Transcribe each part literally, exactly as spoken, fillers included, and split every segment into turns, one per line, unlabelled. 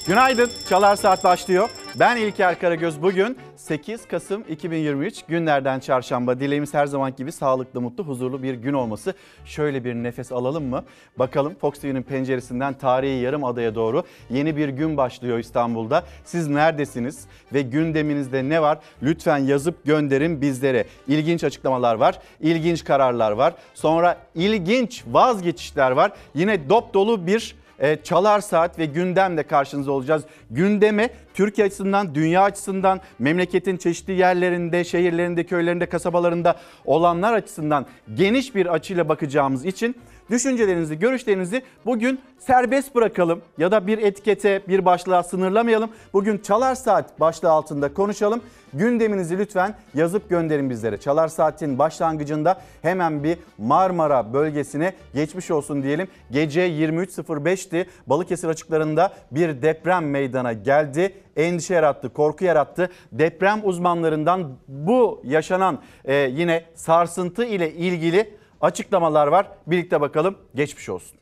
Günaydın, Çalar Saat başlıyor. Ben İlker Karagöz. Bugün sekiz Kasım iki bin yirmi üç, günlerden çarşamba. Dileğimiz her zaman gibi sağlıklı, mutlu, huzurlu bir gün olması. Şöyle bir nefes alalım mı? Bakalım Fox T V'nin penceresinden tarihi Yarımada'ya doğru yeni bir gün başlıyor İstanbul'da. Siz neredesiniz ve gündeminizde ne var? Lütfen yazıp gönderin bizlere. İlginç açıklamalar var, ilginç kararlar var. Sonra ilginç vazgeçişler var. Yine dop dolu bir Çalar Saat ve gündemle karşınızda olacağız. Gündeme Türkiye açısından, dünya açısından, memleketin çeşitli yerlerinde, şehirlerinde, köylerinde, kasabalarında olanlar açısından geniş bir açıyla bakacağımız için düşüncelerinizi, görüşlerinizi bugün serbest bırakalım ya da bir etikete, bir başlığa sınırlamayalım. Bugün Çalar Saat başlığı altında konuşalım. Gündeminizi lütfen yazıp gönderin bizlere. Çalar Saat'in başlangıcında hemen bir Marmara bölgesine geçmiş olsun diyelim. Gece yirmi üç sıfır beşti. Balıkesir açıklarında bir deprem meydana geldi. Endişe yarattı, korku yarattı. Deprem uzmanlarından bu yaşanan e, yine sarsıntı ile ilgili açıklamalar var. Birlikte bakalım. Geçmiş olsun.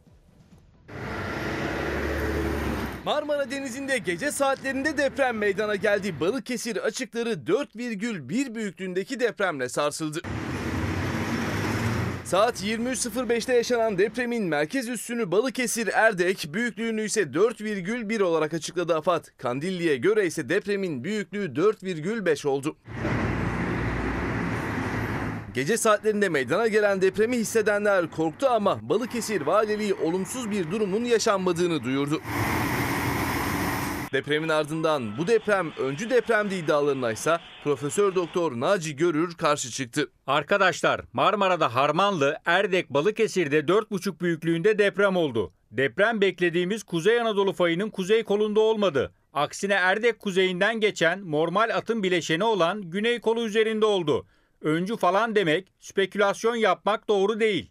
Marmara Denizi'nde gece saatlerinde deprem meydana geldi. Balıkesir açıkları dört virgül bir büyüklüğündeki depremle sarsıldı. Saat yirmi üç sıfır beşte yaşanan depremin merkez üssünü Balıkesir Erdek, büyüklüğünü ise dört virgül bir olarak açıkladı AFAD. Kandilli'ye göre ise depremin büyüklüğü dört virgül beş oldu. Gece saatlerinde meydana gelen depremi hissedenler korktu ama Balıkesir Valiliği olumsuz bir durumun yaşanmadığını duyurdu. Depremin ardından bu deprem öncü depremdi iddialarına ise Profesör Doktor Naci Görür karşı çıktı.
Arkadaşlar, Marmara'da Harmanlı, Erdek, Balıkesir'de dört buçuk büyüklüğünde deprem oldu. Deprem beklediğimiz Kuzey Anadolu fayının kuzey kolunda olmadı. Aksine Erdek kuzeyinden geçen normal atın bileşeni olan güney kolu üzerinde oldu. Öncü falan demek, spekülasyon yapmak doğru değil.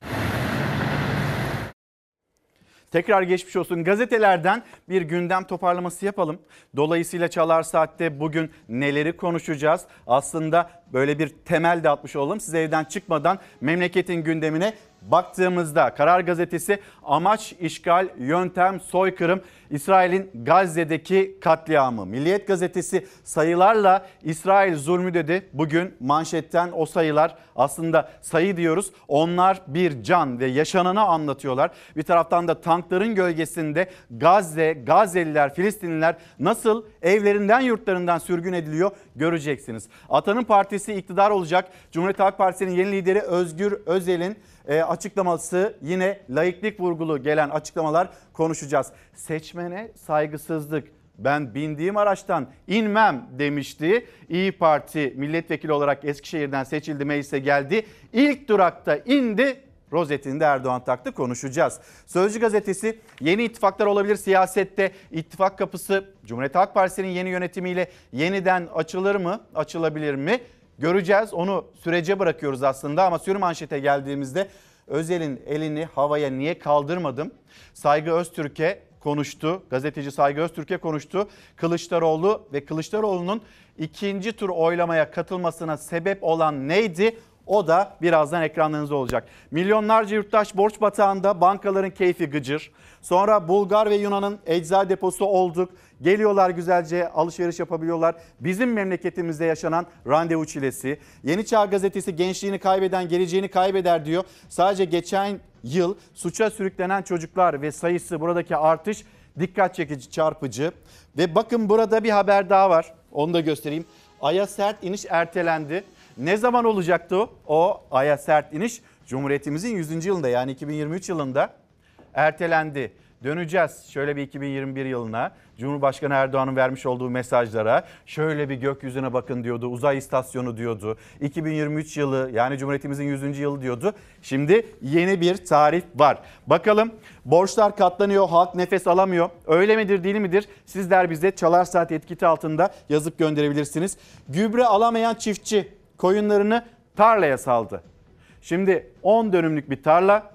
Tekrar geçmiş olsun. Gazetelerden bir gündem toparlaması yapalım. Dolayısıyla Çalar Saat'te bugün neleri konuşacağız? Aslında böyle bir temel de atmış olalım. Siz evden çıkmadan memleketin gündemine baktığımızda Karar Gazetesi amaç işgal, yöntem soykırım, İsrail'in Gazze'deki katliamı. Milliyet Gazetesi sayılarla İsrail zulmü dedi. Bugün manşetten o sayılar, aslında sayı diyoruz. Onlar bir can ve yaşananı anlatıyorlar. Bir taraftan da tankların gölgesinde Gazze, Gazze'liler, Filistinliler nasıl evlerinden yurtlarından sürgün ediliyor göreceksiniz. Atanın partisi iktidar olacak. Cumhuriyet Halk Partisi'nin yeni lideri Özgür Özel'in E, açıklaması, yine laiklik vurgulu gelen açıklamalar konuşacağız. Seçmene saygısızlık. Ben bindiğim araçtan inmem demişti. İyi Parti milletvekili olarak Eskişehir'den seçildi, meclise geldi. İlk durakta indi, rozetini de Erdoğan taktı, konuşacağız. Sözcü gazetesi yeni ittifaklar olabilir siyasette. İttifak kapısı Cumhuriyet Halk Partisi'nin yeni yönetimiyle yeniden açılır mı, açılabilir mi? Göreceğiz, onu sürece bırakıyoruz aslında ama sürü manşete geldiğimizde Özel'in elini havaya niye kaldırmadım? Saygı Öztürk'e konuştu, gazeteci Saygı Öztürk'e konuştu. Kılıçdaroğlu ve Kılıçdaroğlu'nun ikinci tur oylamaya katılmasına sebep olan neydi? O da birazdan ekranlarınızda olacak. Milyonlarca yurttaş borç batağında, bankaların keyfi gıcır. Sonra Bulgar ve Yunan'ın ecza deposu olduk. Geliyorlar, güzelce alışveriş yapabiliyorlar. Bizim memleketimizde yaşanan randevu çilesi. Yeni Çağ Gazetesi gençliğini kaybeden geleceğini kaybeder diyor. Sadece geçen yıl suça sürüklenen çocuklar ve sayısı, buradaki artış dikkat çekici, çarpıcı. Ve bakın burada bir haber daha var. Onu da göstereyim. Ay'a sert iniş ertelendi. Ne zaman olacaktı o? O Ay'a sert iniş Cumhuriyetimizin yüzüncü yılında, yani iki bin yirmi üç yılında ertelendi. Döneceğiz şöyle bir iki bin yirmi bir yılına, Cumhurbaşkanı Erdoğan'ın vermiş olduğu mesajlara. Şöyle bir gökyüzüne bakın diyordu, uzay istasyonu diyordu. iki bin yirmi üç yılı, yani Cumhuriyetimizin yüzüncü yılı diyordu. Şimdi yeni bir tarih var. Bakalım, borçlar katlanıyor, halk nefes alamıyor. Öyle midir, değil midir? Sizler bize Çalar Saat etiketi altında yazıp gönderebilirsiniz. Gübre alamayan çiftçi koyunlarını tarlaya saldı. Şimdi on dönümlük bir tarla,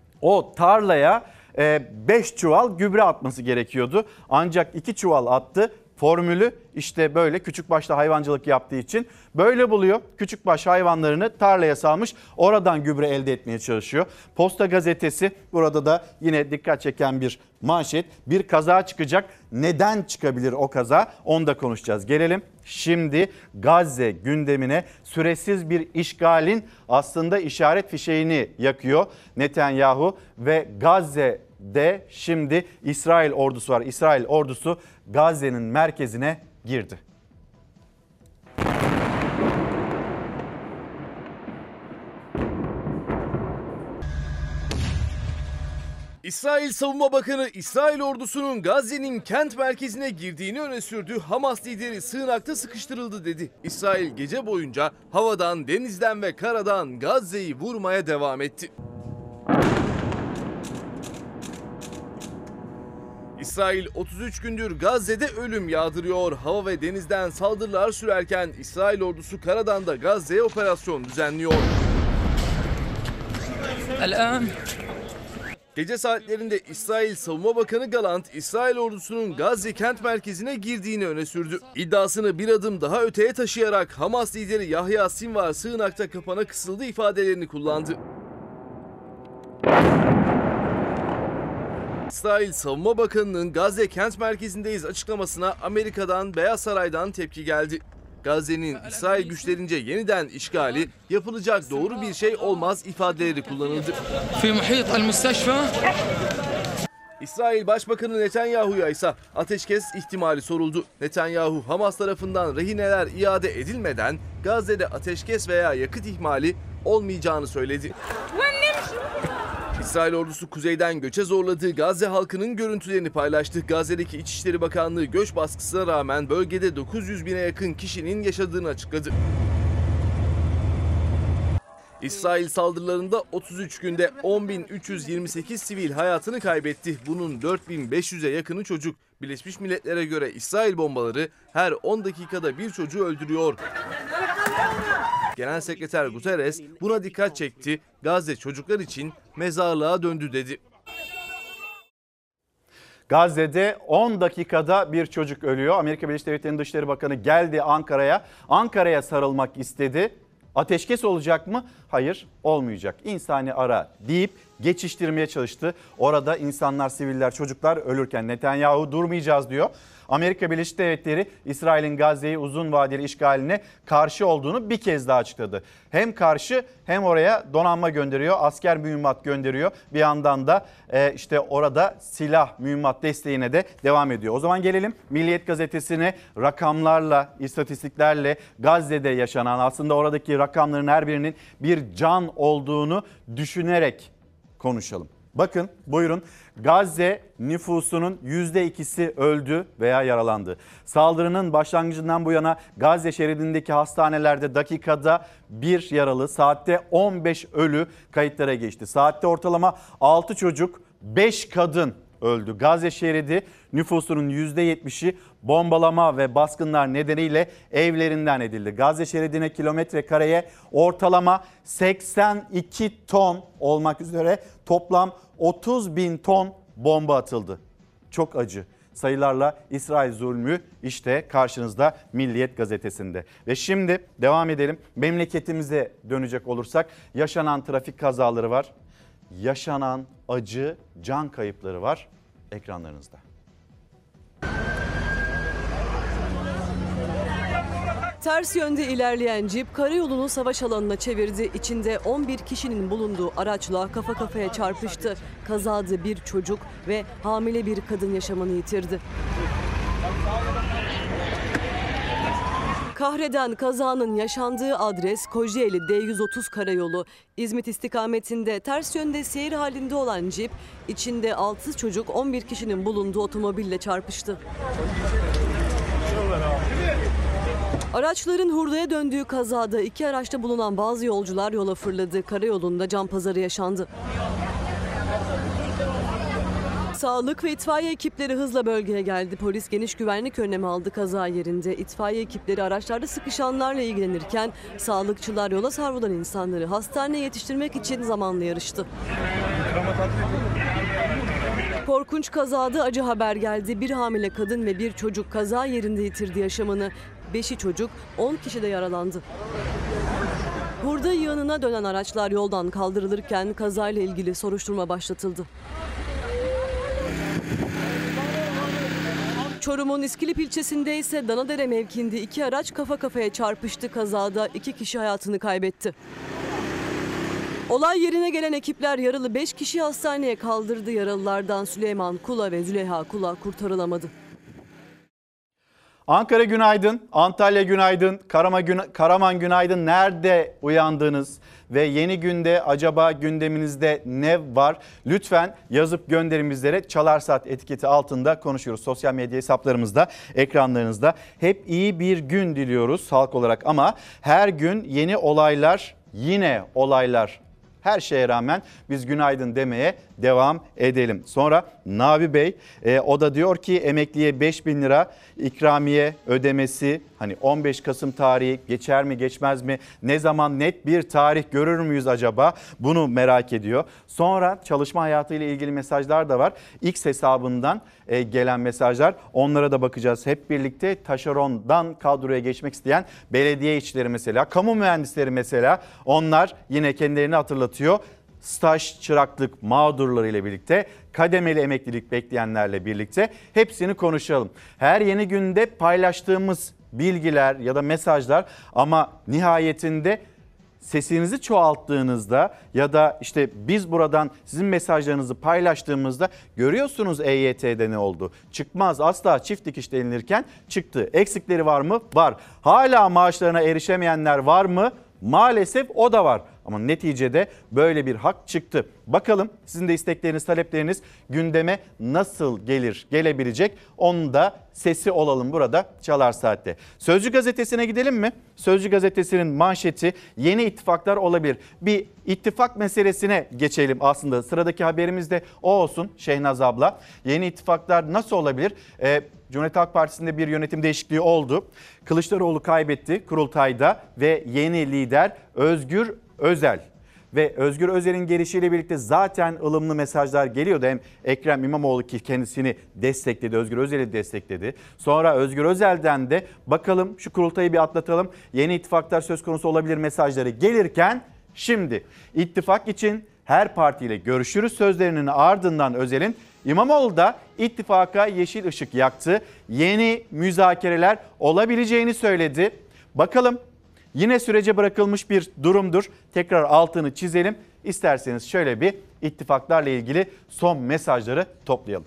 o tarlaya beş çuval gübre atması gerekiyordu. Ancak iki çuval attı. Formülü işte böyle küçükbaşta hayvancılık yaptığı için böyle buluyor. Küçükbaş hayvanlarını tarlaya salmış, oradan gübre elde etmeye çalışıyor. Posta gazetesi, burada da yine dikkat çeken bir manşet. Bir kaza çıkacak. Neden çıkabilir o kaza? Onu da konuşacağız. Gelelim şimdi Gazze gündemine. Süresiz bir işgalin aslında işaret fişeğini yakıyor Netanyahu ve Gazze'de şimdi İsrail ordusu var. İsrail ordusu Gazze'nin merkezine girdi.
İsrail Savunma Bakanı İsrail ordusunun Gazze'nin kent merkezine girdiğini öne sürdü. Hamas lideri sığınakta sıkıştırıldı dedi. İsrail gece boyunca havadan, denizden ve karadan Gazze'yi vurmaya devam etti. İsrail otuz üç gündür Gazze'de ölüm yağdırıyor. Hava ve denizden saldırılar sürerken İsrail ordusu karadan da Gazze'ye operasyon düzenliyor. Gece saatlerinde İsrail Savunma Bakanı Galant, İsrail ordusunun Gazze kent merkezine girdiğini öne sürdü. İddiasını bir adım daha öteye taşıyarak Hamas lideri Yahya Sinvar sığınakta kapana kısıldı ifadelerini kullandı. İsrail Savunma Bakanı'nın Gazze kent merkezindeyiz açıklamasına Amerika'dan, Beyaz Saray'dan tepki geldi. Gazze'nin İsrail güçlerince yeniden işgali yapılacak doğru bir şey olmaz ifadeleri kullanıldı. İsrail Başbakanı Netanyahu'ya ise ateşkes ihtimali soruldu. Netanyahu, Hamas tarafından rehineler iade edilmeden Gazze'de ateşkes veya yakıt ihmali olmayacağını söyledi. İsrail ordusu kuzeyden göçe zorladığı Gazze halkının görüntülerini paylaştı. Gazze'deki İçişleri Bakanlığı göç baskısına rağmen bölgede dokuz yüz bine yakın kişinin yaşadığını açıkladı. İsrail saldırılarında otuz üç günde on bin üç yüz yirmi sekiz sivil hayatını kaybetti. Bunun dört bin beş yüze yakını çocuk. Birleşmiş Milletler'e göre İsrail bombaları her on dakikada bir çocuğu öldürüyor. Genel Sekreter Guterres buna dikkat çekti. Gazze çocuklar için mezarlığa döndü dedi.
Gazze'de on dakikada bir çocuk ölüyor. Amerika Birleşik Devletleri'nin Dışişleri Bakanı geldi Ankara'ya. Ankara'ya sarılmak istedi. Ateşkes olacak mı? Hayır, olmayacak. İnsani ara deyip geçiştirmeye çalıştı. Orada insanlar, siviller, çocuklar ölürken Netanyahu durmayacağız diyor. Amerika Birleşik Devletleri İsrail'in Gazze'yi uzun vadeli işgaline karşı olduğunu bir kez daha açıkladı. Hem karşı hem oraya donanma gönderiyor, asker mühimmat gönderiyor. Bir yandan da e, işte orada silah mühimmat desteğine de devam ediyor. O zaman gelelim Milliyet Gazetesi'ne, rakamlarla, istatistiklerle Gazze'de yaşanan, aslında oradaki rakamların her birinin bir can olduğunu düşünerek konuşalım. Bakın buyurun, Gazze nüfusunun yüzde ikisi öldü veya yaralandı. Saldırının başlangıcından bu yana Gazze şeridindeki hastanelerde dakikada bir yaralı, saatte on beş ölü kayıtlara geçti. Saatte ortalama altı çocuk, beş kadın öldü. Gazze şeridi nüfusunun yüzde yetmişi bombalama ve baskınlar nedeniyle evlerinden edildi. Gazze şeridine kilometre kareye ortalama seksen iki ton olmak üzere toplam otuz bin ton bomba atıldı. Çok acı sayılarla İsrail zulmü işte karşınızda Milliyet Gazetesi'nde. Ve şimdi devam edelim. Memleketimize dönecek olursak yaşanan trafik kazaları var. Yaşanan acı can kayıpları var ekranlarınızda.
Ters yönde ilerleyen cip karayolunu savaş alanına çevirdi. İçinde on bir kişinin bulunduğu araçla kafa kafaya çarpıştı. Kazada bir çocuk ve hamile bir kadın yaşamını yitirdi. Kahreden kazanın yaşandığı adres Kocaeli D yüz otuz karayolu. İzmit istikametinde ters yönde seyir halinde olan cip içinde altı çocuk on bir kişinin bulunduğu otomobille çarpıştı. Araçların hurdaya döndüğü kazada iki araçta bulunan bazı yolcular yola fırladı. Karayolunda can pazarı yaşandı. Sağlık ve itfaiye ekipleri hızla bölgeye geldi. Polis geniş güvenlik önlemi aldı kaza yerinde. İtfaiye ekipleri araçlarda sıkışanlarla ilgilenirken sağlıkçılar yola savrulan insanları hastaneye yetiştirmek için zamanla yarıştı. Korkunç kazada acı haber geldi. Bir hamile kadın ve bir çocuk kaza yerinde yitirdi yaşamını. Beşi çocuk, on kişi de yaralandı. Hurda yığınına dönen araçlar yoldan kaldırılırken kazayla ilgili soruşturma başlatıldı. Çorum'un İskilip ilçesinde ise Danadere mevkiinde iki araç kafa kafaya çarpıştı. Kazada iki kişi hayatını kaybetti. Olay yerine gelen ekipler yaralı beş kişiyi hastaneye kaldırdı. Yaralılardan Süleyman Kula ve Züleyha Kula kurtarılamadı.
Ankara günaydın, Antalya günaydın, Karaman, güna- Karaman günaydın. Nerede uyandınız ve yeni günde acaba gündeminizde ne var? Lütfen yazıp gönderin bizlere. Çalar Saat etiketi altında konuşuyoruz. Sosyal medya hesaplarımızda, ekranlarınızda. Hep iyi bir gün diliyoruz halk olarak ama her gün yeni olaylar, yine olaylar. Her şeye rağmen biz günaydın demeye devam edelim. Sonra Nabi Bey e, o da diyor ki emekliye beş bin lira ikramiye ödemesi, hani on beş Kasım tarihi geçer mi geçmez mi? Ne zaman net bir tarih görür müyüz acaba? Bunu merak ediyor. Sonra çalışma hayatıyla ilgili mesajlar da var. X hesabından e, gelen mesajlar, onlara da bakacağız hep birlikte. Taşerondan kadroya geçmek isteyen belediye işçileri mesela, kamu mühendisleri mesela, onlar yine kendilerini hatırlatıyor. Staj, çıraklık mağdurları ile birlikte, kademeli emeklilik bekleyenlerle birlikte hepsini konuşalım. Her yeni günde paylaştığımız bilgiler ya da mesajlar ama nihayetinde sesinizi çoğalttığınızda ya da işte biz buradan sizin mesajlarınızı paylaştığımızda görüyorsunuz E Y T'de ne oldu? Çıkmaz asla çift dikiş denilirken çıktı. Eksikleri var mı? Var. Hala maaşlarına erişemeyenler var mı? Maalesef o da var. Ama neticede böyle bir hak çıktı. Bakalım sizin de istekleriniz, talepleriniz gündeme nasıl gelir, gelebilecek? Onun da sesi olalım burada Çalar Saat'te. Sözcü gazetesine gidelim mi? Sözcü gazetesinin manşeti yeni ittifaklar olabilir. Bir ittifak meselesine geçelim aslında. Sıradaki haberimiz de o olsun Şehnaz abla. Yeni ittifaklar nasıl olabilir? Ee, Cumhuriyet Halk Partisi'nde bir yönetim değişikliği oldu. Kılıçdaroğlu kaybetti kurultayda ve yeni lider Özgür Özel. Ve Özgür Özel'in gelişiyle birlikte zaten ılımlı mesajlar geliyordu. Hem Ekrem İmamoğlu ki kendisini destekledi, Özgür Özel'i destekledi. Sonra Özgür Özel'den de bakalım şu kurultayı bir atlatalım, yeni ittifaklar söz konusu olabilir mesajları gelirken şimdi ittifak için her partiyle görüşürüz sözlerinin ardından Özel'in İmamoğlu da ittifaka yeşil ışık yaktı. Yeni müzakereler olabileceğini söyledi. Bakalım. Yine sürece bırakılmış bir durumdur. Tekrar altını çizelim. İsterseniz şöyle bir ittifaklarla ilgili son mesajları toplayalım.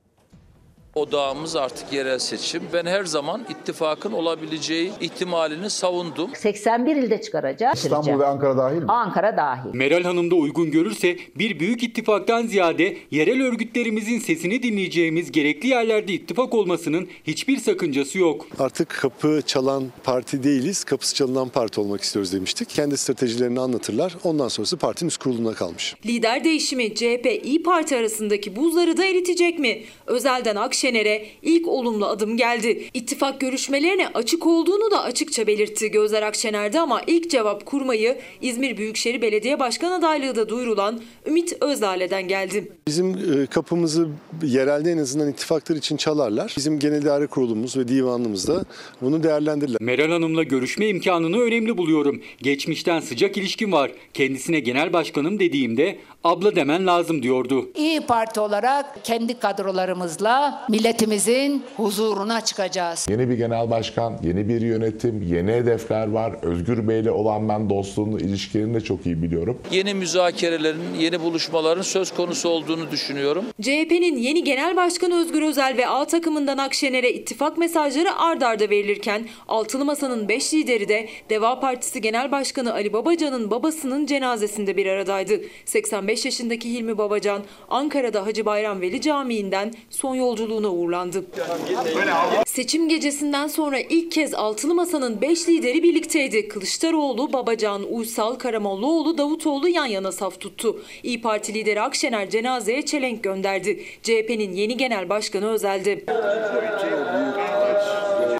Odağımız artık yerel seçim. Ben her zaman ittifakın olabileceği ihtimalini savundum.
seksen bir ilde çıkaracağız.
İstanbul ve Ankara dahil mi?
Ankara dahil.
Meral Hanım da uygun görürse bir büyük ittifaktan ziyade yerel örgütlerimizin sesini dinleyeceğimiz gerekli yerlerde ittifak olmasının hiçbir sakıncası yok.
Artık kapı çalan parti değiliz, kapısı çalınan parti olmak istiyoruz demiştik. Kendi stratejilerini anlatırlar. Ondan sonrası partinin üst kuruluna kalmış.
Lider değişimi C H P İYİ Parti arasındaki buzları da eritecek mi? Özel'den Akşener'e ilk olumlu adım geldi. İttifak görüşmelerine açık olduğunu da açıkça belirtti Gözler Akşener'de ama ilk cevap kurmayı İzmir Büyükşehir Belediye Başkan adaylığı da duyurulan Ümit Özdağ'dan geldi.
Bizim kapımızı yerelde en azından ittifaklar için çalarlar. Bizim Genel İdare Kurulumuz ve divanımız da bunu değerlendirirler.
Meral Hanım'la görüşme imkanını önemli buluyorum. Geçmişten sıcak ilişkim var. Kendisine genel başkanım dediğimde abla demen lazım diyordu.
İYİ Parti olarak kendi kadrolarımızla milletimizin huzuruna çıkacağız.
Yeni bir genel başkan, yeni bir yönetim, yeni hedefler var. Özgür Bey'le olan ben dostluğunu, ilişkilerini de çok iyi biliyorum.
Yeni müzakerelerin, yeni buluşmaların söz konusu olduğunu düşünüyorum.
C H P'nin yeni Genel Başkanı Özgür Özel ve A takımından Akşener'e ittifak mesajları ard arda verilirken Altılı Masa'nın beş lideri de Deva Partisi Genel Başkanı Ali Babacan'ın babasının cenazesinde bir aradaydı. seksen beş yaşındaki Hilmi Babacan Ankara'da Hacı Bayram Veli Camii'nden son yolculuğuna uğurlandı. Seçim gecesinden sonra ilk kez Altılı Masa'nın beş lideri birlikteydi. Kılıçdaroğlu, Babacan, Uysal, Karamollaoğlu, Davutoğlu yan yana saf tuttu. İYİ Parti lideri Akşener cenazeye çelenk gönderdi. C H P'nin yeni genel başkanı Özel'di.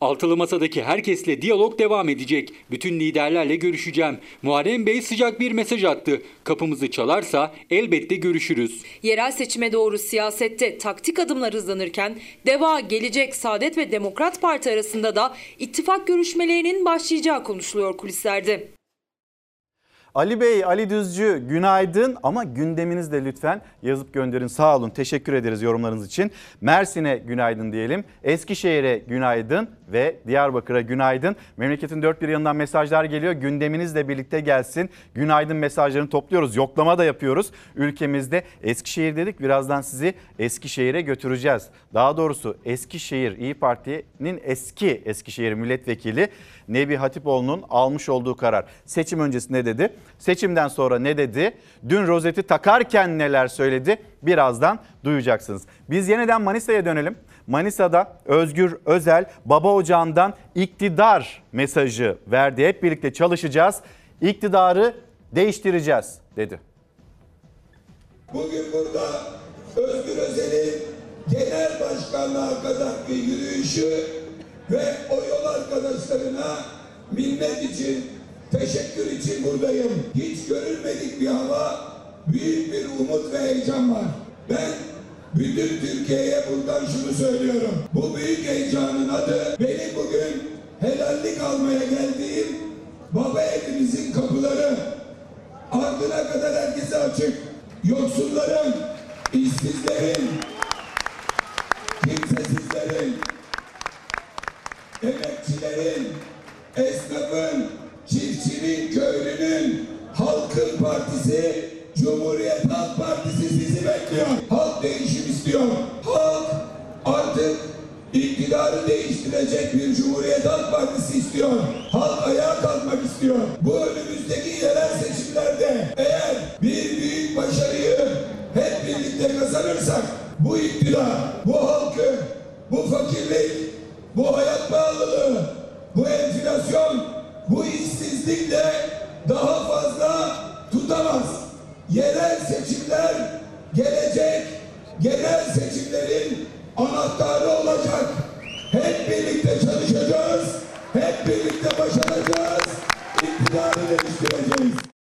Altılı masadaki herkesle diyalog devam edecek. Bütün liderlerle görüşeceğim. Muharrem Bey sıcak bir mesaj attı. Kapımızı çalarsa elbette görüşürüz.
Yerel seçime doğru siyasette taktik adımlar hızlanırken DEVA, Gelecek, Saadet ve Demokrat Parti arasında da ittifak görüşmelerinin başlayacağı konuşuluyor kulislerde.
Ali Bey, Ali Düzcü günaydın ama gündeminizi de lütfen yazıp gönderin. Sağ olun, teşekkür ederiz yorumlarınız için. Mersin'e günaydın diyelim. Eskişehir'e günaydın ve Diyarbakır'a günaydın. Memleketin dört bir yanından mesajlar geliyor. Gündeminizle birlikte gelsin. Günaydın mesajlarını topluyoruz. Yoklama da yapıyoruz ülkemizde. Eskişehir dedik, birazdan sizi Eskişehir'e götüreceğiz. Daha doğrusu Eskişehir İYİ Parti'nin eski Eskişehir milletvekili Nebi Hatipoğlu'nun almış olduğu karar. Seçim öncesinde dedi. Seçimden sonra ne dedi? Dün rozeti takarken neler söyledi? Birazdan duyacaksınız. Biz yeniden Manisa'ya dönelim. Manisa'da Özgür Özel baba ocağından iktidar mesajı verdi. Hep birlikte çalışacağız. İktidarı değiştireceğiz dedi.
Bugün burada Özgür Özel'in genel başkanlığa kadar bir yürüyüşü ve o yol arkadaşlarına minnet için, teşekkür için buradayım. Hiç görülmedik bir hava, büyük bir umut ve heyecan var. Ben bütün Türkiye'ye buradan şunu söylüyorum. Bu büyük heyecanın adı, benim bugün helallik almaya geldiğim baba evimizin kapıları ardına kadar herkese açık. Yoksulların, işsizlerin, kimsesizlerin, emekçilerin, esnafın, çiftçinin, köylünün, halkın partisi, Cumhuriyet Halk Partisi sizi bekliyor. Halk değişim istiyor. Halk artık iktidarı değiştirecek bir Cumhuriyet Halk Partisi istiyor. Halk ayağa kalkmak istiyor. Bu önümüzdeki yerel seçimlerde eğer bir büyük başarıyı hep birlikte kazanırsak bu iktidar, bu halkı, bu fakirlik, bu hayat pahalılığı, bu enflasyon, bu işsizlikle daha fazla tutamaz. Yerel seçimler gelecek, genel seçimlerin anahtarı olacak. Hep birlikte çalışacağız, hep birlikte başaracağız, iktidarı değiştireceğiz.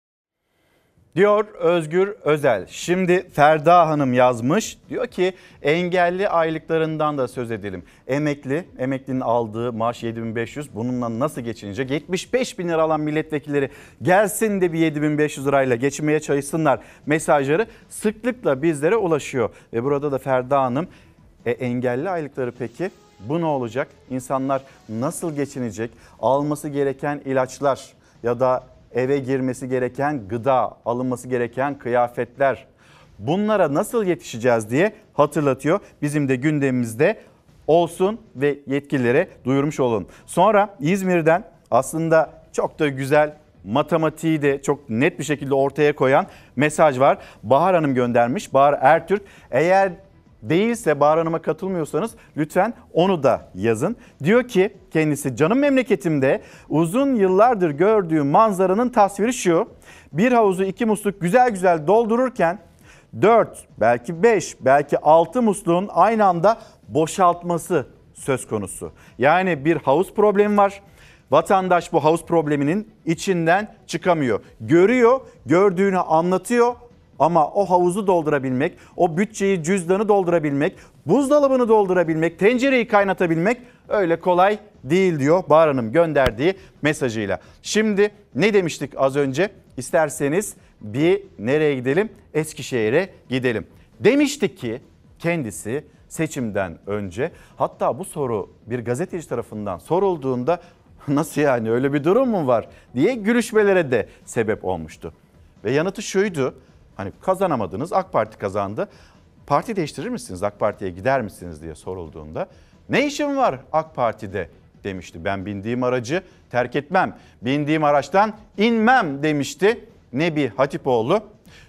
Diyor Özgür Özel. Şimdi Ferda Hanım yazmış. Diyor ki engelli aylıklarından da söz edelim. Emekli, emeklinin aldığı maaş yedi bin beş yüz. Bununla nasıl geçinecek? yetmiş beş bin lira alan milletvekilleri gelsin de bir yedi bin beş yüz lirayla geçinmeye çalışsınlar mesajları sıklıkla bizlere ulaşıyor. Ve burada da Ferda Hanım e, engelli aylıkları peki bu ne olacak? İnsanlar nasıl geçinecek? Alması gereken ilaçlar ya da eve girmesi gereken gıda, alınması gereken kıyafetler, bunlara nasıl yetişeceğiz diye hatırlatıyor. Bizim de gündemimizde olsun ve yetkililere duyurmuş olun. Sonra İzmir'den aslında çok da güzel, matematiği de çok net bir şekilde ortaya koyan mesaj var. Bahar Hanım göndermiş. Bahar Ertürk. Eğer değilse Bahar Hanım'a katılmıyorsanız lütfen onu da yazın. Diyor ki kendisi, canım memleketimde uzun yıllardır gördüğüm manzaranın tasviri şu. Bir havuzu iki musluk güzel güzel doldururken dört, belki beş, belki altı musluğun aynı anda boşaltması söz konusu. Yani bir havuz problemi var. Vatandaş bu havuz probleminin içinden çıkamıyor. Görüyor, gördüğünü anlatıyor. Ama o havuzu doldurabilmek, o bütçeyi, cüzdanı doldurabilmek, buzdolabını doldurabilmek, tencereyi kaynatabilmek öyle kolay değil diyor Bahar Hanım gönderdiği mesajıyla. Şimdi ne demiştik az önce? İsterseniz bir nereye gidelim? Eskişehir'e gidelim. Demiştik ki kendisi seçimden önce, hatta bu soru bir gazeteci tarafından sorulduğunda nasıl yani öyle bir durum mu var diye gülüşmelere de sebep olmuştu. Ve yanıtı şuydu. Hani kazanamadınız, AK Parti kazandı. Parti değiştirir misiniz, AK Parti'ye gider misiniz diye sorulduğunda ne işim var AK Parti'de demişti. Ben bindiğim aracı terk etmem, bindiğim araçtan inmem demişti Nebi Hatipoğlu.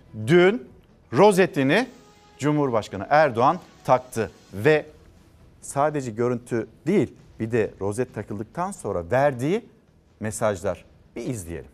Dün rozetini Cumhurbaşkanı Erdoğan taktı ve sadece görüntü değil, bir de rozet takıldıktan sonra verdiği mesajlar. Bir izleyelim.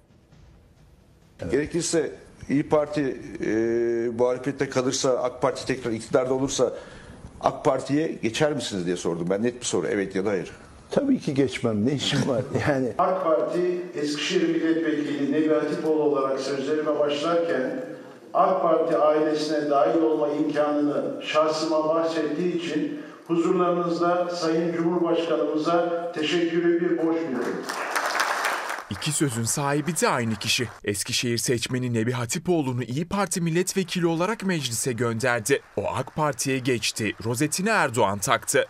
Gerekirse İYİ Parti e, muhalefette kalırsa, AK Parti tekrar iktidarda olursa AK Parti'ye geçer misiniz diye sordum. Ben net bir soru, evet ya da hayır.
Tabii ki geçmem. Ne işim var? Yani
AK Parti Eskişehir Milletvekili Nebi Hatipoğlu olarak sözlerime başlarken AK Parti ailesine dahil olma imkanını şahsıma bahsettiği için huzurlarınızda Sayın Cumhurbaşkanımıza teşekkürü bir borç biliyorum.
İki sözün sahibi de aynı kişi. Eskişehir seçmeni Nebi Hatipoğlu'nu İYİ Parti milletvekili olarak meclise gönderdi. O AK Parti'ye geçti. Rozetini Erdoğan taktı.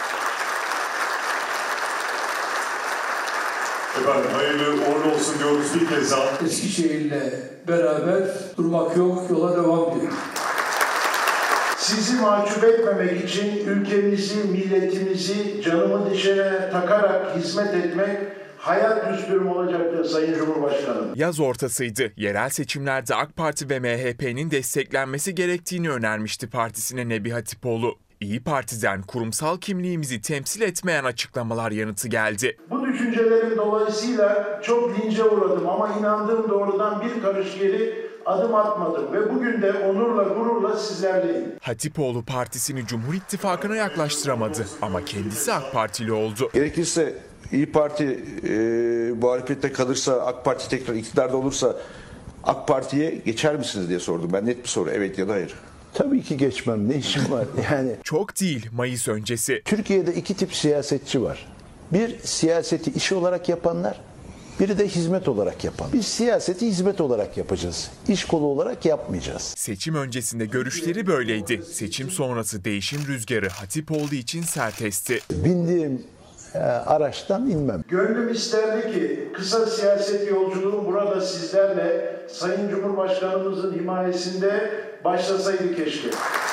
Efendim hayırlı uğurlu olsun diyoruz bir kez daha.
Eskişehir'le beraber durmak yok, yola devam diyor.
Sizi mahcup etmemek için ülkemizi, milletimizi canımı dişine takarak hizmet etmek hayat düsturum olacaktır Sayın Cumhurbaşkanım.
Yaz ortasıydı. Yerel seçimlerde AK Parti ve M H P'nin desteklenmesi gerektiğini önermişti partisine Nebi Hatipoğlu. İYİ Parti'den kurumsal kimliğimizi temsil etmeyen açıklamalar yanıtı geldi.
Bu düşüncelerim dolayısıyla çok lince uğradım ama inandığım doğrudan bir karış geri adım atmadım ve bugün de onurla gururla sizlerleyim.
Hatipoğlu partisini Cumhur İttifakı'na yaklaştıramadı ama kendisi AK Partili oldu.
Gerekirse İYİ Parti e, muhalefette kalırsa, AK Parti tekrar iktidarda olursa AK Parti'ye geçer misiniz diye sordum. Ben net bir soru, evet ya da hayır.
tabii ki geçmem. Ne işim var? Yani
Çok değil, Mayıs öncesi.
Türkiye'de iki tip siyasetçi var. Bir, siyaseti iş olarak yapanlar. Biri de hizmet olarak yapan. Biz siyaseti hizmet olarak yapacağız. İş kolu olarak yapmayacağız.
Seçim öncesinde görüşleri böyleydi. Seçim sonrası değişim rüzgarı Hatipoğlu için sert esti.
Bindiğim e, araçtan inmem.
Gönlüm isterdi ki kısa siyaset yolculuğum burada sizlerle Sayın Cumhurbaşkanımızın himayesinde başlasaydı keşke.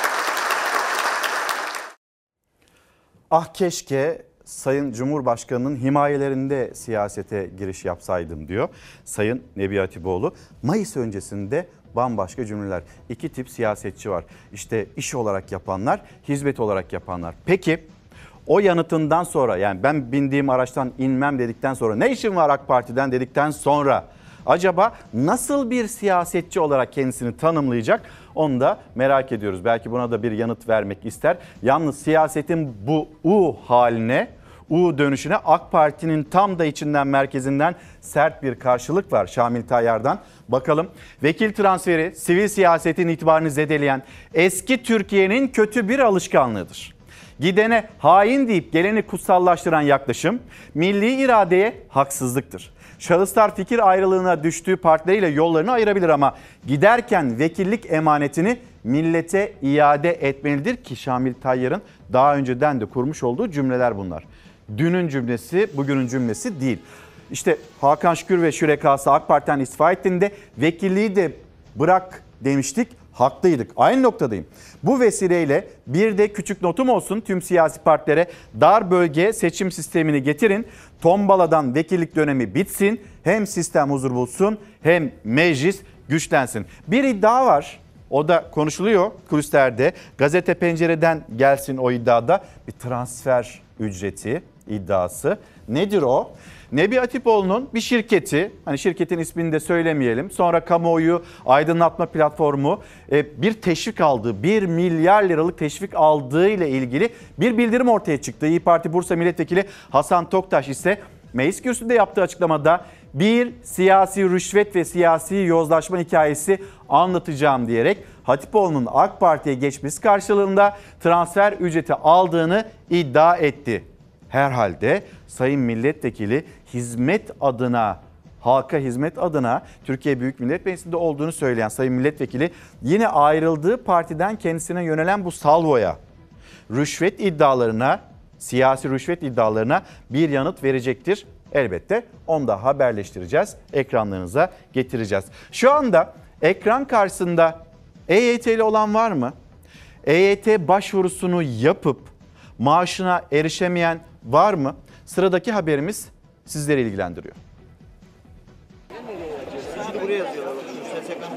Ah keşke Sayın Cumhurbaşkanı'nın himayelerinde siyasete giriş yapsaydım diyor Sayın Nebi Hatipoğlu. Mayıs öncesinde bambaşka cümleler. İki tip siyasetçi var. İşte iş olarak yapanlar, hizmet olarak yapanlar. Peki o yanıtından sonra, yani ben bindiğim araçtan inmem dedikten sonra, ne işim var AK Parti'den dedikten sonra acaba nasıl bir siyasetçi olarak kendisini tanımlayacak? Onu da merak ediyoruz. Belki buna da bir yanıt vermek ister. Yalnız siyasetin bu U haline, U dönüşüne AK Parti'nin tam da içinden, merkezinden sert bir karşılık var Şamil Tayyar'dan. Bakalım, vekil transferi sivil siyasetin itibarını zedeleyen eski Türkiye'nin kötü bir alışkanlığıdır. Gidene hain deyip geleni kutsallaştıran yaklaşım milli iradeye haksızlıktır. Şahıslar fikir ayrılığına düştüğü partileriyle yollarını ayırabilir ama giderken vekillik emanetini millete iade etmelidir ki Şamil Tayyar'ın daha önceden de kurmuş olduğu cümleler bunlar. Dünün cümlesi, bugünün cümlesi değil. İşte Hakan Şükür ve şürekası AK Parti'den istifa ettiğinde vekilliği de bırak demiştik. Haklıydık. Aynı noktadayım. Bu vesileyle bir de küçük notum olsun tüm siyasi partilere: dar bölge seçim sistemini getirin. Tombaladan vekillik dönemi bitsin. Hem sistem huzur bulsun hem meclis güçlensin. Bir iddia var. O da konuşuluyor kulislerde. Gazete Pencere'den gelsin o iddiada. Bir transfer ücreti iddiası. Nedir o? Nebi Hatipoğlu'nun bir şirketi, hani şirketin ismini de söylemeyelim, sonra kamuoyu aydınlatma platformu bir teşvik aldığı, bir milyar liralık teşvik aldığı ile ilgili bir bildirim ortaya çıktı. İYİ Parti Bursa Milletvekili Hasan Toktaş ise meclis kürsüsünde yaptığı açıklamada bir siyasi rüşvet ve siyasi yozlaşma hikayesi anlatacağım diyerek Hatipoğlu'nun AK Parti'ye geçmesi karşılığında transfer ücreti aldığını iddia etti. Herhalde Sayın Milletvekili hizmet adına, halka hizmet adına Türkiye Büyük Millet Meclisi'nde olduğunu söyleyen Sayın Milletvekili yine ayrıldığı partiden kendisine yönelen bu salvoya, rüşvet iddialarına, siyasi rüşvet iddialarına bir yanıt verecektir. Elbette onu da haberleştireceğiz, ekranlarınıza getireceğiz. Şu anda ekran karşısında E Y T'li olan var mı? E Y T başvurusunu yapıp maaşına erişemeyen var mı? Sıradaki haberimiz sizleri ilgilendiriyor.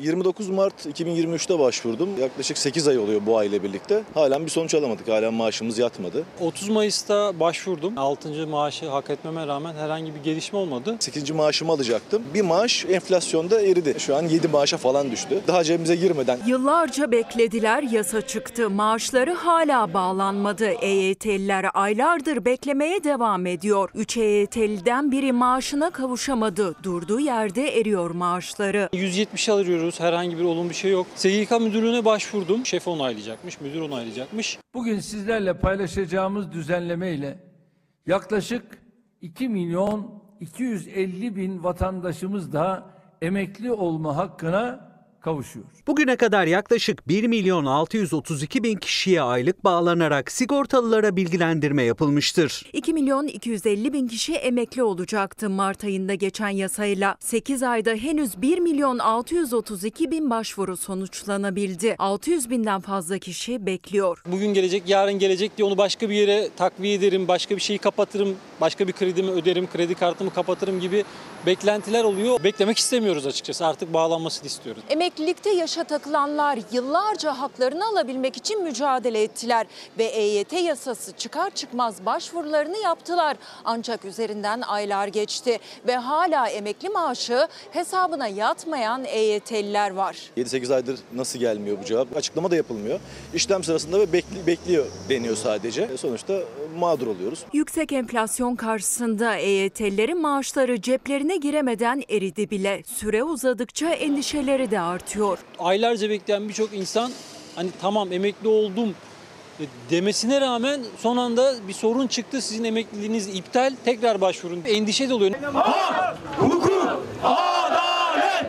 yirmi dokuz Mart iki bin yirmi üç'te başvurdum. Yaklaşık sekiz ay oluyor bu aile birlikte. Halen bir sonuç alamadık. Halen maaşımız yatmadı.
otuz Mayıs'ta başvurdum. altıncı maaşı hak etmeme rağmen herhangi bir gelişme olmadı.
sekizinci maaşımı alacaktım. Bir maaş enflasyonda eridi. Şu an yedi maaşa falan düştü. Daha cebimize girmeden.
Yıllarca beklediler, yasa çıktı. Maaşları hala bağlanmadı. E Y T'liler aylardır beklemeye devam ediyor. üç E Y T'liden biri maaşına kavuşamadı. Durduğu yerde eriyor maaşları.
yüz yetmiş alıyoruz. Herhangi bir olumlu bir şey yok. S G K müdürlüğüne başvurdum. Şef onaylayacakmış, müdür onaylayacakmış.
Bugün sizlerle paylaşacağımız düzenleme ile yaklaşık iki milyon iki yüz elli bin vatandaşımız da emekli olma hakkına kavuşuyor.
Bugüne kadar yaklaşık bir milyon altı yüz otuz iki bin kişiye aylık bağlanarak sigortalılara bilgilendirme yapılmıştır.
iki milyon iki yüz elli bin kişi emekli olacaktı Mart ayında geçen yasayla. sekiz ayda henüz bir milyon altı yüz otuz iki bin başvuru sonuçlanabildi. altı yüz binden fazla kişi bekliyor.
Bugün gelecek, yarın gelecek diye onu başka bir yere takviye ederim, başka bir şeyi kapatırım, başka bir kredimi öderim, kredi kartımı kapatırım gibi beklentiler oluyor. Beklemek istemiyoruz açıkçası. Artık bağlanmasını istiyoruz.
Emeklilikte yaşa takılanlar yıllarca haklarını alabilmek için mücadele ettiler ve E Y T yasası çıkar çıkmaz başvurularını yaptılar. Ancak üzerinden aylar geçti ve hala emekli maaşı hesabına yatmayan E Y T'liler var.
yedi sekiz aydır nasıl gelmiyor bu cevap? Açıklama da yapılmıyor. İşlem sırasında ve bekli, bekliyor deniyor sadece. Sonuçta mağdur oluyoruz.
Yüksek enflasyon karşısında E Y T'lilerin maaşları ceplerine giremeden eridi bile. Süre uzadıkça endişeleri de artıyor.
Aylarca bekleyen birçok insan hani tamam emekli oldum demesine rağmen son anda bir sorun çıktı. Sizin emekliliğiniz iptal, tekrar başvurun. Endişe de oluyor.
Hak, hukuk, adalet.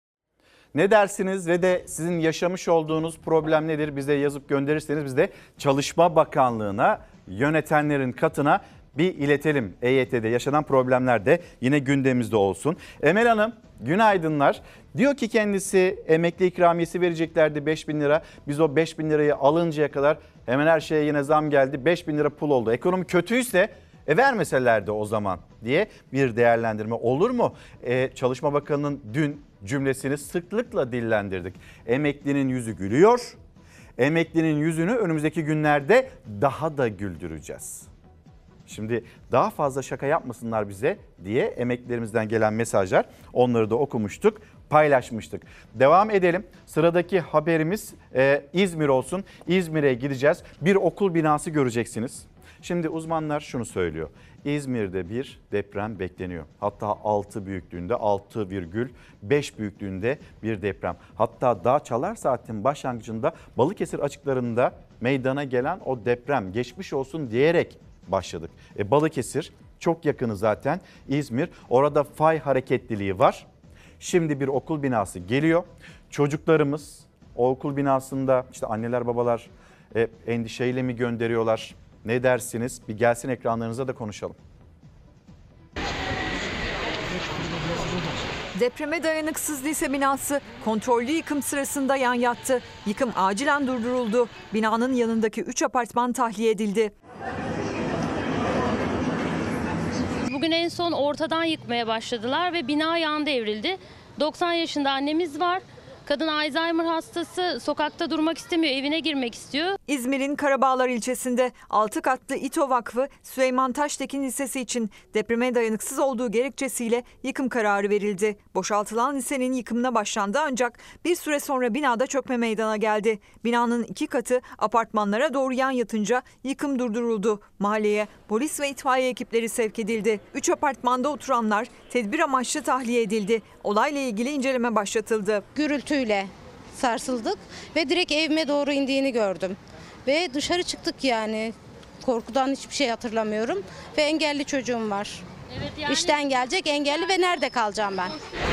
Ne dersiniz ve de sizin yaşamış olduğunuz problem nedir? Bize yazıp gönderirseniz biz de Çalışma Bakanlığı'na, yönetenlerin katına bir iletelim. E Y T'de yaşanan problemler de yine gündemimizde olsun. Emel Hanım, günaydınlar. Diyor ki kendisi emekli ikramiyesi vereceklerdi beş bin lira. Biz o beş bin lirayı alıncaya kadar hemen her şeye yine zam geldi. beş bin lira pul oldu. Ekonomi kötüyse e vermeselerdi o zaman diye bir değerlendirme olur mu? Ee, Çalışma Bakanı'nın dün cümlesini sıklıkla dillendirdik. Emeklinin yüzü gülüyor. Emeklinin yüzünü önümüzdeki günlerde daha da güldüreceğiz. Şimdi daha fazla şaka yapmasınlar bize diye emeklilerimizden gelen mesajlar, onları da okumuştuk, paylaşmıştık. Devam edelim. Sıradaki haberimiz e, İzmir olsun. İzmir'e gideceğiz. Bir okul binası göreceksiniz. Şimdi uzmanlar şunu söylüyor. İzmir'de bir deprem bekleniyor. Hatta altı büyüklüğünde, altı virgül beş büyüklüğünde bir deprem. Hatta daha Çalar Saat'in başlangıcında Balıkesir açıklarında meydana gelen o deprem geçmiş olsun diyerek başladık. E, Balıkesir çok yakını zaten İzmir. Orada fay hareketliliği var. Şimdi bir okul binası geliyor. Çocuklarımız o okul binasında işte anneler babalar e, endişeyle mi gönderiyorlar? Ne dersiniz? Bir gelsin ekranlarınıza da konuşalım.
Depreme dayanıksız lise binası kontrollü yıkım sırasında yan yattı. Yıkım acilen durduruldu. Binanın yanındaki üç apartman tahliye edildi.
Bugün en son ortadan yıkmaya başladılar ve bina yan devrildi. doksan yaşında annemiz var. Kadın Alzheimer hastası, sokakta durmak istemiyor, evine girmek istiyor.
İzmir'in Karabağlar ilçesinde altı katlı İTO Vakfı Süleyman Taştekin Lisesi için depreme dayanıksız olduğu gerekçesiyle yıkım kararı verildi. Boşaltılan lisenin yıkımına başlandı ancak bir süre sonra binada çökme meydana geldi. Binanın iki katı apartmanlara doğru yan yatınca yıkım durduruldu. Mahalleye polis ve itfaiye ekipleri sevk edildi. Üç apartmanda oturanlar tedbir amaçlı tahliye edildi. Olayla ilgili inceleme başlatıldı.
Gürültüyle sarsıldık ve direkt evime doğru indiğini gördüm. Ve dışarı çıktık yani. Korkudan hiçbir şey hatırlamıyorum. Ve engelli çocuğum var. Evet, yani... İşten gelecek engelli ve nerede kalacağım ben?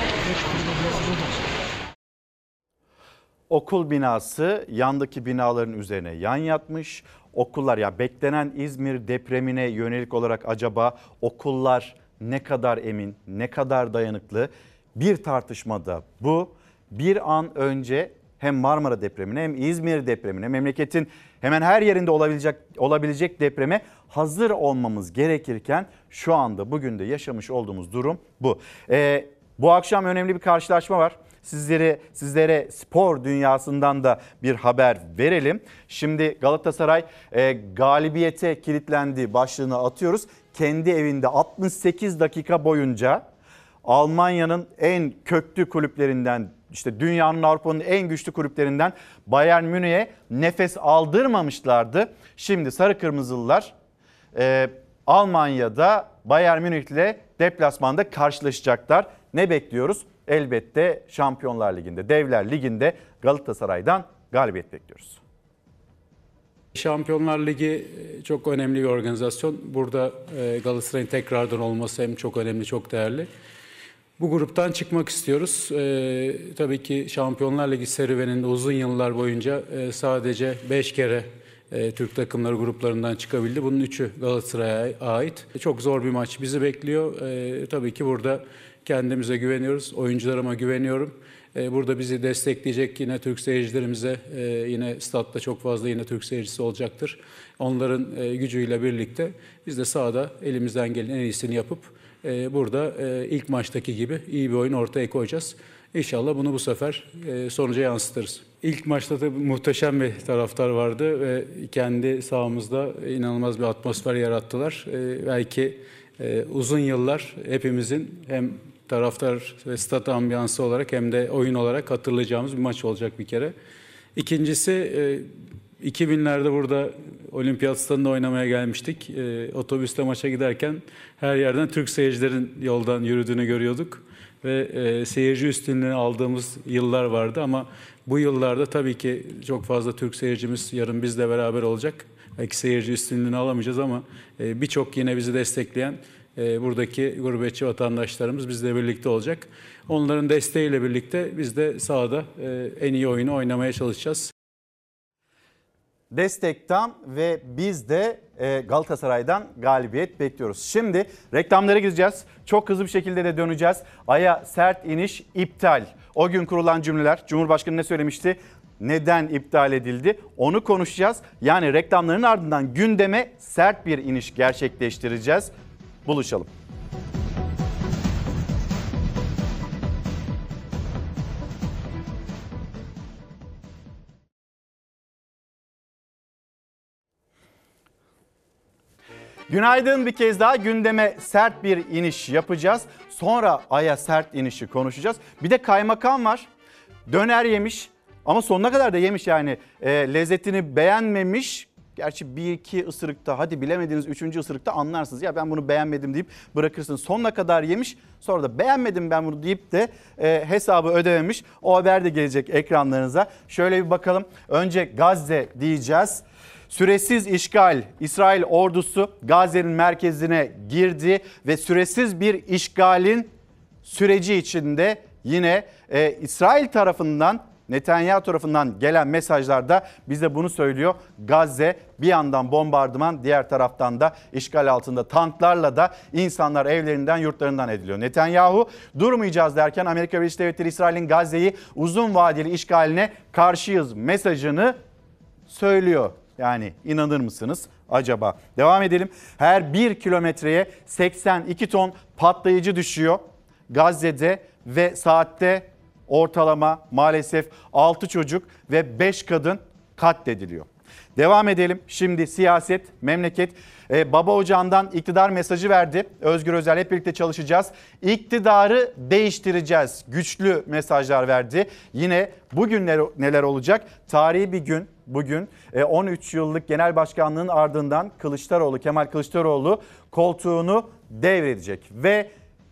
Okul binası yandaki binaların üzerine yan yatmış. Okullar ya beklenen İzmir depremine yönelik olarak acaba okullar ne kadar emin, ne kadar dayanıklı? Bir tartışmada bu. Bir an önce hem Marmara depremine hem İzmir depremine, memleketin hemen her yerinde olabilecek olabilecek depreme hazır olmamız gerekirken şu anda bugün de yaşamış olduğumuz durum bu. Ee, bu akşam önemli bir karşılaşma var. Sizlere, sizlere spor dünyasından da bir haber verelim. Şimdi Galatasaray e, galibiyete kilitlendi başlığını atıyoruz. Kendi evinde altmış sekiz dakika boyunca Almanya'nın en köklü kulüplerinden, işte dünyanın, Avrupa'nın en güçlü kulüplerinden Bayern Münih'e nefes aldırmamışlardı. Şimdi Sarı Kırmızılılar e, Almanya'da Bayern Münih'le deplasmanda karşılaşacaklar. Ne bekliyoruz? Elbette Şampiyonlar Ligi'nde, Devler Ligi'nde Galatasaray'dan galibiyet bekliyoruz.
Şampiyonlar Ligi çok önemli bir organizasyon. Burada Galatasaray'ın tekrardan olması hem çok önemli, çok değerli. Bu gruptan çıkmak istiyoruz. Ee, tabii ki Şampiyonlar Ligi serüveninde uzun yıllar boyunca e, sadece beş kere e, Türk takımları gruplarından çıkabildi. Bunun üçü Galatasaray'a ait. Çok zor bir maç bizi bekliyor. E, tabii ki burada kendimize güveniyoruz, oyuncularıma güveniyorum. E, burada bizi destekleyecek yine Türk seyircilerimize, e, yine statta çok fazla yine Türk seyircisi olacaktır. Onların e, gücüyle birlikte biz de sahada elimizden gelen en iyisini yapıp burada ilk maçtaki gibi iyi bir oyun ortaya koyacağız. İnşallah bunu bu sefer sonuca yansıtırız. İlk maçta da muhteşem bir taraftar vardı ve kendi sahamızda inanılmaz bir atmosfer yarattılar. Belki uzun yıllar hepimizin hem taraftar ve stat ambiyansı olarak hem de oyun olarak hatırlayacağımız bir maç olacak bir kere. İkincisi, iki binlerde burada Olimpiyat Stadı'nda oynamaya gelmiştik. E, otobüste maça giderken her yerden Türk seyircilerin yoldan yürüdüğünü görüyorduk. Ve e, seyirci üstünlüğünü aldığımız yıllar vardı ama bu yıllarda tabii ki çok fazla Türk seyircimiz yarın bizle beraber olacak. Belki seyirci üstünlüğünü alamayacağız ama e, birçok yine bizi destekleyen e, buradaki gurbetçi vatandaşlarımız bizle birlikte olacak. Onların desteğiyle birlikte biz de sahada e, en iyi oyunu oynamaya çalışacağız.
Destek tam ve biz de Galatasaray'dan galibiyet bekliyoruz. Şimdi reklamlara gideceğiz. Çok hızlı bir şekilde de döneceğiz. Ay'a sert iniş iptal. O gün kurulan cümleler, Cumhurbaşkanı ne söylemişti? Neden iptal edildi? Onu konuşacağız. Yani reklamların ardından gündeme sert bir iniş gerçekleştireceğiz. Buluşalım. Günaydın, bir kez daha gündeme sert bir iniş yapacağız. Sonra Ay'a sert inişi konuşacağız. Bir de kaymakam var. Döner yemiş ama sonuna kadar da yemiş yani. E, lezzetini beğenmemiş. Gerçi bir iki ısırıkta, hadi bilemediğiniz üçüncü ısırıkta anlarsınız. Ya ben bunu beğenmedim deyip bırakırsın. Sonuna kadar yemiş, sonra da beğenmedim ben bunu deyip de e, hesabı ödememiş. O haber de gelecek ekranlarınıza. Şöyle bir bakalım. Önce Gazze diyeceğiz. Süresiz işgal, İsrail ordusu Gazze'nin merkezine girdi ve süresiz bir işgalin süreci içinde yine e, İsrail tarafından, Netanyahu tarafından gelen mesajlarda bize bunu söylüyor. Gazze bir yandan bombardıman, diğer taraftan da işgal altında tanklarla da insanlar evlerinden, yurtlarından ediliyor. Netanyahu durmayacağız derken Amerika Birleşik Devletleri İsrail'in Gazze'yi uzun vadeli işgaline karşıyız mesajını söylüyor. Yani inanır mısınız acaba? Devam edelim. Her bir kilometreye seksen iki ton patlayıcı düşüyor Gazze'de ve saatte ortalama maalesef altı çocuk ve beş kadın katlediliyor. Devam edelim. Şimdi siyaset, memleket. Ee, Baba Ocağı'ndan iktidar mesajı verdi. Özgür Özel, hep birlikte çalışacağız. İktidarı değiştireceğiz. Güçlü mesajlar verdi. Yine bugün neler olacak? Tarihi bir gün. Bugün on üç yıllık genel başkanlığın ardından Kılıçdaroğlu, Kemal Kılıçdaroğlu koltuğunu devredecek. Ve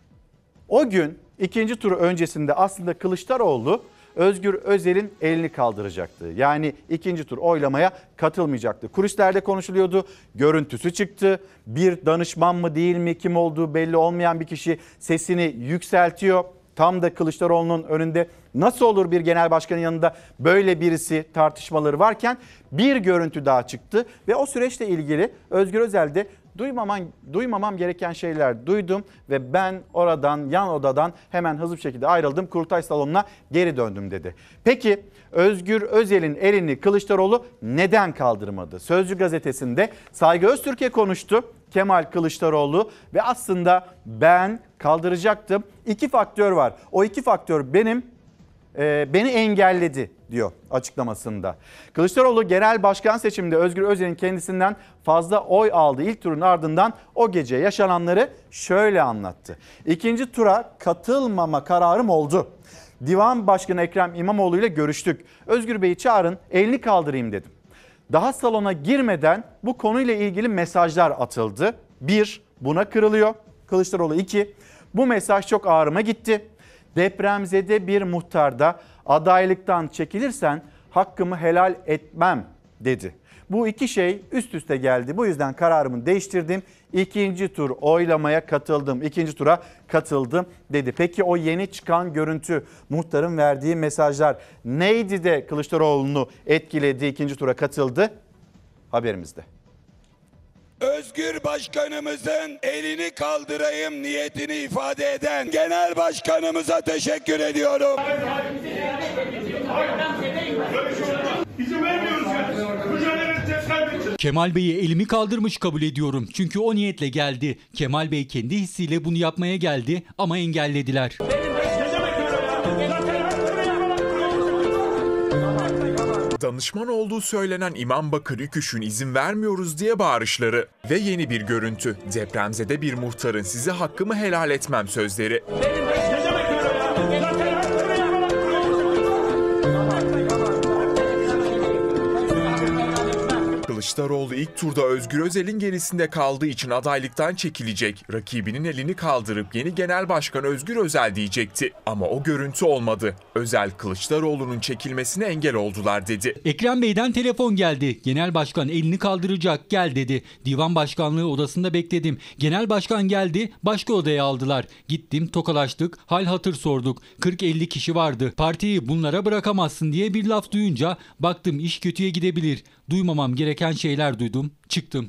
o gün ikinci tur öncesinde aslında Kılıçdaroğlu Özgür Özel'in elini kaldıracaktı. Yani ikinci tur oylamaya katılmayacaktı. Kulislerde konuşuluyordu, görüntüsü çıktı. Bir danışman mı değil mi, kim olduğu belli olmayan bir kişi sesini yükseltiyor. Tam da Kılıçdaroğlu'nun önünde. Nasıl olur bir genel başkanın yanında böyle birisi tartışmaları varken bir görüntü daha çıktı. Ve o süreçle ilgili Özgür Özel de duymamam, duymamam gereken şeyler duydum ve ben oradan, yan odadan hemen hızlı bir şekilde ayrıldım. Kurultay salonuna geri döndüm dedi. Peki Özgür Özel'in elini Kılıçdaroğlu neden kaldırmadı? Sözcü gazetesinde Saygı Öztürk'e konuştu Kemal Kılıçdaroğlu ve aslında ben kaldıracaktım. İki faktör var. O iki faktör benim e, beni engelledi diyor açıklamasında. Kılıçdaroğlu genel başkan seçiminde Özgür Özel'in kendisinden fazla oy aldığı ilk turun ardından o gece yaşananları şöyle anlattı. İkinci tura katılmama kararım oldu. Divan Başkanı Ekrem İmamoğlu ile görüştük. Özgür Bey'i çağırın, elini kaldırayım dedim. Daha salona girmeden bu konuyla ilgili mesajlar atıldı. Bir, buna kırılıyor Kılıçdaroğlu. İki, bu mesaj çok ağrıma gitti. Depremzede bir muhtarda adaylıktan çekilirsen hakkımı helal etmem dedi. Bu iki şey üst üste geldi. Bu yüzden kararımı değiştirdim. İkinci tur oylamaya katıldım. İkinci tura katıldım dedi. Peki o yeni çıkan görüntü, muhtarın verdiği mesajlar neydi de Kılıçdaroğlu'nu etkiledi, ikinci tura katıldı? Haberimizde.
Özgür Başkanımızın elini kaldırayım niyetini ifade eden Genel Başkanımıza teşekkür ediyorum.
İzin vermiyoruz ya. Mücadele
Kemal Bey'i elimi kaldırmış kabul ediyorum. Çünkü o niyetle geldi. Kemal Bey kendi hissiyle bunu yapmaya geldi ama engellediler.
Danışman olduğu söylenen İmam Bakır Üküş'ün izin vermiyoruz diye bağırışları ve yeni bir görüntü. Depremzede bir muhtarın size hakkımı helal etmem sözleri. Kılıçdaroğlu ilk turda Özgür Özel'in gerisinde kaldığı için adaylıktan çekilecek. Rakibinin elini kaldırıp yeni genel başkan Özgür Özel diyecekti. Ama o görüntü olmadı. Özel Kılıçdaroğlu'nun çekilmesine engel oldular dedi.
Ekrem Bey'den telefon geldi. Genel başkan elini kaldıracak, gel dedi. Divan başkanlığı odasında bekledim. Genel başkan geldi, başka odaya aldılar. Gittim, tokalaştık, hal hatır sorduk. kırk elli kişi vardı. Partiyi bunlara bırakamazsın diye bir laf duyunca baktım iş kötüye gidebilir. Duymamam gereken şeyler duydum, çıktım.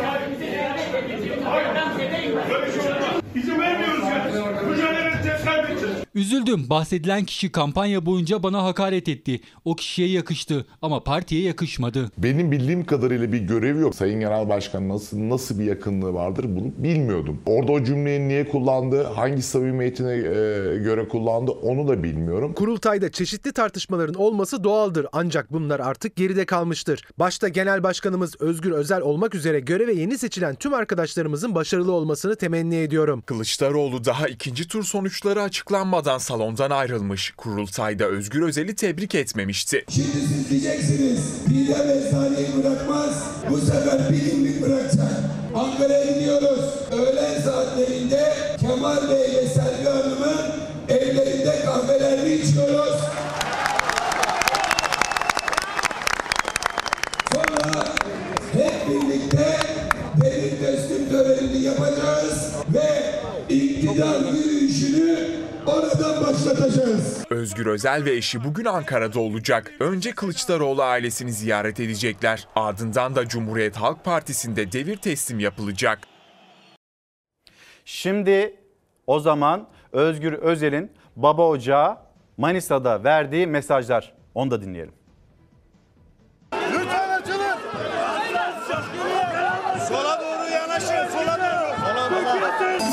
İzin vermiyoruz ya. Mücadele edeceğiz, kaybedeceğiz.
Üzüldüm. Bahsedilen kişi kampanya boyunca bana hakaret etti. O kişiye yakıştı ama partiye yakışmadı.
Benim bildiğim kadarıyla bir görevi yok. Sayın Genel Başkan nasıl nasıl bir yakınlığı vardır bunu bilmiyordum. Orada o cümleyi niye kullandı, hangi samimiyetine e, göre kullandı onu da bilmiyorum.
Kurultayda çeşitli tartışmaların olması doğaldır ancak bunlar artık geride kalmıştır. Başta Genel Başkanımız Özgür Özel olmak üzere göreve yeni seçilen tüm arkadaşlarımızın başarılı olmasını temenni ediyorum.
Kılıçdaroğlu daha ikinci tur sonuçları açıklanmadan salondan ayrılmış. Kurultayda Özgür Özel'i tebrik etmemişti.
Şimdi siz diyeceksiniz, Didem eczaneyi bırakmaz, bu sefer bir günlük bırakacak. Ankara'ya gidiyoruz. Öğlen saatlerinde Kemal Bey ile Selvi Hanım'ın evlerinde kahvelerini içiyoruz. Sonra hep birlikte devir teslim törenini yapacağız ve iktidar yürüyüşünü oradan başlatacağız.
Özgür Özel ve eşi bugün Ankara'da olacak. Önce Kılıçdaroğlu ailesini ziyaret edecekler. Ardından da Cumhuriyet Halk Partisi'nde devir teslim yapılacak.
Şimdi o zaman Özgür Özel'in baba ocağı Manisa'da verdiği mesajlar. Onu da dinleyelim.
Lütfen açılın. Sola doğru yanaşın. Sola doğru. Sola doğru.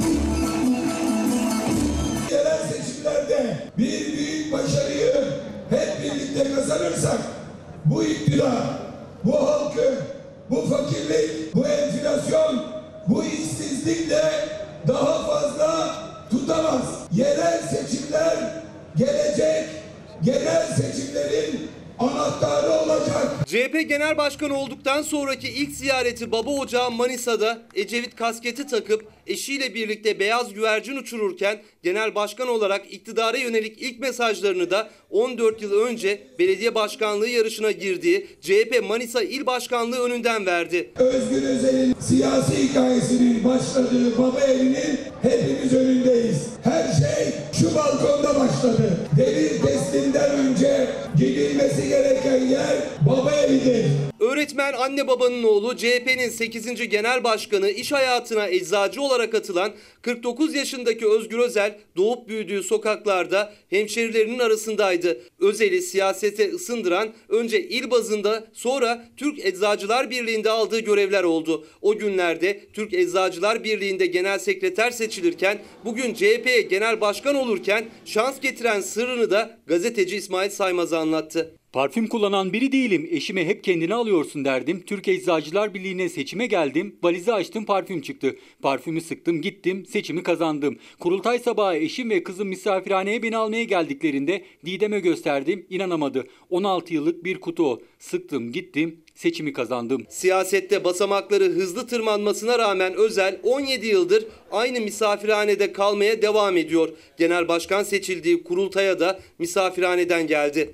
Yerel seçimlerde bir büyük başarıyı hep birlikte kazanırsak bu iktidar, bu halkı, bu fakirlik, bu enflasyon, bu işsizlikle daha fazla tutamaz. Yerel seçimler gelecek, genel seçimlerin anahtarı olacak.
C H P Genel Başkanı olduktan sonraki ilk ziyareti baba ocağı Manisa'da Ecevit kasketi takıp eşiyle birlikte beyaz güvercin uçururken genel başkan olarak iktidara yönelik ilk mesajlarını da on dört yıl önce belediye başkanlığı yarışına girdiği C H P Manisa İl Başkanlığı önünden verdi.
Özgür Özel'in siyasi hikayesinin başladığı baba evinin hepimiz önündeyiz. Her şey şu balkonda başladı. Devir teslimden önce gidilmesi gereken yer baba evidir.
Öğretmen anne babanın oğlu, C H P'nin sekizinci Genel Başkanı, iş hayatına eczacı olarak atılan kırk dokuz yaşındaki Özgür Özel doğup büyüdüğü sokaklarda hemşerilerinin arasındaydı. Özel'i siyasete ısındıran önce il bazında sonra Türk Eczacılar Birliği'nde aldığı görevler oldu. O günlerde Türk Eczacılar Birliği'nde genel sekreter seçilirken bugün C H P'ye genel başkan olurken şans getiren sırrını da gazeteci İsmail Saymaz'a anlattı.
Parfüm kullanan biri değilim. Eşime hep kendine alıyorsun derdim. Türk Eczacılar Birliği'ne seçime geldim. Valizi açtım, parfüm çıktı. Parfümü sıktım, gittim, seçimi kazandım. Kurultay sabahı eşim ve kızım misafirhaneye beni almaya geldiklerinde Didem'e gösterdim, inanamadı. on altı yıllık bir kutu o. Sıktım, gittim, seçimi kazandım.
Siyasette basamakları hızlı tırmanmasına rağmen Özel on yedi yıldır aynı misafirhanede kalmaya devam ediyor. Genel başkan seçildiği kurultaya da misafirhaneden geldi.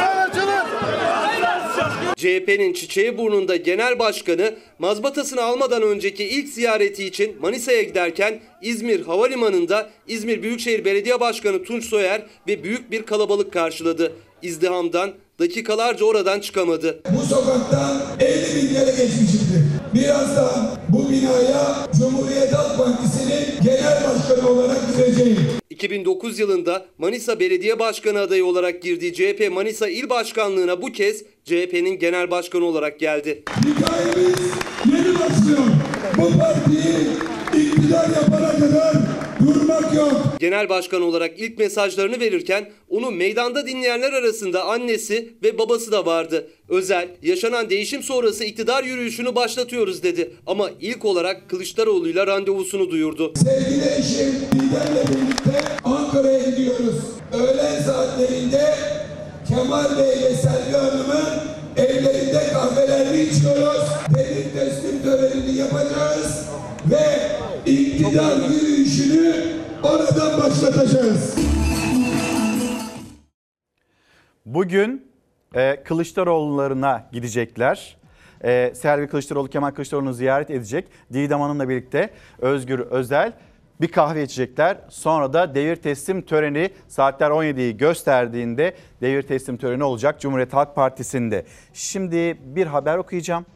C H P'nin Çiçeğiburnunda genel başkanı mazbatasını almadan önceki ilk ziyareti için Manisa'ya giderken İzmir Havalimanı'nda İzmir Büyükşehir Belediye Başkanı Tunç Soyer ve büyük bir kalabalık karşıladı. İzdihamdan dakikalarca oradan çıkamadı.
Bu sokaktan elli bin kere geçmişimdir. Birazdan bu binaya Cumhuriyet Halk Partisi'nin genel başkanı olarak gireceğim.
iki bin dokuz yılında Manisa Belediye Başkanı adayı olarak girdiği C H P Manisa İl Başkanlığı'na bu kez C H P'nin genel başkanı olarak geldi.
Hikayemiz yeni başlıyor. Bu partiyi iktidar yapana kadar durmak yok.
Genel başkan olarak ilk mesajlarını verirken onu meydanda dinleyenler arasında annesi ve babası da vardı. Özel, yaşanan değişim sonrası iktidar yürüyüşünü başlatıyoruz dedi. Ama ilk olarak Kılıçdaroğlu'yla randevusunu duyurdu.
Sevgili eşim Didem'le birlikte Ankara'ya gidiyoruz. Öğlen saatlerinde Kemal Bey ve Selvi Hanım'ın evlerinde kahvelerini içiyoruz. Devlet teslim törenini yapacağız ve iktidar yürüyüşünü oradan başlatacağız.
Bugün e, Kılıçdaroğullarına gidecekler. E, Selvi Kılıçdaroğlu, Kemal Kılıçdaroğlu'nu ziyaret edecek. Didem Hanım'la birlikte Özgür Özel bir kahve içecekler. Sonra da devir teslim töreni saatler on yediyi gösterdiğinde devir teslim töreni olacak Cumhuriyet Halk Partisi'nde. Şimdi bir haber okuyacağım.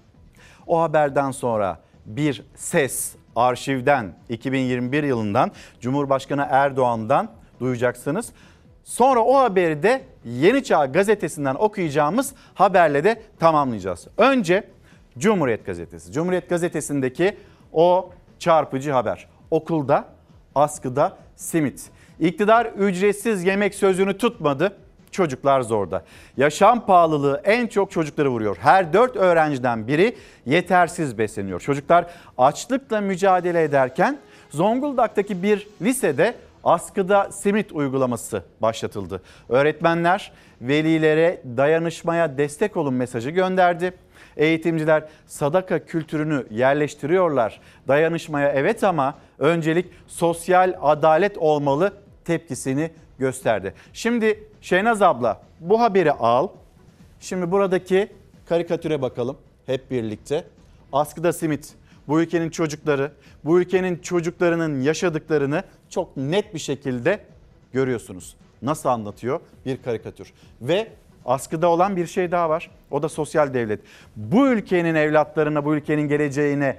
O haberden sonra bir ses arşivden iki bin yirmi bir yılından Cumhurbaşkanı Erdoğan'dan duyacaksınız. Sonra o haberi de Yeni Çağ Gazetesi'nden okuyacağımız haberle de tamamlayacağız. Önce Cumhuriyet Gazetesi. Cumhuriyet Gazetesi'ndeki o çarpıcı haber. Okulda, askıda simit. İktidar ücretsiz yemek sözünü tutmadı. Çocuklar zorda. Yaşam pahalılığı en çok çocukları vuruyor. Her dört öğrenciden biri yetersiz besleniyor. Çocuklar açlıkla mücadele ederken Zonguldak'taki bir lisede askıda simit uygulaması başlatıldı. Öğretmenler velilere dayanışmaya destek olun mesajı gönderdi. Eğitimciler sadaka kültürünü yerleştiriyorlar. Dayanışmaya evet ama öncelik sosyal adalet olmalı tepkisini gösterdi. Şimdi Şehnaz abla bu haberi al. Şimdi buradaki karikatüre bakalım hep birlikte. Askıda simit. Bu ülkenin çocukları, bu ülkenin çocuklarının yaşadıklarını çok net bir şekilde görüyorsunuz. Nasıl anlatıyor? Bir karikatür. Ve askıda olan bir şey daha var. O da sosyal devlet. Bu ülkenin evlatlarına, bu ülkenin geleceğine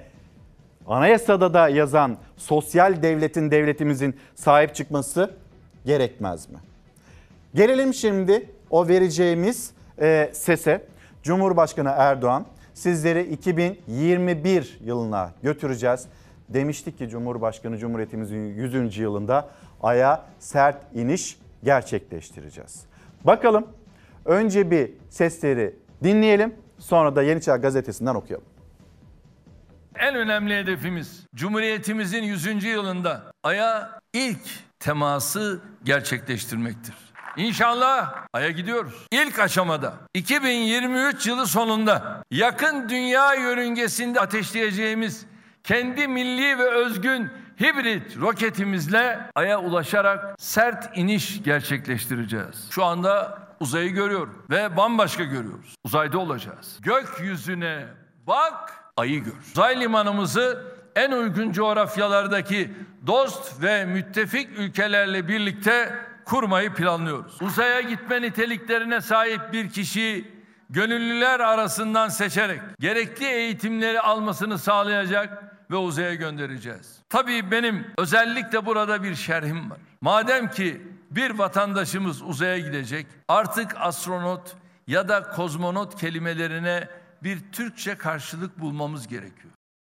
anayasada da yazan sosyal devletin, devletimizin sahip çıkması gerekmez mi? Gelelim şimdi o vereceğimiz e, sese. Cumhurbaşkanı Erdoğan sizleri iki bin yirmi bir yılına götüreceğiz. Demiştik ki Cumhurbaşkanı Cumhuriyetimizin yüzüncü yılında aya sert iniş gerçekleştireceğiz. Bakalım önce bir sesleri dinleyelim, sonra da Yeni Çağ Gazetesi'nden okuyalım.
En önemli hedefimiz Cumhuriyetimizin yüzüncü yılında aya ilk teması gerçekleştirmektir. İnşallah aya gidiyoruz. İlk aşamada iki bin yirmi üç yılı sonunda yakın dünya yörüngesinde ateşleyeceğimiz kendi milli ve özgün hibrit roketimizle aya ulaşarak sert iniş gerçekleştireceğiz. Şu anda uzayı görüyorum ve bambaşka görüyoruz. Uzayda olacağız. Gökyüzüne bak, ayı gör. Uzay limanımızı en uygun coğrafyalardaki dost ve müttefik ülkelerle birlikte kurmayı planlıyoruz. Uzaya gitme niteliklerine sahip bir kişi gönüllüler arasından seçerek gerekli eğitimleri almasını sağlayacak ve uzaya göndereceğiz. Tabii benim özellikle burada bir şerhim var. Madem ki bir vatandaşımız uzaya gidecek, artık astronot ya da kozmonot kelimelerine bir Türkçe karşılık bulmamız gerekiyor.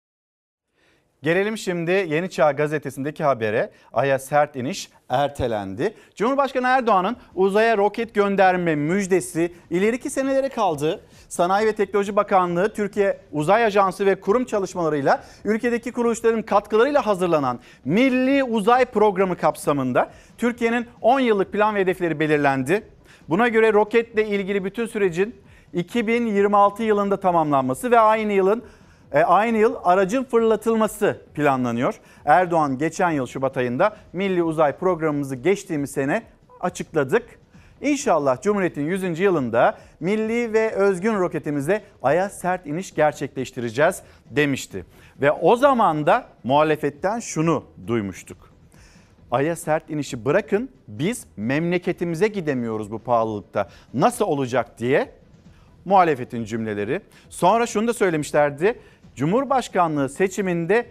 Gelelim şimdi Yeni Çağ Gazetesi'ndeki habere. Ay'a sert iniş ertelendi. Cumhurbaşkanı Erdoğan'ın uzaya roket gönderme müjdesi ileriki senelere kaldı. Sanayi ve Teknoloji Bakanlığı, Türkiye Uzay Ajansı ve kurum çalışmalarıyla ülkedeki kuruluşların katkılarıyla hazırlanan Milli Uzay Programı kapsamında Türkiye'nin on yıllık plan ve hedefleri belirlendi. Buna göre roketle ilgili bütün sürecin iki bin yirmi altı yılında tamamlanması ve aynı yılın E, aynı yıl aracın fırlatılması planlanıyor. Erdoğan geçen yıl Şubat ayında Milli Uzay Programımızı geçtiğimiz sene açıkladık. İnşallah Cumhuriyet'in yüzüncü yılında milli ve özgün roketimizle Ay'a sert iniş gerçekleştireceğiz demişti. Ve o zaman da muhalefetten şunu duymuştuk. Ay'a sert inişi bırakın, biz memleketimize gidemiyoruz bu pahalılıkta. Nasıl olacak diye muhalefetin cümleleri. Sonra şunu da söylemişlerdi. Cumhurbaşkanlığı seçiminde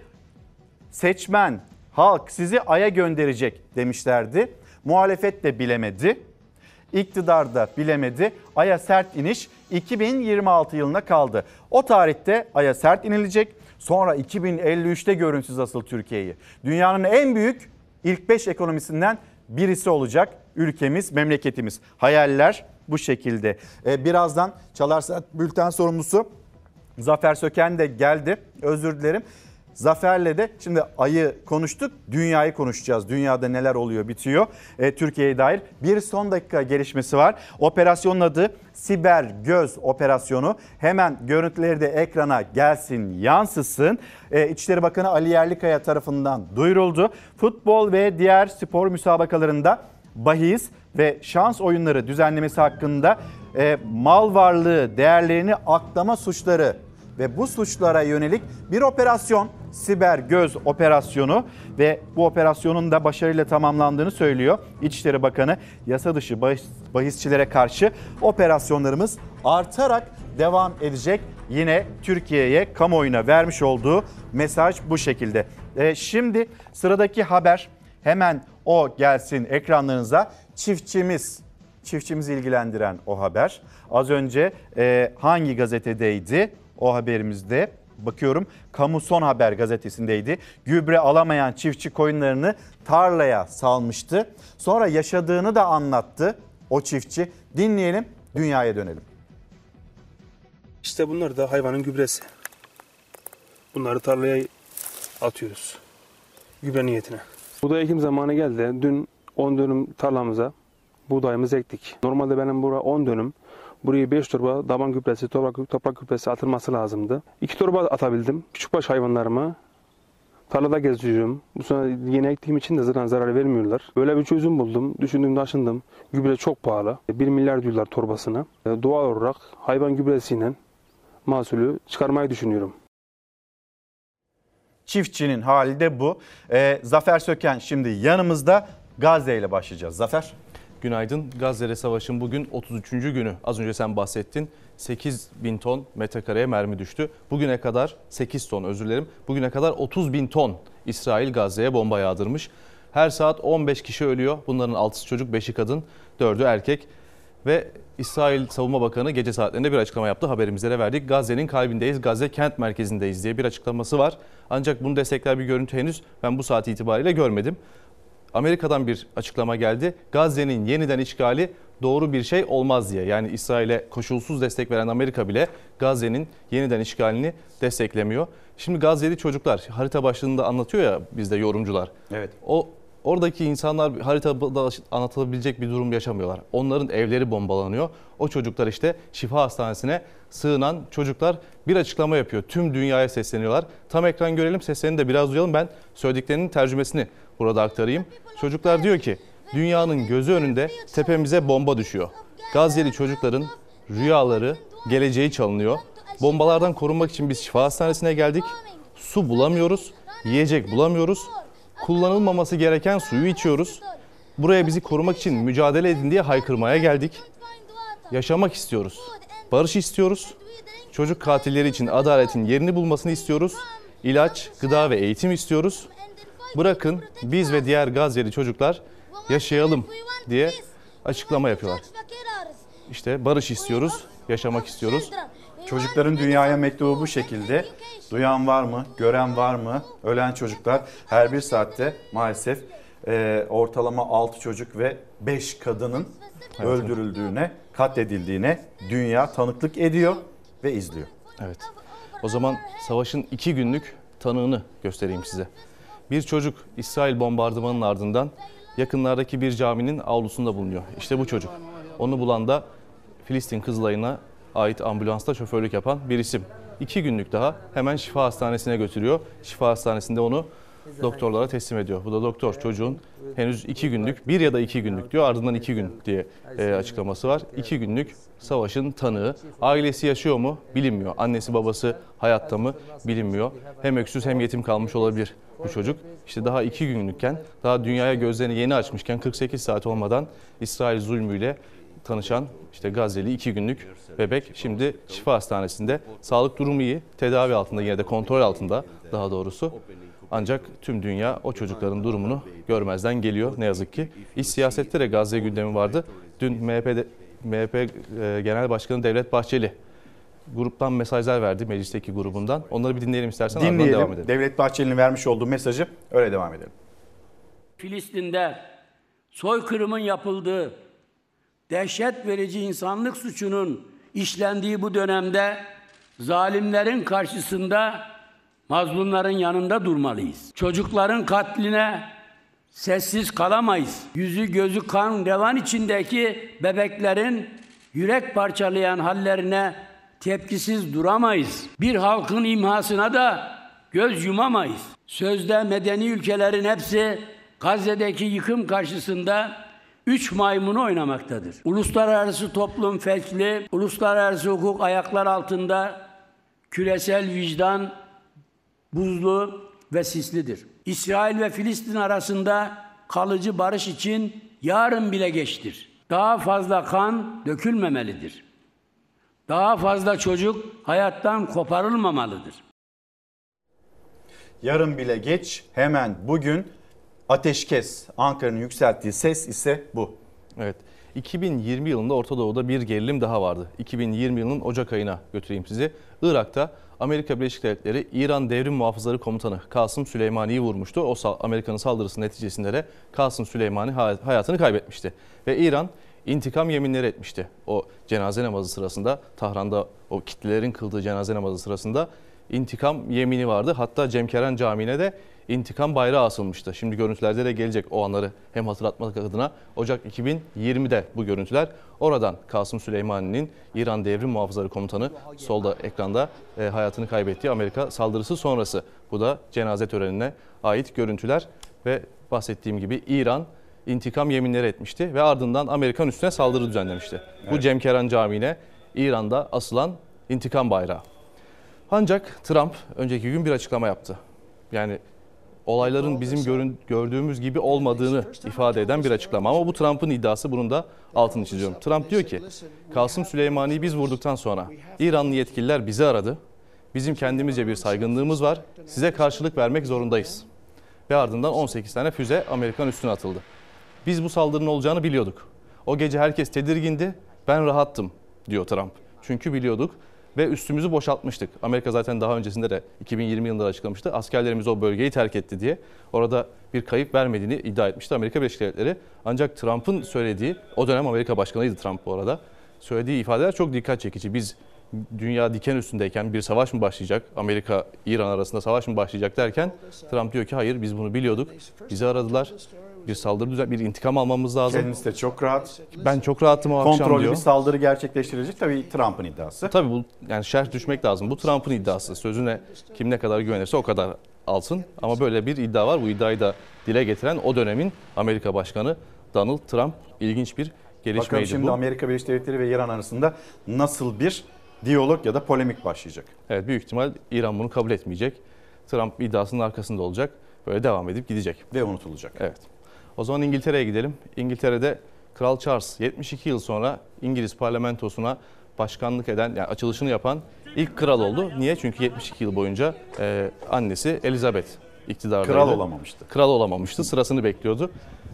seçmen, halk sizi Ay'a gönderecek demişlerdi. Muhalefet de bilemedi. İktidar da bilemedi. Ay'a sert iniş iki bin yirmi altı yılına kaldı. O tarihte Ay'a sert inilecek. Sonra iki bin elli üçte görünsüz asıl Türkiye'yi. Dünyanın en büyük ilk beş ekonomisinden birisi olacak ülkemiz, memleketimiz. Hayaller bu şekilde. Ee, birazdan Çalar Saat bülten sorumlusu Zafer Söken de geldi. Özür dilerim. Zafer'le de şimdi Ay'ı konuştuk, dünyayı konuşacağız. Dünyada neler oluyor, bitiyor. E, Türkiye'ye dair bir son dakika gelişmesi var. Operasyonun adı Siber Göz Operasyonu. Hemen görüntüleri de ekrana gelsin, yansısın. E, İçişleri Bakanı Ali Yerlikaya tarafından duyuruldu. Futbol ve diğer spor müsabakalarında bahis ve şans oyunları düzenlemesi hakkında e, mal varlığı değerlerini aklama suçları ve bu suçlara yönelik bir operasyon, Siber Göz Operasyonu, ve bu operasyonun da başarıyla tamamlandığını söylüyor İçişleri Bakanı. Yasa dışı bahis, bahisçilere karşı operasyonlarımız artarak devam edecek. Yine Türkiye'ye, kamuoyuna vermiş olduğu mesaj bu şekilde. E, şimdi sıradaki haber, hemen o gelsin ekranlarınıza. Çiftçimiz, çiftçimizi ilgilendiren o haber. Az önce e, hangi gazetedeydi? O haberimizde bakıyorum, Kamu Son Haber gazetesindeydi. Gübre alamayan çiftçi koyunlarını tarlaya salmıştı. Sonra yaşadığını da anlattı o çiftçi. Dinleyelim, dünyaya dönelim.
İşte bunlar da hayvanın gübresi. Bunları tarlaya atıyoruz. Gübre niyetine. Buğday ekim zamanı geldi. Dün on dönüm tarlamıza buğdayımızı ektik. Normalde benim burada on dönüm. Buraya beş torba daban gübresi, toprak, toprak gübresi atılması lazımdı. iki torba atabildim. Küçükbaş hayvanlarımı tarlada gezdiriyorum. Bu sonra yeni ektiğim için de zaten zarar vermiyorlar. Böyle bir çözüm buldum. Düşündüm, taşındım. Gübre çok pahalı. bir milyar diyorlar torbasına. Doğal olarak hayvan gübresiyle mahsulü çıkarmayı düşünüyorum.
Çiftçinin hali de bu. Ee, Zafer Söken şimdi yanımızda. Gazze ile başlayacağız. Zafer.
Günaydın. Gazze'de savaşın bugün otuz üçüncü günü. Az önce sen bahsettin. sekiz bin ton metrekareye mermi düştü. Bugüne kadar sekiz ton özür dilerim. Bugüne kadar otuz bin ton İsrail Gazze'ye bomba yağdırmış. Her saat on beş kişi ölüyor. Bunların altısı çocuk, beşi kadın, dördü erkek. Ve İsrail Savunma Bakanı gece saatlerinde bir açıklama yaptı. Haberimizde de verdik. Gazze'nin kalbindeyiz, Gazze kent merkezindeyiz diye bir açıklaması var. Ancak bunu destekler bir görüntü henüz ben bu saat itibariyle görmedim. Amerika'dan bir açıklama geldi. Gazze'nin yeniden işgali doğru bir şey olmaz diye. Yani İsrail'e koşulsuz destek veren Amerika bile Gazze'nin yeniden işgalini desteklemiyor. Şimdi Gazze'li çocuklar harita başlığında anlatıyor ya bizde yorumcular.
Evet.
O oradaki insanlar haritada anlatılabilecek bir durum yaşamıyorlar. Onların evleri bombalanıyor. O çocuklar işte şifa hastanesine sığınan çocuklar bir açıklama yapıyor. Tüm dünyaya sesleniyorlar. Tam ekran görelim, seslerini de biraz duyalım. Ben söylediklerinin tercümesini burada aktarayım. Çocuklar diyor ki dünyanın gözü önünde tepemize bomba düşüyor. Gazze'li çocukların rüyaları, geleceği çalınıyor. Bombalardan korunmak için biz şifa hastanesine geldik. Su bulamıyoruz, yiyecek bulamıyoruz. Kullanılmaması gereken suyu içiyoruz. Buraya bizi korumak için mücadele edin diye haykırmaya geldik. Yaşamak istiyoruz. Barış istiyoruz. Çocuk katilleri için adaletin yerini bulmasını istiyoruz. İlaç, gıda ve eğitim istiyoruz. Bırakın biz ve diğer Gazze'li çocuklar yaşayalım diye açıklama yapıyorlar. İşte barış istiyoruz, yaşamak istiyoruz.
Çocukların dünyaya mektubu bu şekilde. Duyan var mı? Gören var mı? Ölen çocuklar her bir saatte maalesef e, ortalama altı çocuk ve beş kadının evet, öldürüldüğüne, katledildiğine dünya tanıklık ediyor ve izliyor.
Evet. O zaman savaşın iki günlük tanığını göstereyim size. Bir çocuk İsrail bombardımanının ardından yakınlardaki bir caminin avlusunda bulunuyor. İşte bu çocuk. Onu bulan da Filistin Kızılay'ına ait ambulansta şoförlük yapan bir isim. İki günlük daha hemen şifa hastanesine götürüyor. Şifa hastanesinde onu doktorlara teslim ediyor. Bu da doktor çocuğun henüz iki günlük, bir ya da iki günlük diyor, ardından iki gün diye e, açıklaması var. İki günlük savaşın tanığı. Ailesi yaşıyor mu? Bilinmiyor. Annesi babası hayatta mı? Bilinmiyor. Hem öksüz hem yetim kalmış olabilir bu çocuk. İşte daha iki günlükken, daha dünyaya gözlerini yeni açmışken kırk sekiz saat olmadan İsrail zulmüyle tanışan işte Gazze'li iki günlük bebek şimdi şifa hastanesinde. Sağlık durumu iyi, tedavi altında, yine de kontrol altında daha doğrusu. Ancak tüm dünya o çocukların durumunu görmezden geliyor ne yazık ki. İç siyasette de Gazze gündemi vardı. Dün M H P, M H P Genel Başkanı Devlet Bahçeli gruptan mesajlar verdi, meclisteki grubundan. Onları bir dinleyelim istersen, ardından devam
Dinleyelim.
edelim.
Devlet Bahçeli'nin vermiş olduğu mesajı, öyle devam edelim.
Filistin'de soykırımın yapıldığı, dehşet verici insanlık suçunun işlendiği bu dönemde zalimlerin karşısında mazlumların yanında durmalıyız. Çocukların katline sessiz kalamayız. Yüzü gözü kan revan içindeki bebeklerin yürek parçalayan hallerine tepkisiz duramayız. Bir halkın imhasına da göz yumamayız. Sözde medeni ülkelerin hepsi Gazze'deki yıkım karşısında üç maymunu oynamaktadır. Uluslararası toplum felçli, uluslararası hukuk ayaklar altında, küresel vicdan buzlu ve sislidir. İsrail ve Filistin arasında kalıcı barış için yarın bile geçtir. Daha fazla kan dökülmemelidir. Daha fazla çocuk hayattan koparılmamalıdır.
Yarın bile geç, hemen bugün ateşkes. Ankara'nın yükselttiği ses ise bu.
Evet. iki bin yirmi yılında Orta Doğu'da bir gerilim daha vardı. iki bin yirmi yılının Ocak ayına götüreyim sizi. Irak'ta Amerika Birleşik Devletleri İran Devrim Muhafızları Komutanı Kasım Süleymani'yi vurmuştu. O Amerika'nın saldırısı neticesinde de Kasım Süleymani hayatını kaybetmişti. Ve İran intikam yeminleri etmişti. O cenaze namazı sırasında, Tahran'da o kitlelerin kıldığı cenaze namazı sırasında intikam yemini vardı. Hatta Cemkeren Camii'ne de intikam bayrağı asılmıştı. Şimdi görüntülerde de gelecek o anları hem hatırlatmak adına. Ocak iki bin yirmide bu görüntüler. Oradan Kasım Süleymani'nin İran Devrim Muhafızları Komutanı solda ekranda e, hayatını kaybettiği Amerika saldırısı sonrası. Bu da cenaze törenine ait görüntüler ve bahsettiğim gibi İran intikam yeminleri etmişti ve ardından Amerikan üstüne saldırı düzenlemişti. Evet. Bu Cemkeren Camii'ne İran'da asılan intikam bayrağı. Ancak Trump önceki gün bir açıklama yaptı. Yani olayların bizim görün, gördüğümüz gibi olmadığını ifade eden bir açıklama. Ama bu Trump'ın iddiası, bunun da altını çiziyorum. Trump diyor ki Kasım Süleymani'yi biz vurduktan sonra İranlı yetkililer bizi aradı. Bizim kendimizce bir saygınlığımız var. Size karşılık vermek zorundayız. Ve ardından on sekiz tane füze Amerikan üstüne atıldı. Biz bu saldırının olacağını biliyorduk. O gece herkes tedirgindi. Ben rahattım diyor Trump. Çünkü biliyorduk. Ve üstümüzü boşaltmıştık. Amerika zaten daha öncesinde de iki bin yirmi yılında açıklamıştı. Askerlerimiz o bölgeyi terk etti diye. Orada bir kayıp vermediğini iddia etmişti Amerika Birleşik Devletleri. Ancak Trump'ın söylediği, o dönem Amerika Başkanıydı Trump bu arada, söylediği ifadeler çok dikkat çekici. Biz dünya diken üstündeyken bir savaş mı başlayacak, Amerika İran arasında savaş mı başlayacak derken Trump diyor ki hayır, biz bunu biliyorduk. Bizi aradılar. Bir saldırı düzen, bir intikam almamız lazım.
Kendisi de çok rahat.
Ben çok rahatım o akşam diyor.
Kontrollü bir saldırı gerçekleştirilecek, tabii Trump'ın iddiası.
Tabii bu, yani şerh düşmek lazım. Bu Trump'ın iddiası. Sözüne kim ne kadar güvenirse o kadar alsın. Ama böyle bir iddia var. Bu iddiayı da dile getiren o dönemin Amerika Başkanı Donald Trump. İlginç bir gelişmeydi bu.
Bakalım şimdi Amerika Birleşik Devletleri ve İran arasında nasıl bir diyalog ya da polemik başlayacak.
Evet, büyük ihtimal İran bunu kabul etmeyecek. Trump iddiasının arkasında olacak. Böyle devam edip gidecek.
Ve unutulacak.
Evet. O zaman İngiltere'ye gidelim. İngiltere'de Kral Charles yetmiş iki yıl sonra İngiliz parlamentosuna başkanlık eden, yani açılışını yapan ilk kral oldu. Niye? Çünkü yetmiş iki yıl boyunca e, annesi Elizabeth iktidardaydı.
Kral olamamıştı.
Kral olamamıştı. Sırasını bekliyordu.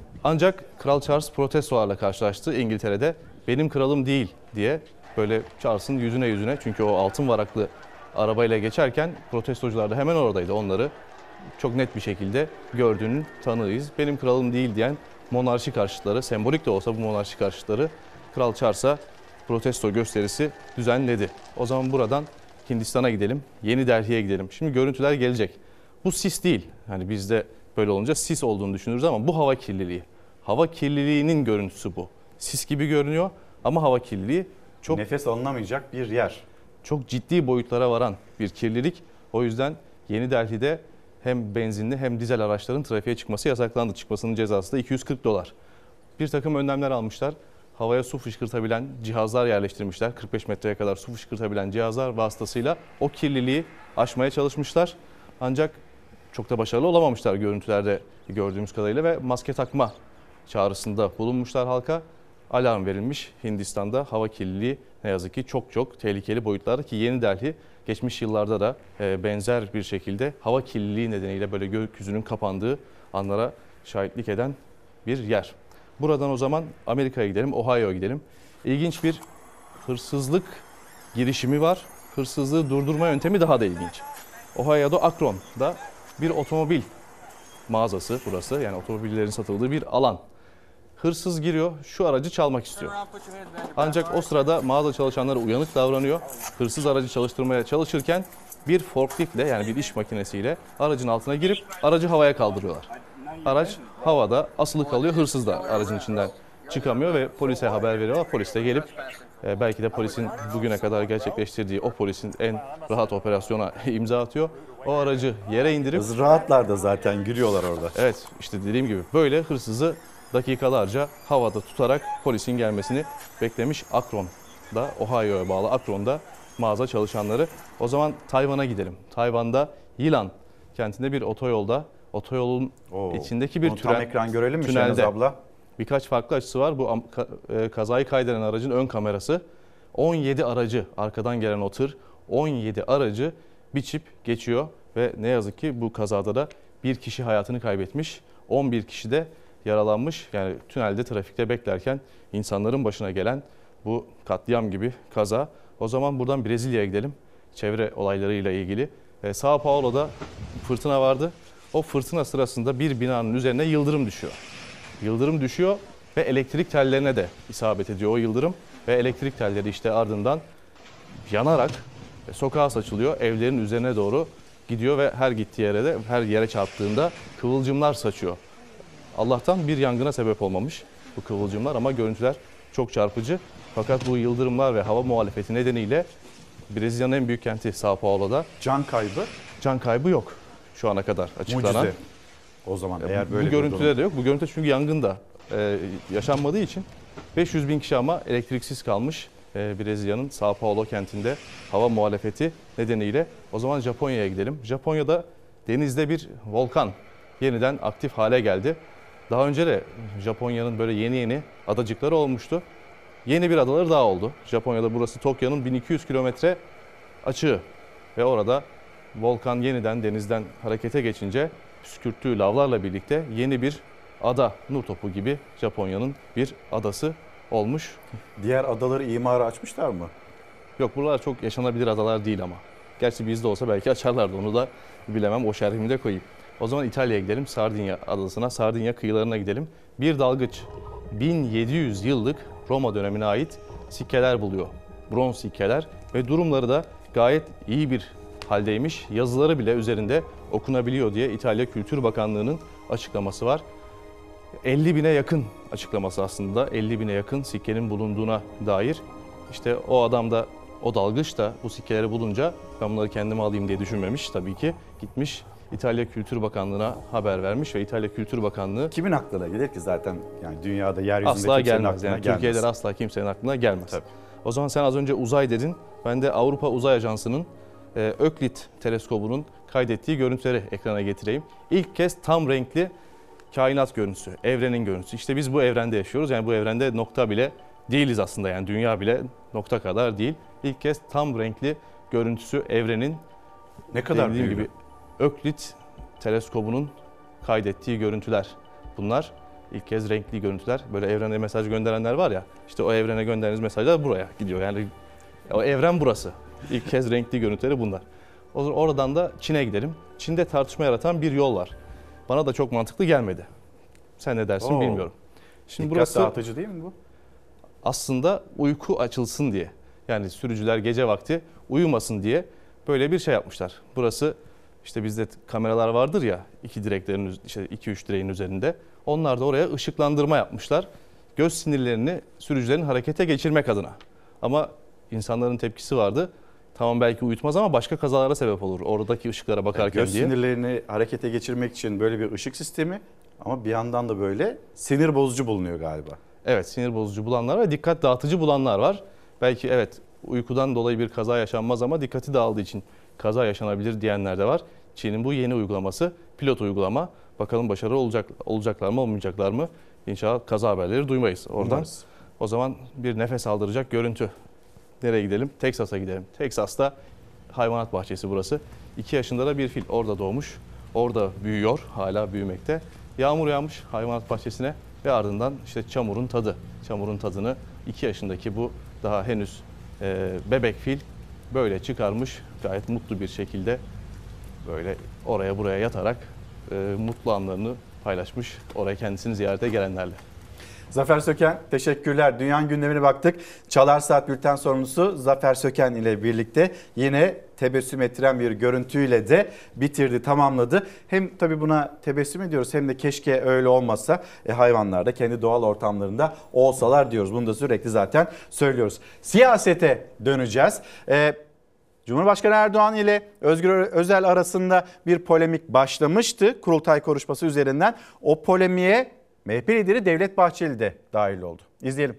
Ancak Kral Charles protestolarla karşılaştı İngiltere'de. Benim kralım değil diye böyle Charles'ın yüzüne yüzüne, çünkü o altın varaklı arabayla geçerken protestocular da hemen oradaydı. Onları çok net bir şekilde gördüğünün tanığıyız. Benim kralım değil diyen monarşi karşıtları, sembolik de olsa bu monarşi karşıtları Kral Charles'a protesto gösterisi düzenledi. O zaman buradan Hindistan'a gidelim, Yeni Delhi'ye gidelim. Şimdi görüntüler gelecek. Bu sis değil. Hani bizde böyle olunca sis olduğunu düşünürüz ama bu hava kirliliği. Hava kirliliğinin görüntüsü bu. Sis gibi görünüyor ama hava kirliliği çok...
Nefes alınamayacak bir yer.
Çok ciddi boyutlara varan bir kirlilik. O yüzden Yeni Delhi'de hem benzinli hem dizel araçların trafiğe çıkması yasaklandı. Çıkmasının cezası da iki yüz kırk dolar. Bir takım önlemler almışlar. Havaya su fışkırtabilen cihazlar yerleştirmişler. kırk beş metreye kadar su fışkırtabilen cihazlar vasıtasıyla o kirliliği aşmaya çalışmışlar. Ancak çok da başarılı olamamışlar görüntülerde gördüğümüz kadarıyla ve maske takma çağrısında bulunmuşlar halka. Alarm verilmiş. Hindistan'da hava kirliliği ne yazık ki çok çok tehlikeli boyutlarda, ki Yeni Delhi geçmiş yıllarda da benzer bir şekilde hava kirliliği nedeniyle böyle gökyüzünün kapandığı anlara şahitlik eden bir yer. Buradan o zaman Amerika'ya gidelim, Ohio'ya gidelim. İlginç bir hırsızlık girişimi var. Hırsızlığı durdurma yöntemi daha da ilginç. Ohio'da Akron'da bir otomobil mağazası burası, yani otomobillerin satıldığı bir alan. Hırsız giriyor, şu aracı çalmak istiyor. Ancak o sırada mağaza çalışanları uyanık davranıyor. Hırsız aracı çalıştırmaya çalışırken bir forkliftle, yani bir iş makinesiyle aracın altına girip aracı havaya kaldırıyorlar. Araç havada asılı kalıyor, hırsız da aracın içinden çıkamıyor ve polise haber veriyorlar. Polis de gelip belki de polisin bugüne kadar gerçekleştirdiği o polisin en rahat operasyona imza atıyor. O aracı yere indirip...
Rahatlar da zaten, gülüyorlar orada.
Evet, işte dediğim gibi böyle hırsızı dakikalarca havada tutarak polisin gelmesini beklemiş Akron'da, Ohio'ya bağlı Akron'da mağaza çalışanları. O zaman Tayvan'a gidelim. Tayvan'da Yilan kentinde bir otoyolda, otoyolun Oo, içindeki bir tünel,
ekran görelim mi
tünelde
abla?
Birkaç farklı açısı var. Bu kazayı kaydeden aracın ön kamerası. on yedi aracı, arkadan gelen o tır on yedi aracı biçip geçiyor ve ne yazık ki bu kazada da bir kişi hayatını kaybetmiş, on bir kişi de yaralanmış. Yani tünelde trafikte beklerken insanların başına gelen bu katliam gibi kaza. O zaman buradan Brezilya'ya gidelim. Çevre olaylarıyla ilgili. Ee, Sao Paulo'da fırtına vardı. O fırtına sırasında bir binanın üzerine yıldırım düşüyor. Yıldırım düşüyor ve elektrik tellerine de isabet ediyor o yıldırım. Ve elektrik telleri işte ardından yanarak sokağa saçılıyor. Evlerin üzerine doğru gidiyor ve her gittiği yere de, her yere çarptığında kıvılcımlar saçıyor. Allah'tan bir yangına sebep olmamış bu kıvılcımlar ama görüntüler çok çarpıcı. Fakat bu yıldırımlar ve hava muhalefeti nedeniyle Brezilya'nın en büyük kenti Sao Paulo'da
can kaybı
can kaybı yok şu ana kadar açıklanan.
Mucize. O zaman eğer böyle
bu görüntüler de yok. Bu görüntü çünkü yangında e, yaşanmadığı için beş yüz bin kişi ama elektriksiz kalmış e, Brezilya'nın Sao Paulo kentinde hava muhalefeti nedeniyle. O zaman Japonya'ya gidelim. Japonya'da denizde bir volkan yeniden aktif hale geldi. Daha önce de Japonya'nın böyle yeni yeni adacıkları olmuştu. Yeni bir adaları daha oldu. Japonya'da burası Tokyo'nun bin iki yüz kilometre açığı ve orada volkan yeniden denizden harekete geçince püskürttüğü lavlarla birlikte yeni bir ada, nur topu gibi Japonya'nın bir adası olmuş.
Diğer adaları imara açmışlar mı?
Yok, buralar çok yaşanabilir adalar değil ama. Gerçi bizde olsa belki açarlardı, onu da bilemem, o şerhimi de koyayım. O zaman İtalya'ya gidelim, Sardinya adasına, Sardinya kıyılarına gidelim. Bir dalgıç bin yedi yüz yıllık Roma dönemine ait sikkeler buluyor. Bronz sikkeler ve durumları da gayet iyi bir haldeymiş. Yazıları bile üzerinde okunabiliyor diye İtalya Kültür Bakanlığı'nın açıklaması var. elli bine yakın açıklaması aslında. elli bine yakın sikkenin bulunduğuna dair. İşte o adam da, o dalgıç da bu sikkeleri bulunca ben bunları kendime alayım diye düşünmemiş tabii ki. Gitmiş İtalya Kültür Bakanlığı'na haber vermiş ve İtalya Kültür Bakanlığı...
Kimin aklına gelir ki zaten, yani dünyada, yeryüzünde
asla
kimsenin
gelmez.
aklına
Yani
gelmez.
Türkiye'de asla kimsenin aklına gelmez.
Tabii.
O zaman sen az önce uzay dedin. Ben de Avrupa Uzay Ajansı'nın e, Öklit teleskobunun kaydettiği görüntüleri ekrana getireyim. İlk kez tam renkli kainat görüntüsü, evrenin görüntüsü. İşte biz bu evrende yaşıyoruz. Yani bu evrende nokta bile değiliz aslında, yani dünya bile nokta kadar değil. İlk kez tam renkli görüntüsü evrenin,
ne kadar
dediğim
büyük
gibi Öklit teleskobunun kaydettiği görüntüler bunlar. İlk kez renkli görüntüler. Böyle evrene mesaj gönderenler var ya, işte o evrene gönderdiğiniz mesajlar buraya gidiyor. Yani o evren burası. İlk kez renkli görüntüleri bunlar. O zaman oradan da Çin'e gidelim. Çin'de tartışma yaratan bir yol var. Bana da çok mantıklı gelmedi. Sen ne dersin
Oo.
bilmiyorum. Şimdi
Dikkat
burası
dağıtıcı değil mi bu?
aslında uyku açılsın diye. Yani sürücüler gece vakti uyumasın diye böyle bir şey yapmışlar. Burası işte bizde kameralar vardır ya, iki direklerin, işte iki üç direğin üzerinde. Onlar da oraya ışıklandırma yapmışlar. Göz sinirlerini sürücülerin harekete geçirmek adına. Ama insanların tepkisi vardı. Tamam belki uyutmaz ama başka kazalara sebep olur oradaki ışıklara bakarken
Göz
diye.
sinirlerini harekete geçirmek için böyle bir ışık sistemi, ama bir yandan da böyle sinir bozucu bulunuyor galiba.
Evet, sinir bozucu bulanlar ve dikkat dağıtıcı bulanlar var. Belki evet uykudan dolayı bir kaza yaşanmaz ama dikkati dağıldığı için kaza yaşanabilir diyenler de var. Çin'in bu yeni uygulaması, pilot uygulama. Bakalım başarılı olacak, olacaklar mı olmayacaklar mı? İnşallah kaza haberleri duymayız oradan.
Umarız.
O zaman bir nefes aldıracak görüntü. Nereye gidelim? Teksas'a gidelim. Teksas'ta hayvanat bahçesi burası. iki yaşında da bir fil orada doğmuş. Orada büyüyor, hala büyümekte. Yağmur yağmış hayvanat bahçesine ve ardından işte çamurun tadı. Çamurun tadını iki yaşındaki bu daha henüz e, bebek fil böyle çıkarmış. Gayet mutlu bir şekilde böyle oraya buraya yatarak e, mutlu anlarını paylaşmış oraya kendisini ziyarete gelenlerle.
Zafer Söken, teşekkürler. Dünyanın gündemine baktık. Çalar Saat bülten sorumlusu Zafer Söken ile birlikte yine tebessüm ettiren bir görüntüyle de bitirdi, tamamladı. Hem tabii buna tebessüm ediyoruz hem de keşke öyle olmasa, e, hayvanlar da kendi doğal ortamlarında olsalar diyoruz. Bunu da sürekli zaten söylüyoruz. Siyasete döneceğiz. E, Cumhurbaşkanı Erdoğan ile Özgür Özel arasında bir polemik başlamıştı kurultay konuşması üzerinden. O polemiğe M H P lideri Devlet Bahçeli de dahil oldu. İzleyelim.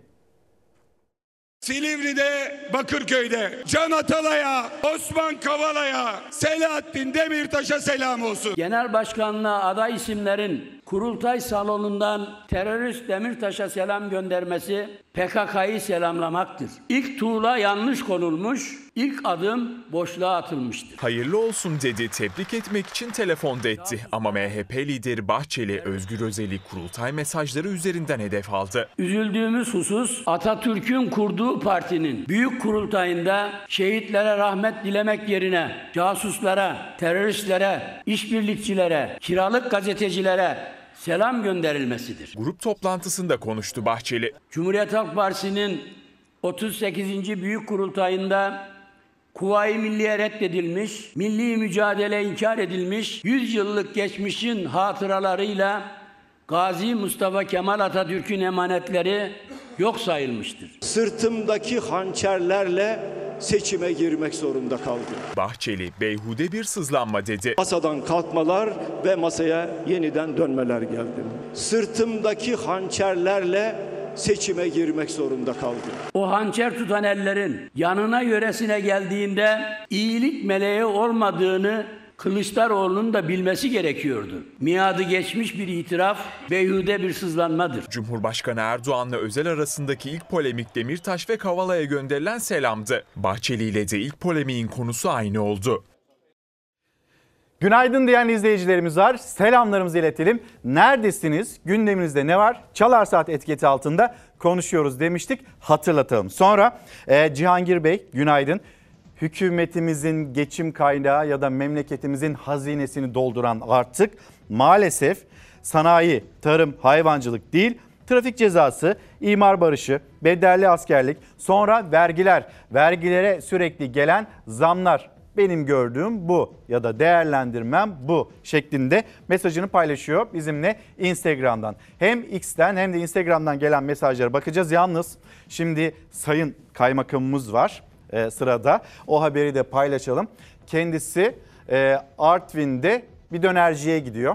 Silivri'de, Bakırköy'de Can Atalay'a, Osman Kavala'ya, Selahattin Demirtaş'a selam olsun.
Genel başkanlığa aday isimlerin kurultay salonundan terörist Demirtaş'a selam göndermesi P K K'yı selamlamaktır. İlk tuğla yanlış konulmuş, ilk adım boşluğa atılmıştır.
Hayırlı olsun dedi, tebrik etmek için telefonda etti. Ama M H P lideri Bahçeli, Özgür Özel'i kurultay mesajları üzerinden hedef aldı.
Üzüldüğümüz husus Atatürk'ün kurduğu partinin büyük kurultayında şehitlere rahmet dilemek yerine casuslara, teröristlere, işbirlikçilere, kiralık gazetecilere selam gönderilmesidir.
Grup toplantısında konuştu Bahçeli.
Cumhuriyet Halk Partisi'nin otuz sekizinci büyük kurultayında Kuvayi Milliye reddedilmiş, milli mücadele inkar edilmiş, yüz yıllık geçmişin hatıralarıyla Gazi Mustafa Kemal Atatürk'ün emanetleri yok sayılmıştır.
Sırtımdaki hançerlerle seçime girmek zorunda kaldım.
Bahçeli, beyhude bir sızlanma dedi.
Masadan kalkmalar ve masaya yeniden dönmeler geldi. Sırtımdaki hançerlerle seçime girmek zorunda kaldım.
O hançer tutan ellerin yanına yöresine geldiğinde iyilik meleği olmadığını Kılıçdaroğlu'nun da bilmesi gerekiyordu. Miadı geçmiş bir itiraf, beyhude bir sızlanmadır.
Cumhurbaşkanı Erdoğan'la Özel arasındaki ilk polemik Demirtaş ve Kavala'ya gönderilen selamdı. Bahçeli ile de ilk polemiğin konusu aynı oldu.
Günaydın diyen izleyicilerimiz var. Selamlarımızı iletelim. Neredesiniz? Gündeminizde ne var? Çalar Saat etiketi altında konuşuyoruz demiştik. Hatırlatalım. Sonra e, Cihangir Bey günaydın. Hükümetimizin geçim kaynağı ya da memleketimizin hazinesini dolduran artık maalesef sanayi, tarım, hayvancılık değil, trafik cezası, imar barışı, bedelli askerlik, sonra vergiler, vergilere sürekli gelen zamlar. Benim gördüğüm bu ya da değerlendirmem bu şeklinde mesajını paylaşıyor bizimle Instagram'dan. Hem X'ten hem de Instagram'dan gelen mesajlara bakacağız. Yalnız şimdi Sayın Kaymakamımız var e, sırada. O haberi de paylaşalım. Kendisi e, Artvin'de bir dönerciye gidiyor.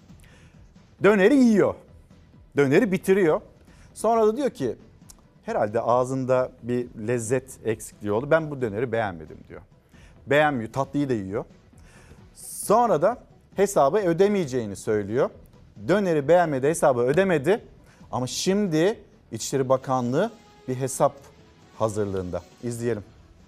Döneri yiyor. Döneri bitiriyor. Sonra da diyor ki herhalde ağzında bir lezzet eksikliği oldu. Ben bu döneri beğenmedim diyor. Beğenmiyor, tatlıyı da yiyor. Sonra da hesabı ödemeyeceğini söylüyor. Döneri beğenmedi, hesabı ödemedi. Ama şimdi İçişleri Bakanlığı bir hesap hazırlığında. İzleyelim.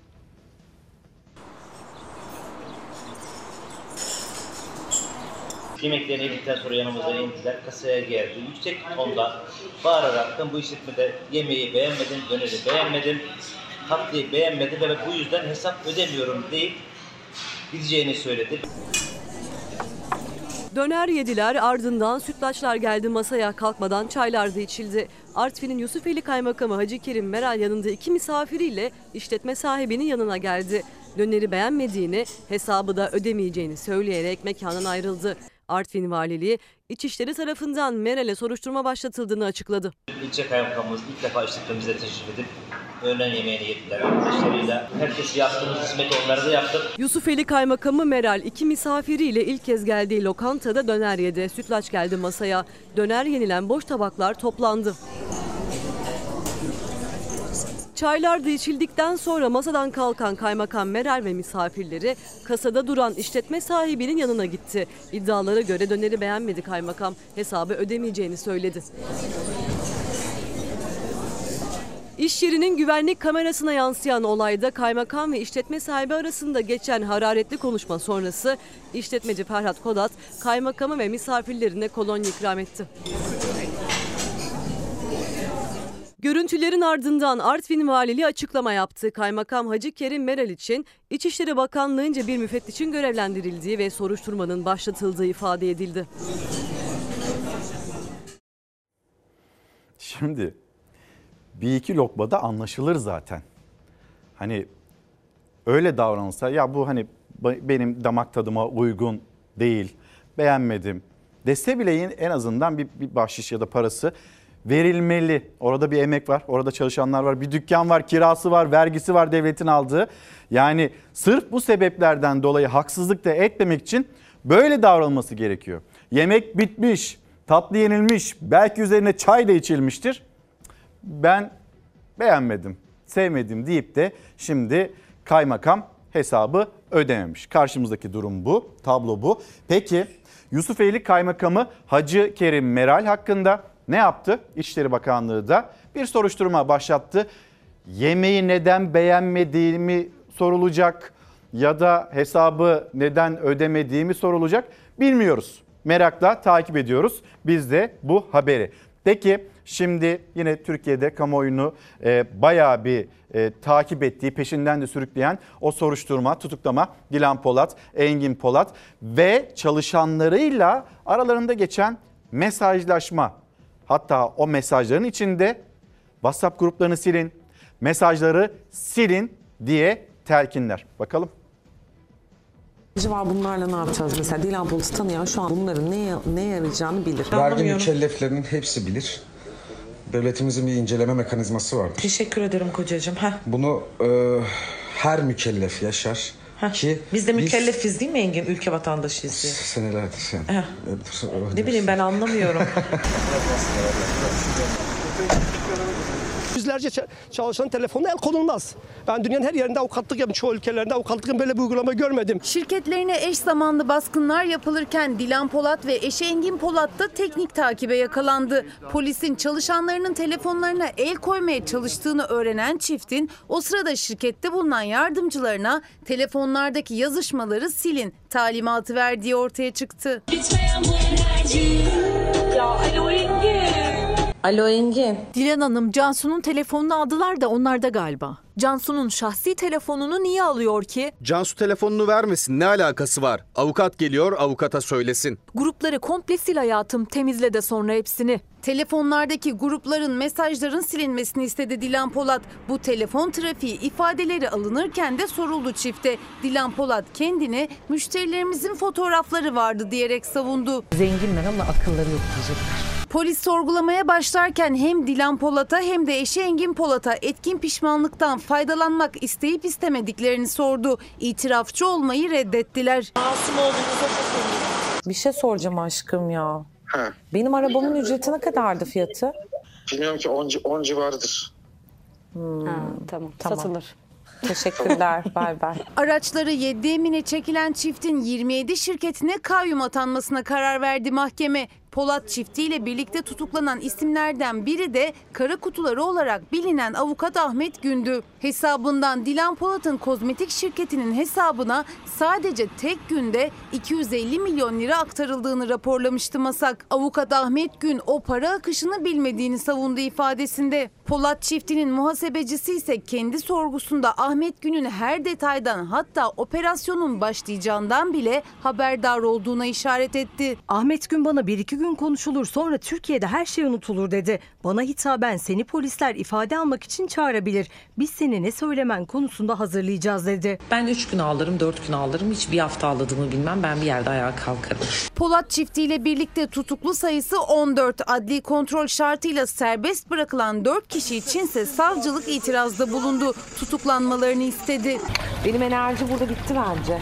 Yemeklerini yedikten sonra yanımıza indiler, kasaya geldi. Yüksek tonda bağıraraktan bu işletmede yemeği beğenmedim, döneri beğenmedim, tatlıyı beğenmedim ve bu yüzden hesap ödemiyorum deyip gideceğini söyledi.
Döner yediler, ardından sütlaçlar geldi masaya, kalkmadan çaylar da içildi. Artvin'in Yusufeli Kaymakamı Hacı Kerim Meral yanında iki misafiriyle işletme sahibinin yanına geldi. Döneri beğenmediğini, hesabı da ödemeyeceğini söyleyerek mekandan ayrıldı. Artvin Valiliği, İçişleri tarafından Meral'e soruşturma başlatıldığını açıkladı.
İlçe kaymakamımız ilk defa işletmemize teşrif edip öğlen yemeğini yediler arkadaşlarıyla. Herkes yaptığımız hizmeti onlara da yaptık.
Yusufeli Kaymakamı Meral iki misafiriyle ilk kez geldiği lokantada döner yedi. Sütlaç geldi masaya. Döner yenilen boş tabaklar toplandı. Çaylar da içildikten sonra masadan kalkan Kaymakam Meral ve misafirleri kasada duran işletme sahibinin yanına gitti. İddialara göre döneri beğenmedi kaymakam, hesabı ödemeyeceğini söyledi. İş yerinin güvenlik kamerasına yansıyan olayda kaymakam ve işletme sahibi arasında geçen hararetli konuşma sonrası işletmeci Ferhat Kodat kaymakamı ve misafirlerine kolonya ikram etti. Görüntülerin ardından Artvin Valiliği açıklama yaptı. Kaymakam Hacı Kerim Meral için İçişleri Bakanlığı'nca bir müfettişin görevlendirildiği ve soruşturmanın başlatıldığı ifade edildi.
Şimdi bir iki lokmada anlaşılır zaten. Hani öyle davranılsa ya bu hani benim damak tadıma uygun değil, beğenmedim dese bile en azından bir, bir bahşiş ya da parası verilmeli. Orada bir emek var, orada çalışanlar var, bir dükkan var, kirası var, vergisi var devletin aldığı. Yani sırf bu sebeplerden dolayı haksızlık da etmemek için böyle davranılması gerekiyor. Yemek bitmiş, tatlı yenilmiş, belki üzerine çay da içilmiştir. Ben beğenmedim, sevmedim deyip de şimdi kaymakam hesabı ödememiş. Karşımızdaki durum bu, tablo bu. Peki Yusufeli Kaymakamı Hacı Kerim Meral hakkında ne yaptı? İçişleri Bakanlığı da bir soruşturma başlattı. Yemeği neden beğenmediğimi sorulacak ya da hesabı neden ödemediğimi sorulacak bilmiyoruz. Merakla takip ediyoruz biz de bu haberi. Peki şimdi yine Türkiye'de kamuoyunu e, bayağı bir e, takip ettiği, peşinden de sürükleyen o soruşturma, tutuklama Dilan Polat, Engin Polat ve çalışanlarıyla aralarında geçen mesajlaşma. Hatta o mesajların içinde WhatsApp gruplarını silin, mesajları silin diye telkinler. Bakalım.
var bunlarla ne yapacağız? Mesela Dilan Polat'ı tanıyan şu an bunların neye, neye yarayacağını bilir.
Vergi mükelleflerinin hepsi bilir. Devletimizin bir inceleme mekanizması vardır.
Teşekkür ederim kocacığım. Heh.
Bunu e, her mükellef yaşar.
Heh.
Ki
biz de mükellefiz biz, değil mi Engin? Ülke vatandaşıyız diye.
Senelerdir sen.
Ne bileyim ben anlamıyorum.
Yüzlerce çalışan telefonuna el konulmaz. Ben dünyanın her yerinde avukatlık yaptım. Çoğu ülkelerde avukatlıkın böyle bir uygulama görmedim.
Şirketlerine eş zamanlı baskınlar yapılırken Dilan Polat ve eşi Engin Polat da teknik takibe yakalandı. Polisin çalışanlarının telefonlarına el koymaya çalıştığını öğrenen çiftin o sırada şirkette bulunan yardımcılarına telefonlardaki yazışmaları silin talimatı verdiği ortaya çıktı.
Ya alo Engin. Alo Engin.
Dilan Hanım, Cansu'nun telefonunu aldılar da onlarda galiba. Cansu'nun şahsi telefonunu niye alıyor ki?
Cansu telefonunu vermesin, ne alakası var? Avukat geliyor, avukata söylesin.
Grupları komple sil hayatım, temizle de sonra hepsini. Telefonlardaki grupların, mesajların silinmesini istedi Dilan Polat. Bu telefon trafiği ifadeleri alınırken de soruldu çifte. Dilan Polat kendini müşterilerimizin fotoğrafları vardı diyerek savundu.
Zenginler ama akılları yok diyecekler.
Polis sorgulamaya başlarken hem Dilan Polat'a hem de eşi Engin Polat'a etkin pişmanlıktan faydalanmak isteyip istemediklerini sordu. İtirafçı olmayı reddettiler.
Masum olduğunuza bir şey soracağım aşkım ya.
He.
Benim arabamın ücreti ne kadardı fiyatı?
Bilmiyorum ki on civarıdır.
Hmm.
Ha, tamam,
tamam,
satılır.
Teşekkürler. Bay bay.
Araçları yedi Emine çekilen çiftin yirmi yedi şirketine kayyum atanmasına karar verdi mahkeme. Polat çiftiyle birlikte tutuklanan isimlerden biri de kara kutuları olarak bilinen avukat Ahmet Gün'dü. Hesabından Dilan Polat'ın kozmetik şirketinin hesabına sadece tek günde iki yüz elli milyon lira aktarıldığını raporlamıştı MASAK. Avukat Ahmet Gün o para akışını bilmediğini savundu ifadesinde. Polat çiftinin muhasebecisi ise kendi sorgusunda Ahmet Gün'ün her detaydan, hatta operasyonun başlayacağından bile haberdar olduğuna işaret etti.
Ahmet Gün bana bir iki gün konuşulur, sonra Türkiye'de her şey unutulur dedi. Bana hitaben seni polisler ifade almak için çağırabilir. Biz seni ne söylemen konusunda hazırlayacağız dedi.
Ben üç gün ağlarım, dört gün ağlarım. Hiç bir hafta ağladığımı bilmem. Ben bir yerde ayağa kalkarım.
Polat çiftiyle birlikte tutuklu sayısı on dört. Adli kontrol şartıyla serbest bırakılan dört kişi içinse savcılık itirazda bulundu. Tutuklanmalarını istedi.
Benim enerji burada bitti bence.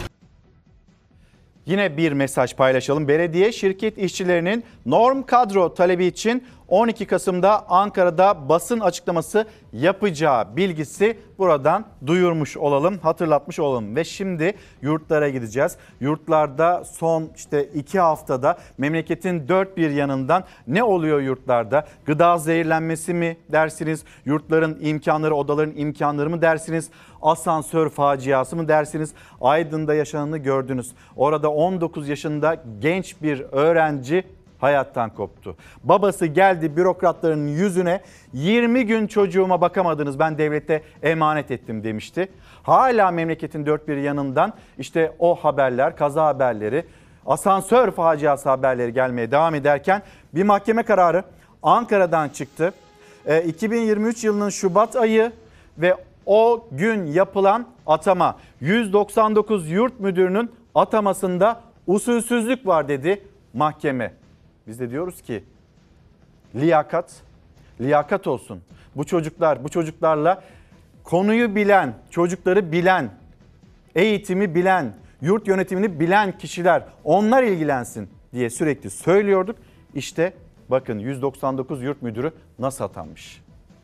Yine bir mesaj paylaşalım. Belediye şirket işçilerinin norm kadro talebi için on iki Kasım'da Ankara'da basın açıklaması yapacağı bilgisi buradan duyurmuş olalım, hatırlatmış olalım. Ve şimdi yurtlara gideceğiz. Yurtlarda son işte iki haftada memleketin dört bir yanından ne oluyor yurtlarda? Gıda zehirlenmesi mi dersiniz? Yurtların imkanları, odaların imkanları mı dersiniz? Asansör faciası mı dersiniz? Aydın'da yaşananı gördünüz. Orada on dokuz yaşında genç bir öğrenci hayattan koptu. Babası geldi bürokratların yüzüne, yirmi gün çocuğuma bakamadınız, ben devlete emanet ettim demişti. Hala memleketin dört bir yanından işte o haberler, kaza haberleri, asansör faciası haberleri gelmeye devam ederken bir mahkeme kararı Ankara'dan çıktı. E, iki bin yirmi üç yılının Şubat ayı ve o gün yapılan atama, yüz doksan dokuz yurt müdürünün atamasında usulsüzlük var dedi mahkeme. Biz de diyoruz ki liyakat, liyakat olsun. Bu çocuklar, bu çocuklarla konuyu bilen, çocukları bilen, eğitimi bilen, yurt yönetimini bilen kişiler, onlar ilgilensin diye sürekli söylüyorduk. İşte bakın yüz doksan dokuz yurt müdürü nasıl atanmış.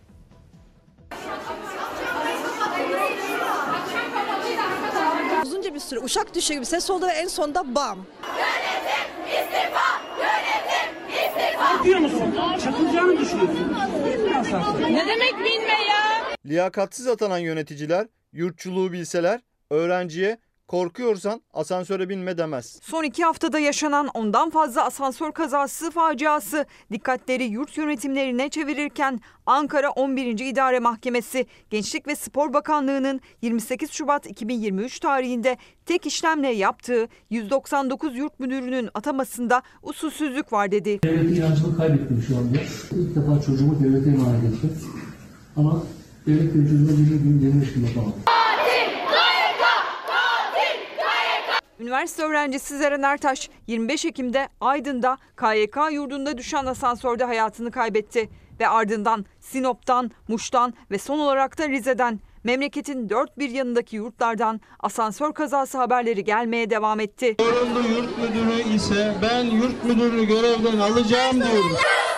Uzunca bir süre uçak düşüyor gibi ses oldu ve en sonunda bam. Yönetim istifa! Yönetim istifa!
Biliyor musun? Çakılacağını düşünüyorsun.
Ne demek bilme ya?
Liyakatsiz atanan yöneticiler yurtçuluğu bilseler öğrenciye korkuyorsan asansöre binme demez.
Son iki haftada yaşanan ondan fazla asansör kazası faciası dikkatleri yurt yönetimlerine çevirirken Ankara on birinci İdare Mahkemesi Gençlik ve Spor Bakanlığı'nın yirmi sekiz Şubat iki bin yirmi üç tarihinde tek işlemle yaptığı yüz doksan dokuz yurt müdürünün atamasında usulsüzlük var dedi.
Devletin inancını kaybettim şu anda. İlk defa çocuğumu devlete emanet ettim. Ama devlet çocuğuma yirmi gün demiş gibi yapamadım.
Üniversite öğrencisi Zeren Ertaş yirmi beş Ekim'de Aydın'da K Y K yurdunda düşen asansörde hayatını kaybetti. Ve ardından Sinop'tan, Muş'tan ve son olarak da Rize'den memleketin dört bir yanındaki yurtlardan asansör kazası haberleri gelmeye devam etti.
Sorumlu yurt müdürü ise ben yurt müdürünü görevden alacağım diyorum.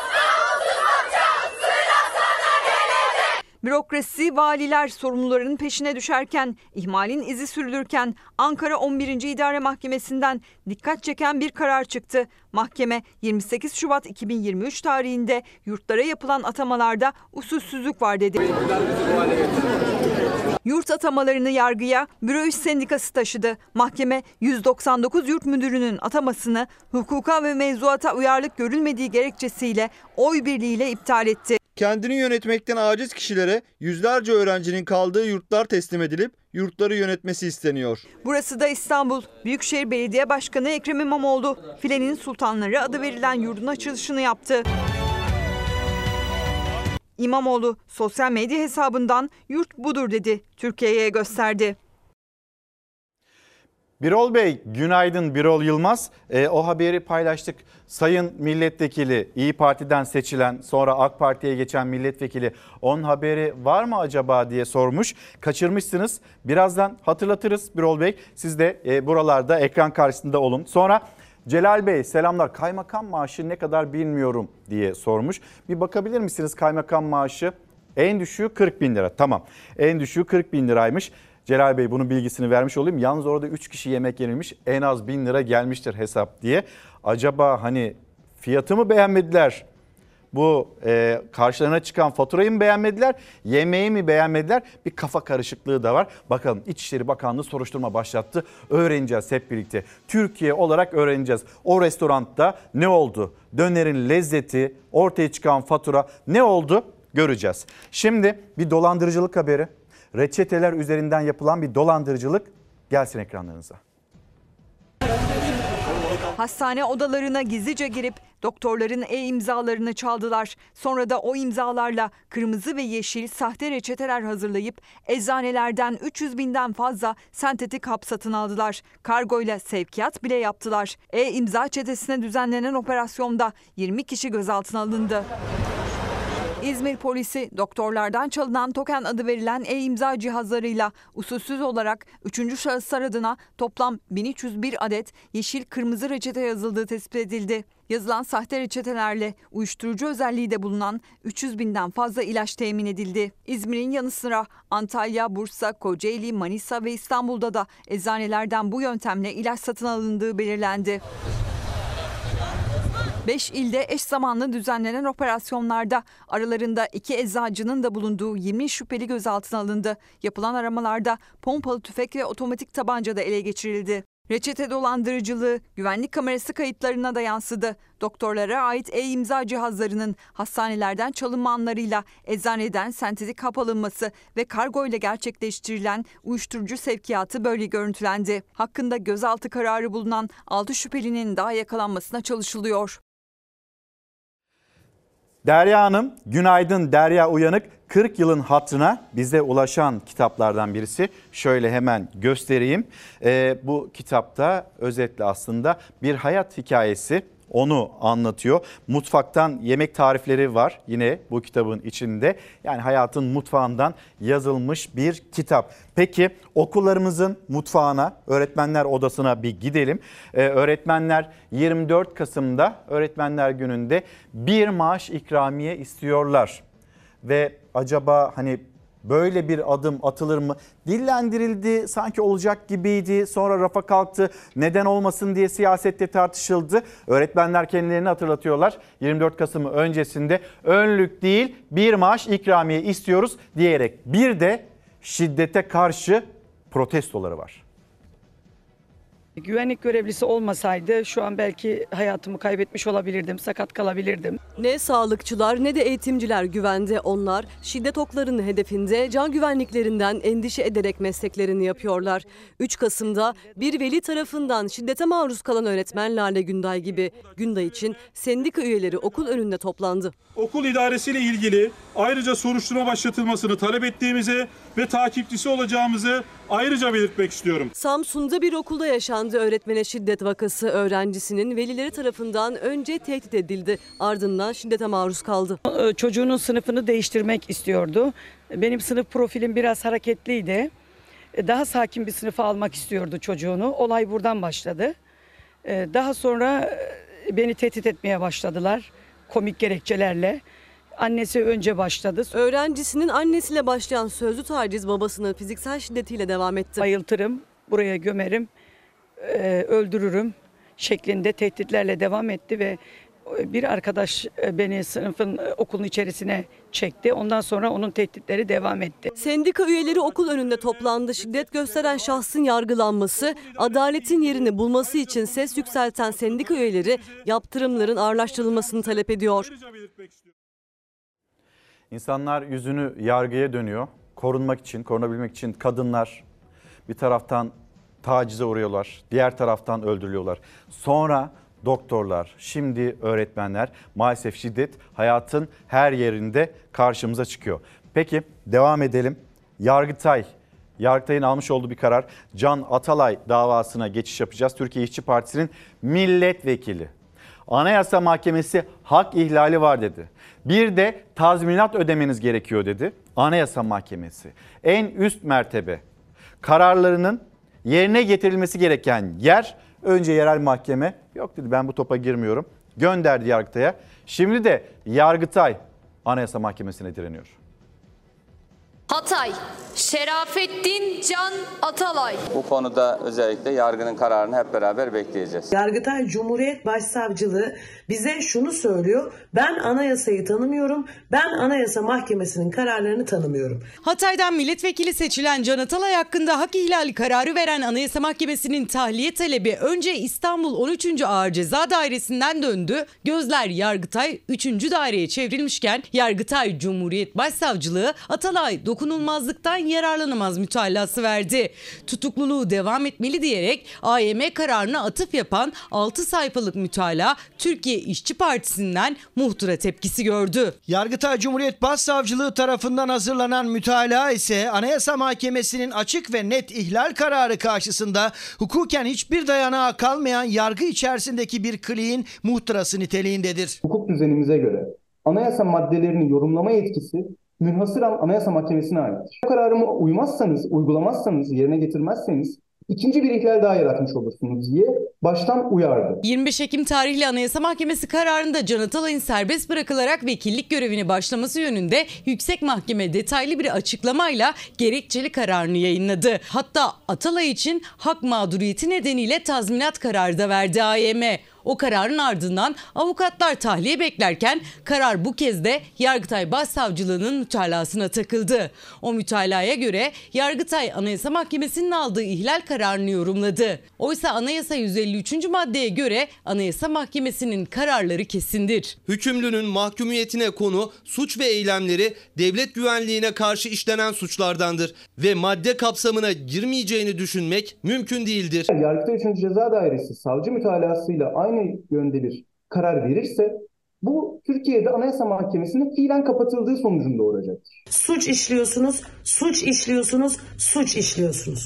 Bürokrasi, valiler sorumluların peşine düşerken, ihmalin izi sürülürken Ankara on birinci İdare Mahkemesi'nden dikkat çeken bir karar çıktı. Mahkeme yirmi sekiz Şubat iki bin yirmi üç tarihinde yurtlara yapılan atamalarda usulsüzlük var dedi. Yurt atamalarını yargıya Büro İş Sendikası taşıdı. Mahkeme yüz doksan dokuz yurt müdürünün atamasını hukuka ve mevzuata uyarlık görülmediği gerekçesiyle oy birliğiyle iptal etti.
Kendini yönetmekten aciz kişilere yüzlerce öğrencinin kaldığı yurtlar teslim edilip yurtları yönetmesi isteniyor.
Burası da İstanbul. Büyükşehir Belediye Başkanı Ekrem İmamoğlu, Filenin Sultanları adı verilen yurdun açılışını yaptı. İmamoğlu sosyal medya hesabından yurt budur dedi, Türkiye'ye gösterdi.
Birol Bey, günaydın. Birol Yılmaz. E, o haberi paylaştık. Sayın milletvekili, İyi Parti'den seçilen, sonra AK Parti'ye geçen milletvekili, onun haberi var mı acaba diye sormuş. Kaçırmışsınız. Birazdan hatırlatırız Birol Bey. Siz de e, buralarda ekran karşısında olun. Sonra Celal Bey, selamlar. Kaymakam maaşı ne kadar bilmiyorum diye sormuş. Bir bakabilir misiniz kaymakam maaşı? En düşüğü kırk bin lira. Tamam. En düşüğü kırk bin liraymış. Celal Bey bunun bilgisini vermiş olayım. Yalnız orada üç kişi yemek yenilmiş, en az bin lira gelmiştir hesap diye. Acaba hani Fiyatı mı beğenmediler? Bu e, karşılarına çıkan faturayı mı beğenmediler? Yemeği mi beğenmediler? Bir kafa karışıklığı da var. Bakalım İçişleri Bakanlığı soruşturma başlattı. Öğreneceğiz hep birlikte. Türkiye olarak öğreneceğiz. O restoranda ne oldu? Dönerin lezzeti, ortaya çıkan fatura ne oldu? Göreceğiz. Şimdi bir dolandırıcılık haberi. Reçeteler üzerinden yapılan bir dolandırıcılık gelsin ekranlarınıza.
Hastane odalarına gizlice girip doktorların e-imzalarını çaldılar. Sonra da o imzalarla kırmızı ve yeşil sahte reçeteler hazırlayıp eczanelerden üç yüz binden fazla sentetik hap satın aldılar. Kargoyla sevkiyat bile yaptılar. E-imza çetesine düzenlenen operasyonda yirmi kişi gözaltına alındı. İzmir polisi doktorlardan çalınan token adı verilen e-imza cihazlarıyla usulsüz olarak üçüncü şahıslar adına toplam bin üç yüz bir adet yeşil kırmızı reçete yazıldığı tespit edildi. Yazılan sahte reçetelerle uyuşturucu özelliği de bulunan üç yüz binden fazla ilaç temin edildi. İzmir'in yanı sıra Antalya, Bursa, Kocaeli, Manisa ve İstanbul'da da eczanelerden bu yöntemle ilaç satın alındığı belirlendi. beş ilde eş zamanlı düzenlenen operasyonlarda aralarında iki eczacının da bulunduğu yirmi şüpheli gözaltına alındı. Yapılan aramalarda pompalı tüfek ve otomatik tabanca da ele geçirildi. Reçete dolandırıcılığı güvenlik kamerası kayıtlarına da yansıdı. Doktorlara ait e-imza cihazlarının hastanelerden çalınma anlarıyla eczaneden sentetik hap alınması ve kargo ile gerçekleştirilen uyuşturucu sevkiyatı böyle görüntülendi. Hakkında gözaltı kararı bulunan altı şüphelinin daha yakalanmasına çalışılıyor.
Derya Hanım, günaydın. Derya Uyanık, kırk yılın hatırına bize ulaşan kitaplardan birisi. Şöyle hemen göstereyim. Ee, bu kitapta özetle aslında bir hayat hikayesi, onu anlatıyor. Mutfaktan yemek tarifleri var yine bu kitabın içinde. Yani hayatın mutfağından yazılmış bir kitap. Peki okullarımızın mutfağına, öğretmenler odasına bir gidelim. Ee, öğretmenler yirmi dört Kasım'da Öğretmenler Günü'nde bir maaş ikramiye istiyorlar. Ve acaba hani böyle bir adım atılır mı? Dillendirildi, sanki olacak gibiydi. Sonra rafa kalktı. Neden olmasın diye siyasette tartışıldı. Öğretmenler kendilerini hatırlatıyorlar. yirmi dört Kasım öncesinde önlük değil bir maaş ikramiye istiyoruz diyerek. Bir de şiddete karşı protestoları var.
Güvenlik görevlisi olmasaydı şu an belki hayatımı kaybetmiş olabilirdim, sakat kalabilirdim.
Ne sağlıkçılar ne de eğitimciler güvende. Onlar şiddet oklarının hedefinde, can güvenliklerinden endişe ederek mesleklerini yapıyorlar. üç Kasım'da bir veli tarafından şiddete maruz kalan öğretmen Lale Günday gibi Günday için sendika üyeleri okul önünde toplandı.
Okul idaresiyle ilgili ayrıca soruşturma başlatılmasını talep ettiğimizi ve takipçisi olacağımızı ayrıca belirtmek istiyorum.
Samsun'da bir okulda yaşandı öğretmene şiddet vakası. Öğrencisinin velileri tarafından önce tehdit edildi, ardından şiddete maruz kaldı.
Çocuğunun sınıfını değiştirmek istiyordu. Benim sınıf profilim biraz hareketliydi. Daha sakin bir sınıfa almak istiyordu çocuğunu. Olay buradan başladı. Daha sonra beni tehdit etmeye başladılar komik gerekçelerle. Annesi önce başladı.
Öğrencisinin annesiyle başlayan sözlü taciz babasının fiziksel şiddetiyle devam etti.
Bayıltırım, buraya gömerim, öldürürüm şeklinde tehditlerle devam etti ve bir arkadaş beni sınıfın okulun içerisine çekti. Ondan sonra onun tehditleri devam etti.
Sendika üyeleri okul önünde toplandı. Şiddet gösteren şahsın yargılanması, adaletin yerini bulması için ses yükselten sendika üyeleri yaptırımların ağırlaştırılmasını talep ediyor.
İnsanlar yüzünü yargıya dönüyor. Korunmak için, korunabilmek için kadınlar bir taraftan tacize uğruyorlar, diğer taraftan öldürülüyorlar. Sonra doktorlar, şimdi öğretmenler, maalesef şiddet hayatın her yerinde karşımıza çıkıyor. Peki devam edelim. Yargıtay, Yargıtay'ın almış olduğu bir karar. Can Atalay davasına geçiş yapacağız. Türkiye İşçi Partisi'nin milletvekili. Anayasa Mahkemesi hak ihlali var dedi. Bir de tazminat ödemeniz gerekiyor dedi. Anayasa Mahkemesi en üst mertebe kararlarının yerine getirilmesi gereken yer önce yerel mahkeme, yok dedi ben bu topa girmiyorum, gönderdi Yargıtay'a. Şimdi de Yargıtay Anayasa Mahkemesi'ne direniyor.
Hatay,
Şerafettin Can Atalay.
Bu konuda özellikle yargının kararını hep beraber bekleyeceğiz.
Yargıtay Cumhuriyet Başsavcılığı bize şunu söylüyor. Ben anayasayı tanımıyorum. Ben Anayasa Mahkemesi'nin kararlarını tanımıyorum.
Hatay'dan milletvekili seçilen Can Atalay hakkında hak ihlali kararı veren Anayasa Mahkemesi'nin tahliye talebi önce İstanbul on üçüncü Ağır Ceza Dairesi'nden döndü. Gözler Yargıtay üçüncü daireye çevrilmişken Yargıtay Cumhuriyet Başsavcılığı Atalay dokunulmazlıktan yararlanamaz mütalası verdi. Tutukluluğu devam etmeli diyerek A Y M kararına atıf yapan altı sayfalık mütalaa Türkiye İşçi Partisi'nden muhtıra tepkisi gördü.
Yargıtay Cumhuriyet Başsavcılığı tarafından hazırlanan mütalaa ise Anayasa Mahkemesi'nin açık ve net ihlal kararı karşısında hukuken hiçbir dayanağı kalmayan yargı içerisindeki bir kliğin muhtırası niteliğindedir.
Hukuk düzenimize göre anayasa maddelerini yorumlama yetkisi münhasıran Anayasa Mahkemesi'ne aittir. Bu kararıma uymazsanız, uygulamazsanız, yerine getirmezseniz ikinci bir ihlal daha yaratmış olursunuz diye baştan uyardı.
yirmi beş Ekim tarihli Anayasa Mahkemesi kararında Can Atalay'ın serbest bırakılarak vekillik görevine başlaması yönünde Yüksek Mahkeme detaylı bir açıklamayla gerekçeli kararını yayınladı. Hatta Atalay için hak mağduriyeti nedeniyle tazminat kararı da verdi A Y M. O kararın ardından avukatlar tahliye beklerken karar bu kez de Yargıtay Başsavcılığı'nın mütalasına takıldı. O mütalaya göre Yargıtay Anayasa Mahkemesi'nin aldığı ihlal kararını yorumladı. Oysa Anayasa yüz elli üçüncü maddeye göre Anayasa Mahkemesi'nin kararları kesindir.
Hükümlünün mahkumiyetine konu suç ve eylemleri devlet güvenliğine karşı işlenen suçlardandır ve madde kapsamına girmeyeceğini düşünmek mümkün değildir.
Yargıtay üçüncü Ceza Dairesi savcı mütalasıyla aynı yönde bir karar verirse bu Türkiye'de Anayasa Mahkemesi'nin fiilen kapatıldığı sonucunda olacaktır.
Suç işliyorsunuz, suç işliyorsunuz, suç işliyorsunuz.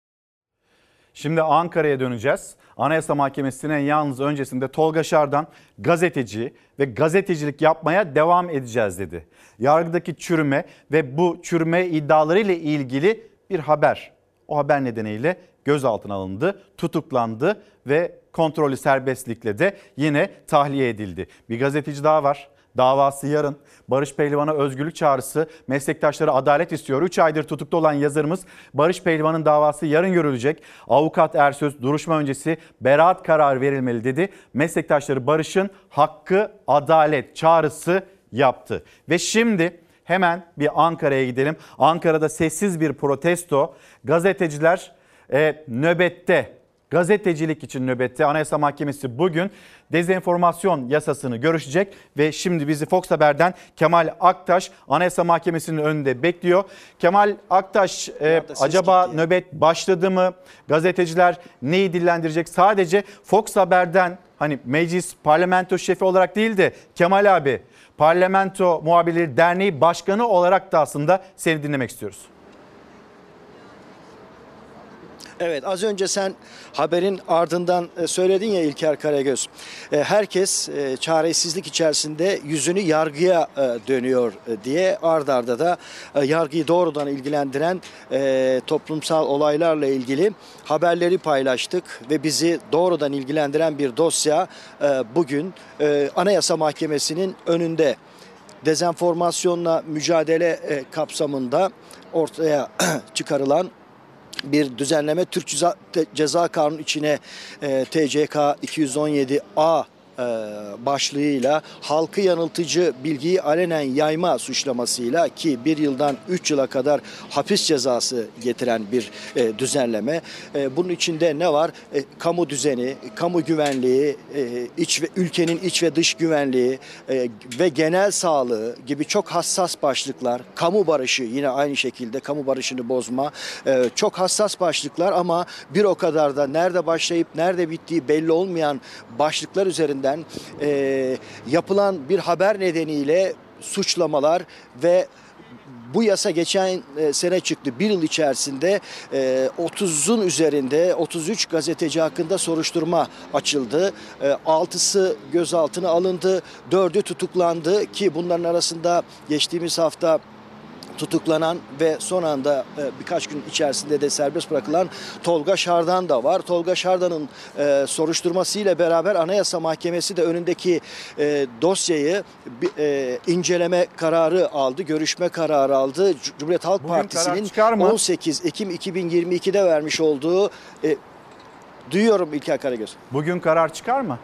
Şimdi Ankara'ya döneceğiz. Anayasa Mahkemesi'ne yalnız öncesinde Tolga Şardan gazeteci ve gazetecilik yapmaya devam edeceğiz dedi. Yargıdaki çürüme ve bu çürüme iddialarıyla ilgili bir haber. O haber nedeniyle gözaltına alındı, tutuklandı ve kontrollü serbestlikle de yine tahliye edildi. Bir gazeteci daha var. Davası yarın. Barış Pehlivan'a özgürlük çağrısı, meslektaşları adalet istiyor. üç aydır tutuklu olan yazarımız Barış Pehlivan'ın davası yarın görülecek. Avukat Ersöz duruşma öncesi beraat kararı verilmeli dedi. Meslektaşları Barış'ın hakkı adalet çağrısı yaptı. Ve şimdi hemen bir Ankara'ya gidelim. Ankara'da sessiz bir protesto. Gazeteciler e, nöbette. Gazetecilik için nöbette. Anayasa Mahkemesi bugün dezenformasyon yasasını görüşecek ve şimdi bizi Fox Haber'den Kemal Aktaş Anayasa Mahkemesi'nin önünde bekliyor. Kemal Aktaş, e, acaba nöbet başladı mı? Gazeteciler neyi dillendirecek? Sadece Fox Haber'den hani meclis parlamento şefi olarak değil de Kemal abi Parlamento Muhabirleri Derneği Başkanı olarak da aslında seni dinlemek istiyoruz.
Evet, az önce sen haberin ardından söyledin ya İlker Karagöz. Herkes çaresizlik içerisinde yüzünü yargıya dönüyor diye ard arda da yargıyı doğrudan ilgilendiren toplumsal olaylarla ilgili haberleri paylaştık ve bizi doğrudan ilgilendiren bir dosya bugün Anayasa Mahkemesi'nin önünde. Dezenformasyonla mücadele kapsamında ortaya çıkarılan bir düzenleme Türk Ceza, Ceza Kanunu içine e, T C K iki yüz on yedi A e, başlığıyla halkı yanıltıcı bilgiyi alenen yayma suçlamasıyla ki bir yıldan üç yıla kadar hapis cezası getiren bir e, düzenleme. E, bunun içinde ne var? E, kamu düzeni, kamu güvenliği, e, iç ve ülkenin iç ve dış güvenliği e, ve genel sağlığı gibi çok hassas başlıklar. Kamu barışı yine aynı şekilde kamu barışını bozma. E, çok hassas başlıklar ama bir o kadar da nerede başlayıp nerede bittiği belli olmayan başlıklar üzerinden e, yapılan bir haber nedeniyle suçlamalar ve bu yasa geçen sene çıktı. Bir yıl içerisinde otuzun üzerinde otuz üç gazeteci hakkında soruşturma açıldı. altısı gözaltına alındı, dördü tutuklandı ki bunların arasında geçtiğimiz hafta tutuklanan ve son anda birkaç gün içerisinde de serbest bırakılan Tolga Şardan da var. Tolga Şardan'ın e, soruşturmasıyla beraber Anayasa Mahkemesi de önündeki e, dosyayı e, inceleme kararı aldı, görüşme kararı aldı. Cumhuriyet Halk
Bugün
Partisi'nin on sekiz Ekim iki bin yirmi ikide vermiş olduğu e, duyuyorum İlker Karagöz.
Bugün karar çıkar mı?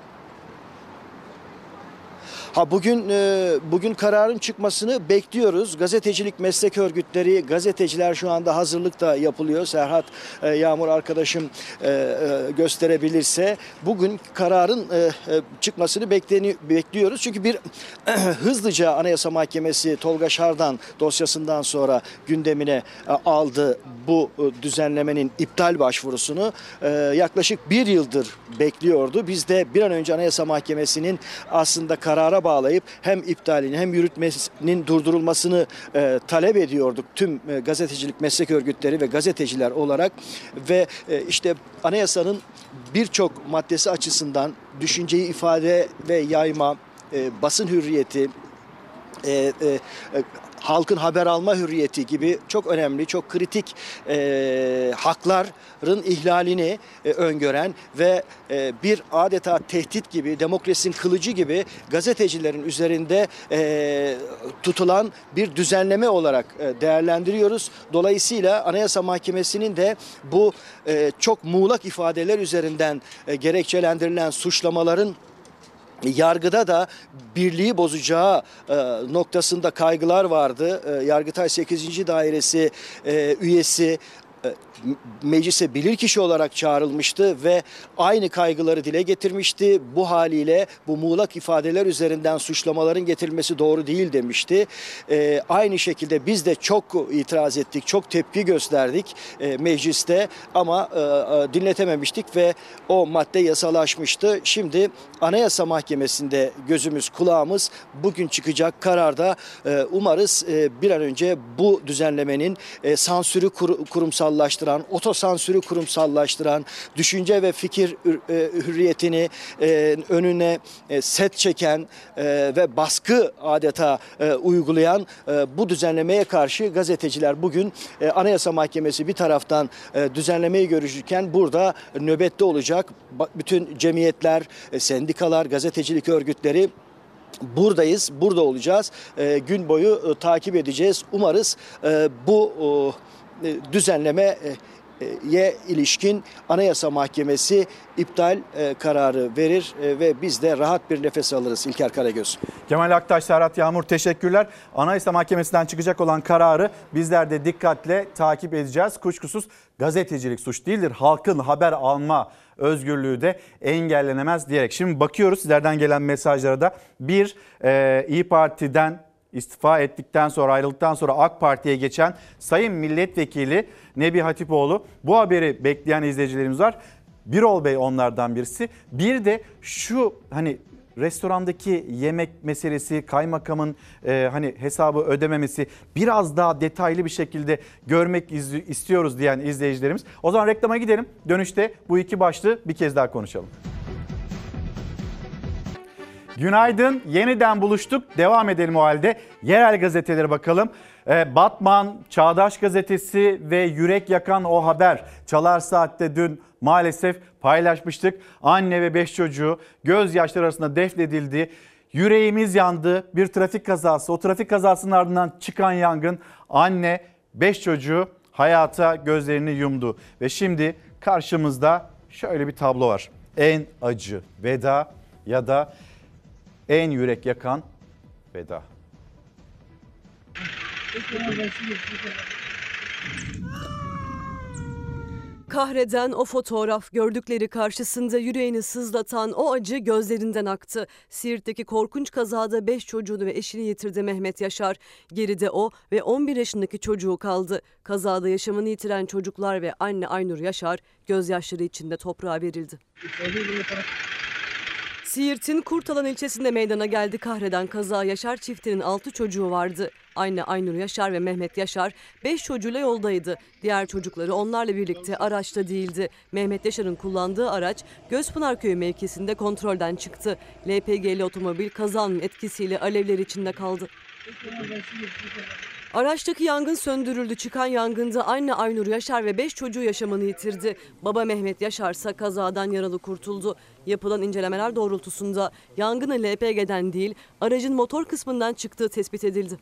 Ha bugün e, bugün kararın çıkmasını bekliyoruz. Gazetecilik meslek örgütleri, gazeteciler şu anda hazırlık da yapılıyor. Serhat e, Yağmur arkadaşım e, e, gösterebilirse bugün kararın e, e, çıkmasını bekleni, bekliyoruz. Çünkü bir e, hızlıca Anayasa Mahkemesi Tolga Şardan dosyasından sonra gündemine e, aldı bu e, düzenlemenin iptal başvurusunu. E, yaklaşık bir yıldır bekliyordu. Biz de bir an önce Anayasa Mahkemesi'nin aslında karara bağlayıp hem iptalini hem yürütmesinin durdurulmasını e, talep ediyorduk tüm e, gazetecilik meslek örgütleri ve gazeteciler olarak ve e, işte anayasanın birçok maddesi açısından düşünceyi ifade ve yayma, e, basın hürriyeti, e, e, e, halkın haber alma hürriyeti gibi çok önemli, çok kritik e, hakların ihlalini e, öngören ve e, bir adeta tehdit gibi, demokrasinin kılıcı gibi gazetecilerin üzerinde e, tutulan bir düzenleme olarak e, değerlendiriyoruz. Dolayısıyla Anayasa Mahkemesi'nin de bu e, çok muğlak ifadeler üzerinden e, gerekçelendirilen suçlamaların yargıda da birliği bozacağı e, noktasında kaygılar vardı. E, Yargıtay sekizinci Dairesi e, üyesi e, meclise bilirkişi olarak çağrılmıştı ve aynı kaygıları dile getirmişti. Bu haliyle bu muğlak ifadeler üzerinden suçlamaların getirilmesi doğru değil demişti. E, aynı şekilde biz de çok itiraz ettik, çok tepki gösterdik e, mecliste ama e, e, dinletememiştik ve o madde yasalaşmıştı. Şimdi Anayasa Mahkemesi'nde gözümüz kulağımız bugün çıkacak kararda e, umarız e, bir an önce bu düzenlemenin e, sansürü kur, kurumsallaştıran, otosansürü kurumsallaştıran, düşünce ve fikir hürriyetini önüne set çeken ve baskı adeta uygulayan bu düzenlemeye karşı gazeteciler bugün Anayasa Mahkemesi bir taraftan düzenlemeyi görüşürken burada nöbette olacak. Bütün cemiyetler, sendikalar, gazetecilik örgütleri buradayız, burada olacağız. Gün boyu takip edeceğiz. Umarız bu düzenlemeye ilişkin Anayasa Mahkemesi iptal kararı verir ve biz de rahat bir nefes alırız İlker Karagöz.
Kemal Aktaş, Serhat Yağmur teşekkürler. Anayasa Mahkemesi'nden çıkacak olan kararı bizler de dikkatle takip edeceğiz. Kuşkusuz gazetecilik suç değildir. Halkın haber alma özgürlüğü de engellenemez diyerek. Şimdi bakıyoruz sizlerden gelen mesajlara da. Bir, e, İYİ Parti'den İstifa ettikten sonra, ayrıldıktan sonra AK Parti'ye geçen Sayın Milletvekili Nebi Hatipoğlu, bu haberi bekleyen izleyicilerimiz var. Birol Bey onlardan birisi. Bir de şu hani restorandaki yemek meselesi, kaymakamın e, hani hesabı ödememesi, biraz daha detaylı bir şekilde görmek istiyoruz diyen izleyicilerimiz. O zaman reklama gidelim. Dönüşte bu iki başlığı bir kez daha konuşalım. Günaydın, yeniden buluştuk. Devam edelim o halde. Yerel gazetelere bakalım. Ee, Batman, Çağdaş Gazetesi ve yürek yakan o haber. Çalar Saat'te dün maalesef paylaşmıştık. Anne ve beş çocuğu gözyaşları arasında defnedildi. Yüreğimiz yandı. Bir trafik kazası. O trafik kazasının ardından çıkan yangın anne, beş çocuğu hayata gözlerini yumdu. Ve şimdi karşımızda şöyle bir tablo var. En acı veda ya da en yürek yakan veda.
Kahreden o fotoğraf, gördükleri karşısında yüreğini sızlatan o acı gözlerinden aktı. Siirt'teki korkunç kazada beş çocuğunu ve eşini yitirdi Mehmet Yaşar. Geride o ve on bir yaşındaki çocuğu kaldı. Kazada yaşamını yitiren çocuklar ve anne Aynur Yaşar gözyaşları içinde toprağa verildi. Siirt'in Kurtalan ilçesinde meydana geldi kahreden kaza. Yaşar çiftinin altı çocuğu vardı. Anne Aynur Yaşar ve Mehmet Yaşar beş çocuğuyla yoldaydı. Diğer çocukları onlarla birlikte araçta değildi. Mehmet Yaşar'ın kullandığı araç Gözpınar Köyü mevkisinde kontrolden çıktı. L P G'li otomobil kazanın etkisiyle alevler içinde kaldı. Araçtaki yangın söndürüldü. Çıkan yangında anne Aynur Yaşar ve beş çocuğu yaşamını yitirdi. Baba Mehmet Yaşar ise kazadan yaralı kurtuldu. Yapılan incelemeler doğrultusunda yangının L P G'den değil, aracın motor kısmından çıktığı tespit edildi.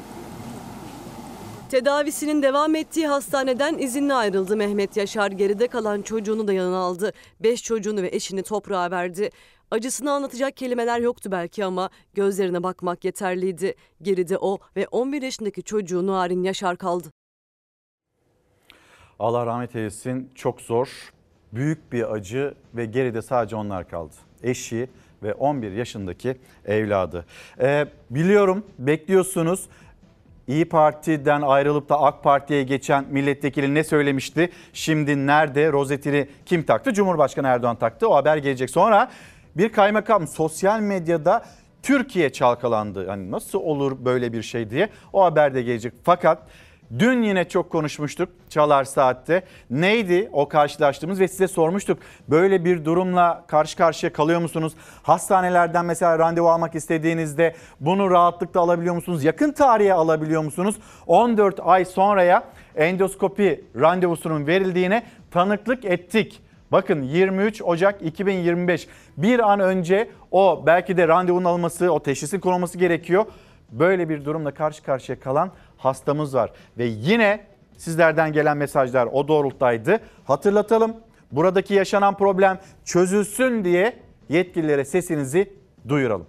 Tedavisinin devam ettiği hastaneden izinli ayrıldı Mehmet Yaşar. Geride kalan çocuğunu da yanına aldı. Beş çocuğunu ve eşini toprağa verdi. Acısını anlatacak kelimeler yoktu belki ama gözlerine bakmak yeterliydi. Geride o ve on bir yaşındaki çocuğu Nuarin Yaşar kaldı.
Allah rahmet eylesin, çok zor, büyük bir acı ve geride sadece onlar kaldı. Eşi ve on bir yaşındaki evladı. Ee, biliyorum bekliyorsunuz. İyi Parti'den ayrılıp da AK Parti'ye geçen milletvekili ne söylemişti? Şimdi nerede? Rozetini kim taktı? Cumhurbaşkanı Erdoğan taktı. O haber gelecek. Sonra bir kaymakam sosyal medyada Türkiye çalkalandı. Hani nasıl olur böyle bir şey diye. O haber de gelecek. Fakat dün yine çok konuşmuştuk Çalar Saat'te. Neydi o karşılaştığımız ve size sormuştuk. Böyle bir durumla karşı karşıya kalıyor musunuz? Hastanelerden mesela randevu almak istediğinizde bunu rahatlıkla alabiliyor musunuz? Yakın tarihe alabiliyor musunuz? on dört ay sonraya endoskopi randevusunun verildiğine tanıklık ettik. Bakın yirmi üç Ocak iki bin yirmi beş, bir an önce o belki de randevunun alınması, o teşhisin konulması gerekiyor. Böyle bir durumla karşı karşıya kalan hastamız var. Ve yine sizlerden gelen mesajlar o doğrultudaydı. Hatırlatalım, buradaki yaşanan problem çözülsün diye yetkililere sesinizi duyuralım.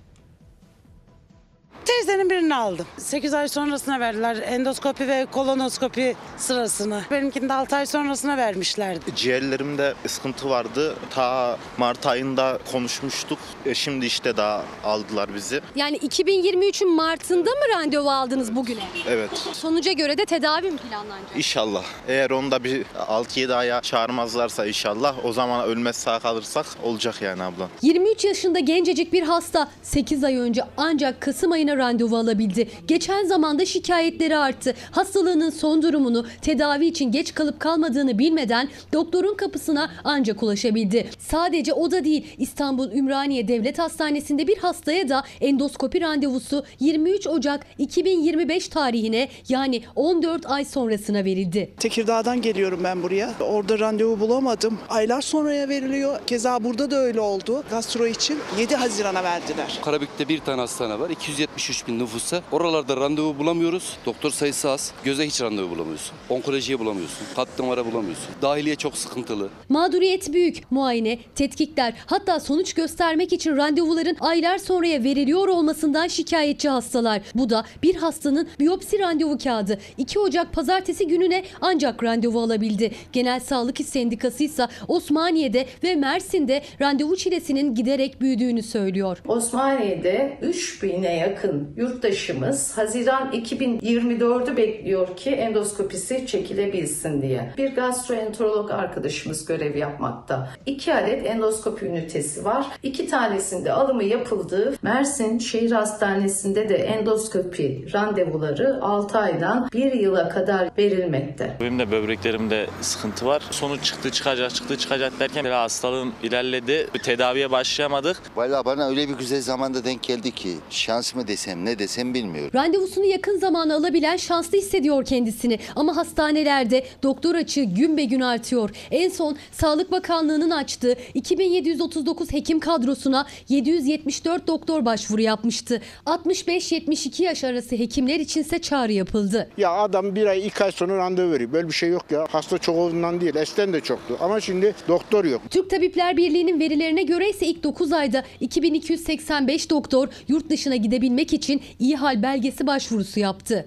Teyzenin birini aldım. sekiz ay sonrasına verdiler endoskopi ve kolonoskopi sırasını. Benimkini de altı ay sonrasına vermişlerdi.
Ciğerlerimde sıkıntı vardı. Ta Mart ayında konuşmuştuk. E şimdi işte daha aldılar bizi.
Yani iki bin yirmi üçün Mart'ında mı randevu aldınız bugüne?
Evet.
Sonuca göre de tedavi mi planlanacak?
İnşallah. Eğer onda bir altı yedi aya çağırmazlarsa inşallah o zaman ölmez sağ kalırsak olacak yani abla.
yirmi üç yaşında gencecik bir hasta sekiz ay önce ancak Kasım ayına randevu alabildi. Geçen zamanda şikayetleri arttı. Hastalığının son durumunu, tedavi için geç kalıp kalmadığını bilmeden doktorun kapısına ancak ulaşabildi. Sadece o da değil, İstanbul Ümraniye Devlet Hastanesi'nde bir hastaya da endoskopi randevusu yirmi üç Ocak iki bin yirmi beş tarihine, yani on dört ay sonrasına verildi.
Tekirdağ'dan geliyorum ben buraya. Orada randevu bulamadım. Aylar sonraya veriliyor. Keza burada da öyle oldu. Gastro için yedi Haziran'a verdiler.
Karabük'te bir tane hastane var. iki yüz yetmiş üç bin nüfusa. Oralarda randevu bulamıyoruz. Doktor sayısı az. Göze hiç randevu bulamıyorsun. Onkolojiye bulamıyorsun. Kalp damara bulamıyorsun. Dahiliye çok sıkıntılı.
Mağduriyet büyük. Muayene, tetkikler, hatta sonuç göstermek için randevuların aylar sonraya veriliyor olmasından şikayetçi hastalar. Bu da bir hastanın biyopsi randevu kağıdı. iki Ocak pazartesi gününe ancak randevu alabildi. Genel Sağlık İş Sendikası ise Osmaniye'de ve Mersin'de randevu çilesinin giderek büyüdüğünü söylüyor.
Osmaniye'de üç bine yakın yurttaşımız Haziran iki bin yirmi dördü bekliyor ki endoskopisi çekilebilsin diye. Bir gastroenterolog arkadaşımız görev yapmakta. İki adet endoskopi ünitesi var. İki tanesinde alımı yapıldı. Mersin Şehir Hastanesi'nde de endoskopi randevuları altı aydan bir yıla kadar verilmekte.
Benim de böbreklerimde sıkıntı var. Sonuç çıktı çıkacak çıktı çıkacak derken hastalığım ilerledi. Tedaviye başlayamadık.
Vallahi bana öyle bir güzel zamanda denk geldi ki şans mı desem ne desem bilmiyorum.
Randevusunu yakın zamana alabilen şanslı hissediyor kendisini. Ama hastanelerde doktor açığı gün be gün artıyor. En son Sağlık Bakanlığı'nın açtığı iki bin yedi yüz otuz dokuz hekim kadrosuna yedi yüz yetmiş dört doktor başvuru yapmıştı. altmış beş yetmiş iki yaş arası hekimler içinse çağrı yapıldı.
Ya adam bir ay iki ay sonra randevu veriyor. Böyle bir şey yok ya. Hasta çok olduğundan değil. Eskiden de çoktu. Ama şimdi doktor yok.
Türk Tabipler Birliği'nin verilerine göre ise ilk dokuz ayda iki bin iki yüz seksen beş doktor yurt dışına gidebilmek için iyi hal belgesi başvurusu yaptı.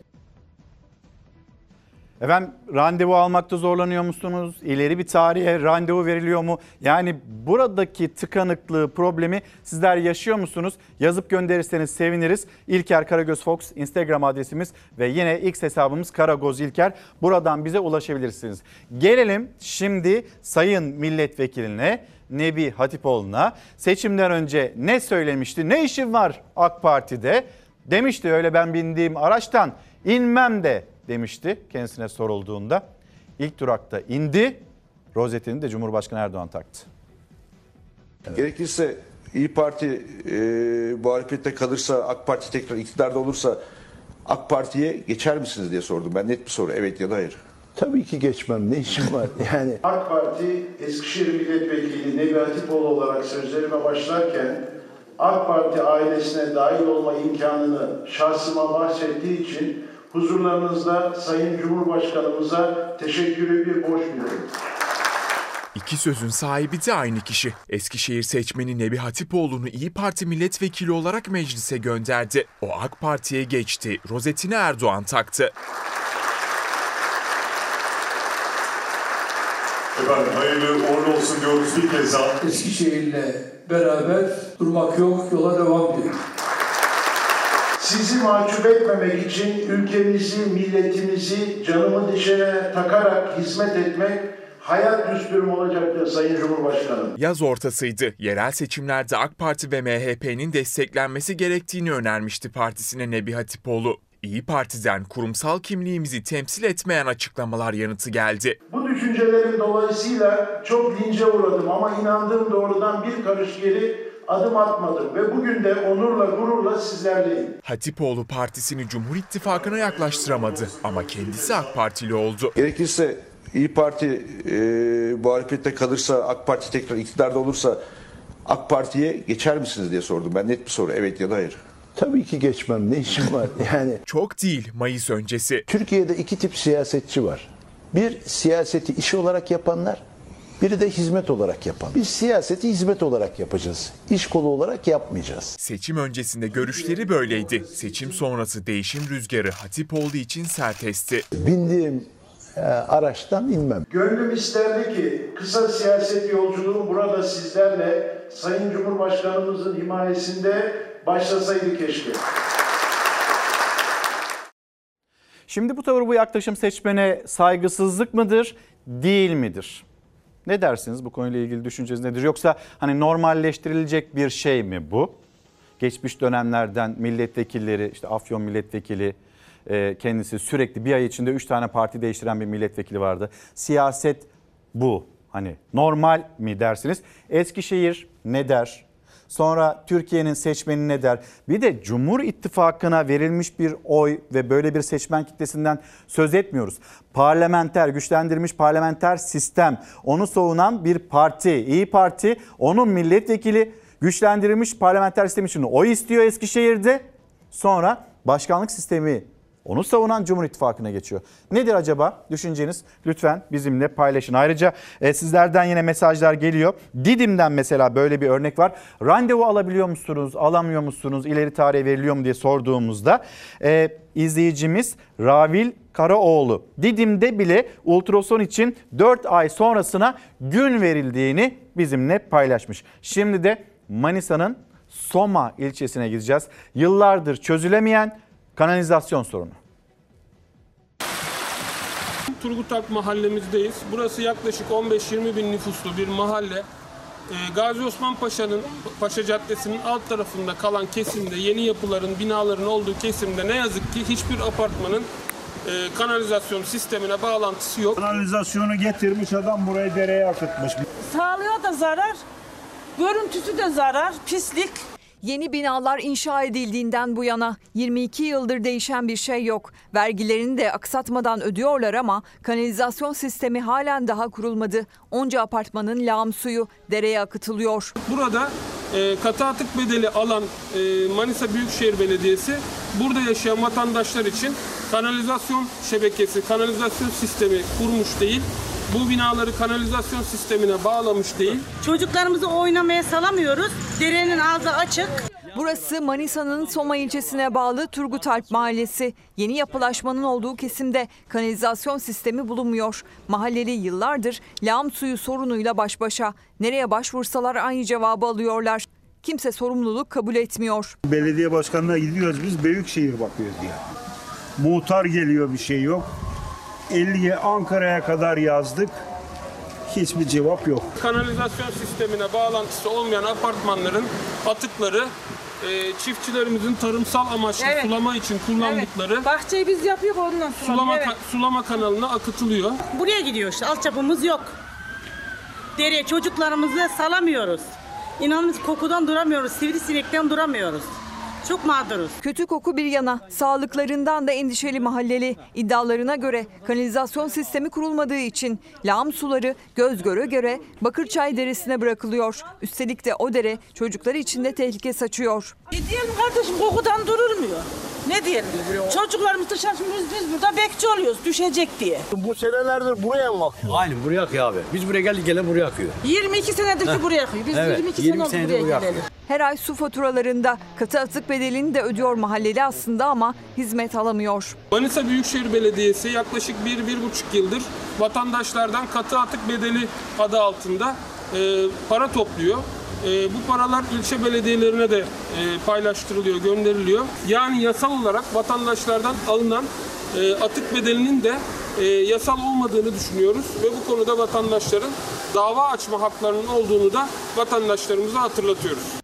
Efendim, randevu almakta zorlanıyor musunuz? İleri bir tarihe randevu veriliyor mu? Yani buradaki tıkanıklığı, problemi sizler yaşıyor musunuz? Yazıp gönderirseniz seviniriz. İlker Karagöz Fox Instagram adresimiz ve yine X hesabımız Karagoz İlker. Buradan bize ulaşabilirsiniz. Gelelim şimdi Sayın Milletvekiline, Nebi Hatipoğlu'na. Seçimden önce ne söylemişti? Ne işim var AK Parti'de? Demişti, öyle ben bindiğim araçtan inmem de demişti kendisine sorulduğunda. İlk durakta indi, rozetini de Cumhurbaşkanı Erdoğan taktı.
Evet. Gerekirse İYİ Parti e, muhalefette kalırsa, AK Parti tekrar iktidarda olursa
AK Parti'ye geçer misiniz diye sordum. Ben net bir soru. Evet ya da hayır.
Tabii ki geçmem. Ne işim var? Yani
AK Parti Eskişehir Milletvekili Nebi Hatipoğlu olarak sözlerime başlarken AK Parti ailesine dahil olma imkanını şahsıma bahsettiği için huzurlarınızda Sayın Cumhurbaşkanımıza teşekkürü bir borç biliyorum.
İki sözün sahibi de aynı kişi. Eskişehir seçmeni Nebi Hatipoğlu'nu İyi Parti milletvekili olarak meclise gönderdi. O AK Parti'ye geçti. Rozetini Erdoğan taktı.
Efendim hayırlı uğurlu olsun diyoruz bir kez daha.
Eskişehir'le beraber durmak yok, yola devam diyor.
Sizi mahcup etmemek için ülkemizi, milletimizi canımı dişine takarak hizmet etmek hayat düsturum olacaktır Sayın Cumhurbaşkanım.
Yaz ortasıydı. Yerel seçimlerde AK Parti ve M H P'nin desteklenmesi gerektiğini önermişti partisine Nebi Hatipoğlu. İyi Parti'den kurumsal kimliğimizi temsil etmeyen açıklamalar yanıtı geldi.
Bu düşüncelerim dolayısıyla çok lince uğradım ama inandığım doğrudan bir karış geri adım atmadım ve bugün de onurla gururla sizlerleyim.
Hatipoğlu partisini Cumhur İttifakı'na yaklaştıramadı ama kendisi AK Partili oldu.
Gerekirse İyi Parti e, muhalefette kalırsa, AK Parti tekrar iktidarda olursa AK Parti'ye geçer misiniz diye sordum. Ben net bir soru. Evet ya da hayır.
tabii ki geçmem. Ne işim var? Yani
çok değil Mayıs öncesi.
Türkiye'de iki tip siyasetçi var. Bir siyaseti iş olarak yapanlar, biri de hizmet olarak yapan. Biz siyaseti hizmet olarak yapacağız. İş kolu olarak yapmayacağız.
Seçim öncesinde görüşleri böyleydi. Seçim sonrası değişim rüzgarı Hatipoğlu için sert esti.
Bindiğim e, araçtan inmem.
Gönlüm isterdi ki kısa siyaset yolculuğum burada sizlerle Sayın Cumhurbaşkanımızın himayesinde başlasaydı keşke.
Şimdi bu tavır, bu yaklaşım seçmene saygısızlık mıdır, değil midir? Ne dersiniz, bu konuyla ilgili düşünceniz nedir? Yoksa hani normalleştirilecek bir şey mi bu? Geçmiş dönemlerden milletvekilleri, işte Afyon milletvekili kendisi sürekli bir ay içinde üç tane parti değiştiren bir milletvekili vardı. Siyaset bu. Hani normal mi dersiniz? Eskişehir ne der? Sonra Türkiye'nin seçmeni ne der? Bir de Cumhur İttifakı'na verilmiş bir oy ve böyle bir seçmen kitlesinden söz etmiyoruz. Parlamenter, güçlendirilmiş parlamenter sistem, onu savunan bir parti, İyi Parti, onun milletvekili güçlendirilmiş parlamenter sistem için oy istiyor Eskişehir'de. Sonra başkanlık sistemi, onu savunan Cumhur İttifakı'na geçiyor. Nedir acaba düşünceniz? Lütfen bizimle paylaşın. Ayrıca e, sizlerden yine mesajlar geliyor. Didim'den mesela böyle bir örnek var. Randevu alabiliyor musunuz, alamıyor musunuz, ileri tarihe veriliyor mu diye sorduğumuzda e, izleyicimiz Ravil Karaoğlu, Didim'de bile ultrason için dört ay sonrasına gün verildiğini bizimle paylaşmış. Şimdi de Manisa'nın Soma ilçesine gideceğiz. Yıllardır çözülemeyen kanalizasyon sorunu.
Turgut Alp mahallemizdeyiz. Burası yaklaşık on beş yirmi bin nüfuslu bir mahalle. Ee, Gazi Osman Paşa'nın Paşa Caddesi'nin alt tarafında kalan kesimde, yeni yapıların, binaların olduğu kesimde ne yazık ki hiçbir apartmanın e, kanalizasyon sistemine bağlantısı yok.
Kanalizasyonu getirmiş adam, burayı dereye akıtmış.
Sağlığa da zarar, görüntüsü de zarar, pislik.
Yeni binalar inşa edildiğinden bu yana yirmi iki yıldır değişen bir şey yok. Vergilerini de aksatmadan ödüyorlar ama kanalizasyon sistemi halen daha kurulmadı. Onca apartmanın lağım suyu dereye akıtılıyor.
Burada e, katı atık bedeli alan e, Manisa Büyükşehir Belediyesi burada yaşayan vatandaşlar için kanalizasyon şebekesi, kanalizasyon sistemi kurmuş değil. Bu binaları kanalizasyon sistemine bağlamış değil.
Çocuklarımızı oynamaya salamıyoruz. Derenin ağzı açık.
Burası Manisa'nın Soma ilçesine bağlı Turgut Alp Mahallesi. Yeni yapılaşmanın olduğu kesimde kanalizasyon sistemi bulunmuyor. Mahalleli yıllardır lağım suyu sorunuyla baş başa. Nereye başvursalar aynı cevabı alıyorlar. Kimse sorumluluk kabul etmiyor.
Belediye başkanına gidiyoruz, biz Büyükşehir bakıyoruz diye. Muhtar geliyor, bir şey yok. elliye Ankara'ya kadar yazdık. Hiçbir cevap yok.
Kanalizasyon sistemine bağlantısı olmayan apartmanların atıkları e, çiftçilerimizin tarımsal amaçlı evet. sulama için kullandıkları
evet. bahçeyi biz yapıyoruz, ondan sonra
sulama,
evet.
ka- sulama kanalına akıtılıyor.
Buraya gidiyor işte, altyapımız yok. Dereye çocuklarımızı salamıyoruz. İnanın kokudan duramıyoruz, sivrisinekten duramıyoruz. Çok mağduruz.
Kötü koku bir yana, sağlıklarından da endişeli mahalleli. İddialarına göre kanalizasyon sistemi kurulmadığı için lağım suları göz göre göre Bakırçay Deresi'ne bırakılıyor. Üstelik de o dere çocuklar için de tehlike saçıyor.
Ne diyelim kardeşim, kokudan durulmuyor. Ne diyelim? Çocuklarımız dışarı, biz, biz burada bekçi oluyoruz düşecek diye.
Bu senelerdir buraya mı akıyor? Aynen buraya akıyor abi. Biz buraya geldik gene buraya akıyor.
yirmi iki senedir ki buraya akıyor. Biz
Evet,
yirmi iki
yirmi
sene oldu
senedir
buraya
buraya
gelelim.
Her ay su faturalarında katı atık bedelini de ödüyor mahalleli aslında ama hizmet alamıyor.
Manisa Büyükşehir Belediyesi yaklaşık bir bir buçuk yıldır vatandaşlardan katı atık bedeli adı altında e, para topluyor. E, bu paralar ilçe belediyelerine de e, paylaştırılıyor, gönderiliyor. Yani yasal olarak vatandaşlardan alınan e, atık bedelinin de e, yasal olmadığını düşünüyoruz ve bu konuda vatandaşların dava açma haklarının olduğunu da vatandaşlarımıza hatırlatıyoruz.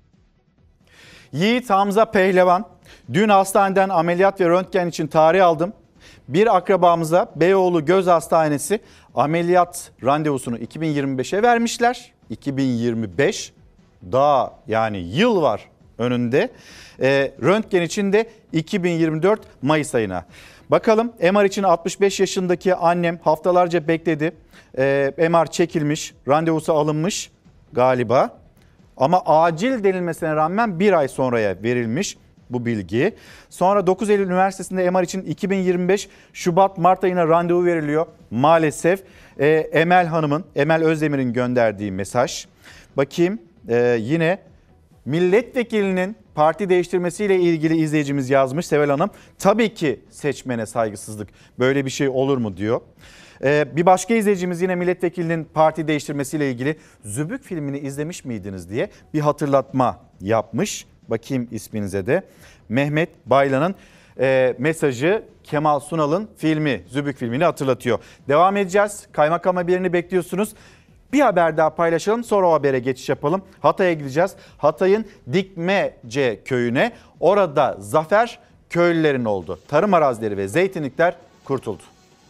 Yiğit Hamza Pehlevan, dün hastaneden ameliyat ve röntgen için tarih aldım. Bir akrabamıza Beyoğlu Göz Hastanesi ameliyat randevusunu iki bin yirmi beşe vermişler. iki bin yirmi beş daha yani yıl var önünde. E, röntgen için de iki bin yirmi dört Mayıs ayına. Bakalım M R için altmış beş yaşındaki annem haftalarca bekledi. E, M R çekilmiş, randevusu alınmış galiba. Ama acil denilmesine rağmen bir ay sonraya verilmiş bu bilgi. Sonra dokuz Eylül Üniversitesi'nde M R için iki bin yirmi beş Şubat-Mart ayına randevu veriliyor. Maalesef e, Emel Hanım'ın, Emel Özdemir'in gönderdiği mesaj. Bakayım e, yine milletvekilinin parti değiştirmesiyle ilgili izleyicimiz yazmış Sevel Hanım. Tabii ki seçmene saygısızlık, böyle bir şey olur mu diyor. Ee, bir başka izleyicimiz yine milletvekilinin parti değiştirmesiyle ilgili Zübük filmini izlemiş miydiniz diye bir hatırlatma yapmış. Bakayım isminize de. Mehmet Baylan'ın e, mesajı Kemal Sunal'ın filmi, Zübük filmini hatırlatıyor. Devam edeceğiz. Kaymakam haberini bekliyorsunuz. Bir haber daha paylaşalım, sonra o habere geçiş yapalım. Hatay'a gideceğiz. Hatay'ın Dikmece köyüne. Orada zafer köylülerin oldu. Tarım arazileri ve zeytinlikler kurtuldu.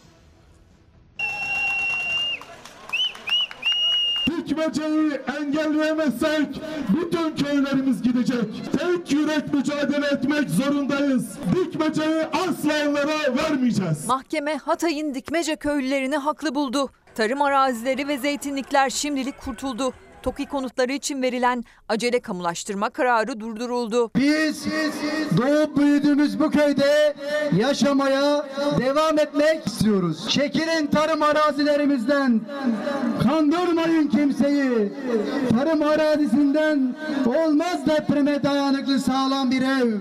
Dikmeceyi engelleyemezsek bütün köylerimiz gidecek. Tek yürek mücadele etmek zorundayız. Dikmeceyi asla onlara vermeyeceğiz.
Mahkeme Hatay'ın Dikmece köylülerini haklı buldu. Tarım arazileri ve zeytinlikler şimdilik kurtuldu. TOKİ konutları için verilen acele kamulaştırma kararı durduruldu.
Biz doğup büyüdüğümüz bu köyde yaşamaya devam etmek istiyoruz. Çekilin tarım arazilerimizden. Kandırmayın kimseyi. Tarım arazisinden olmaz depreme dayanıklı sağlam bir ev.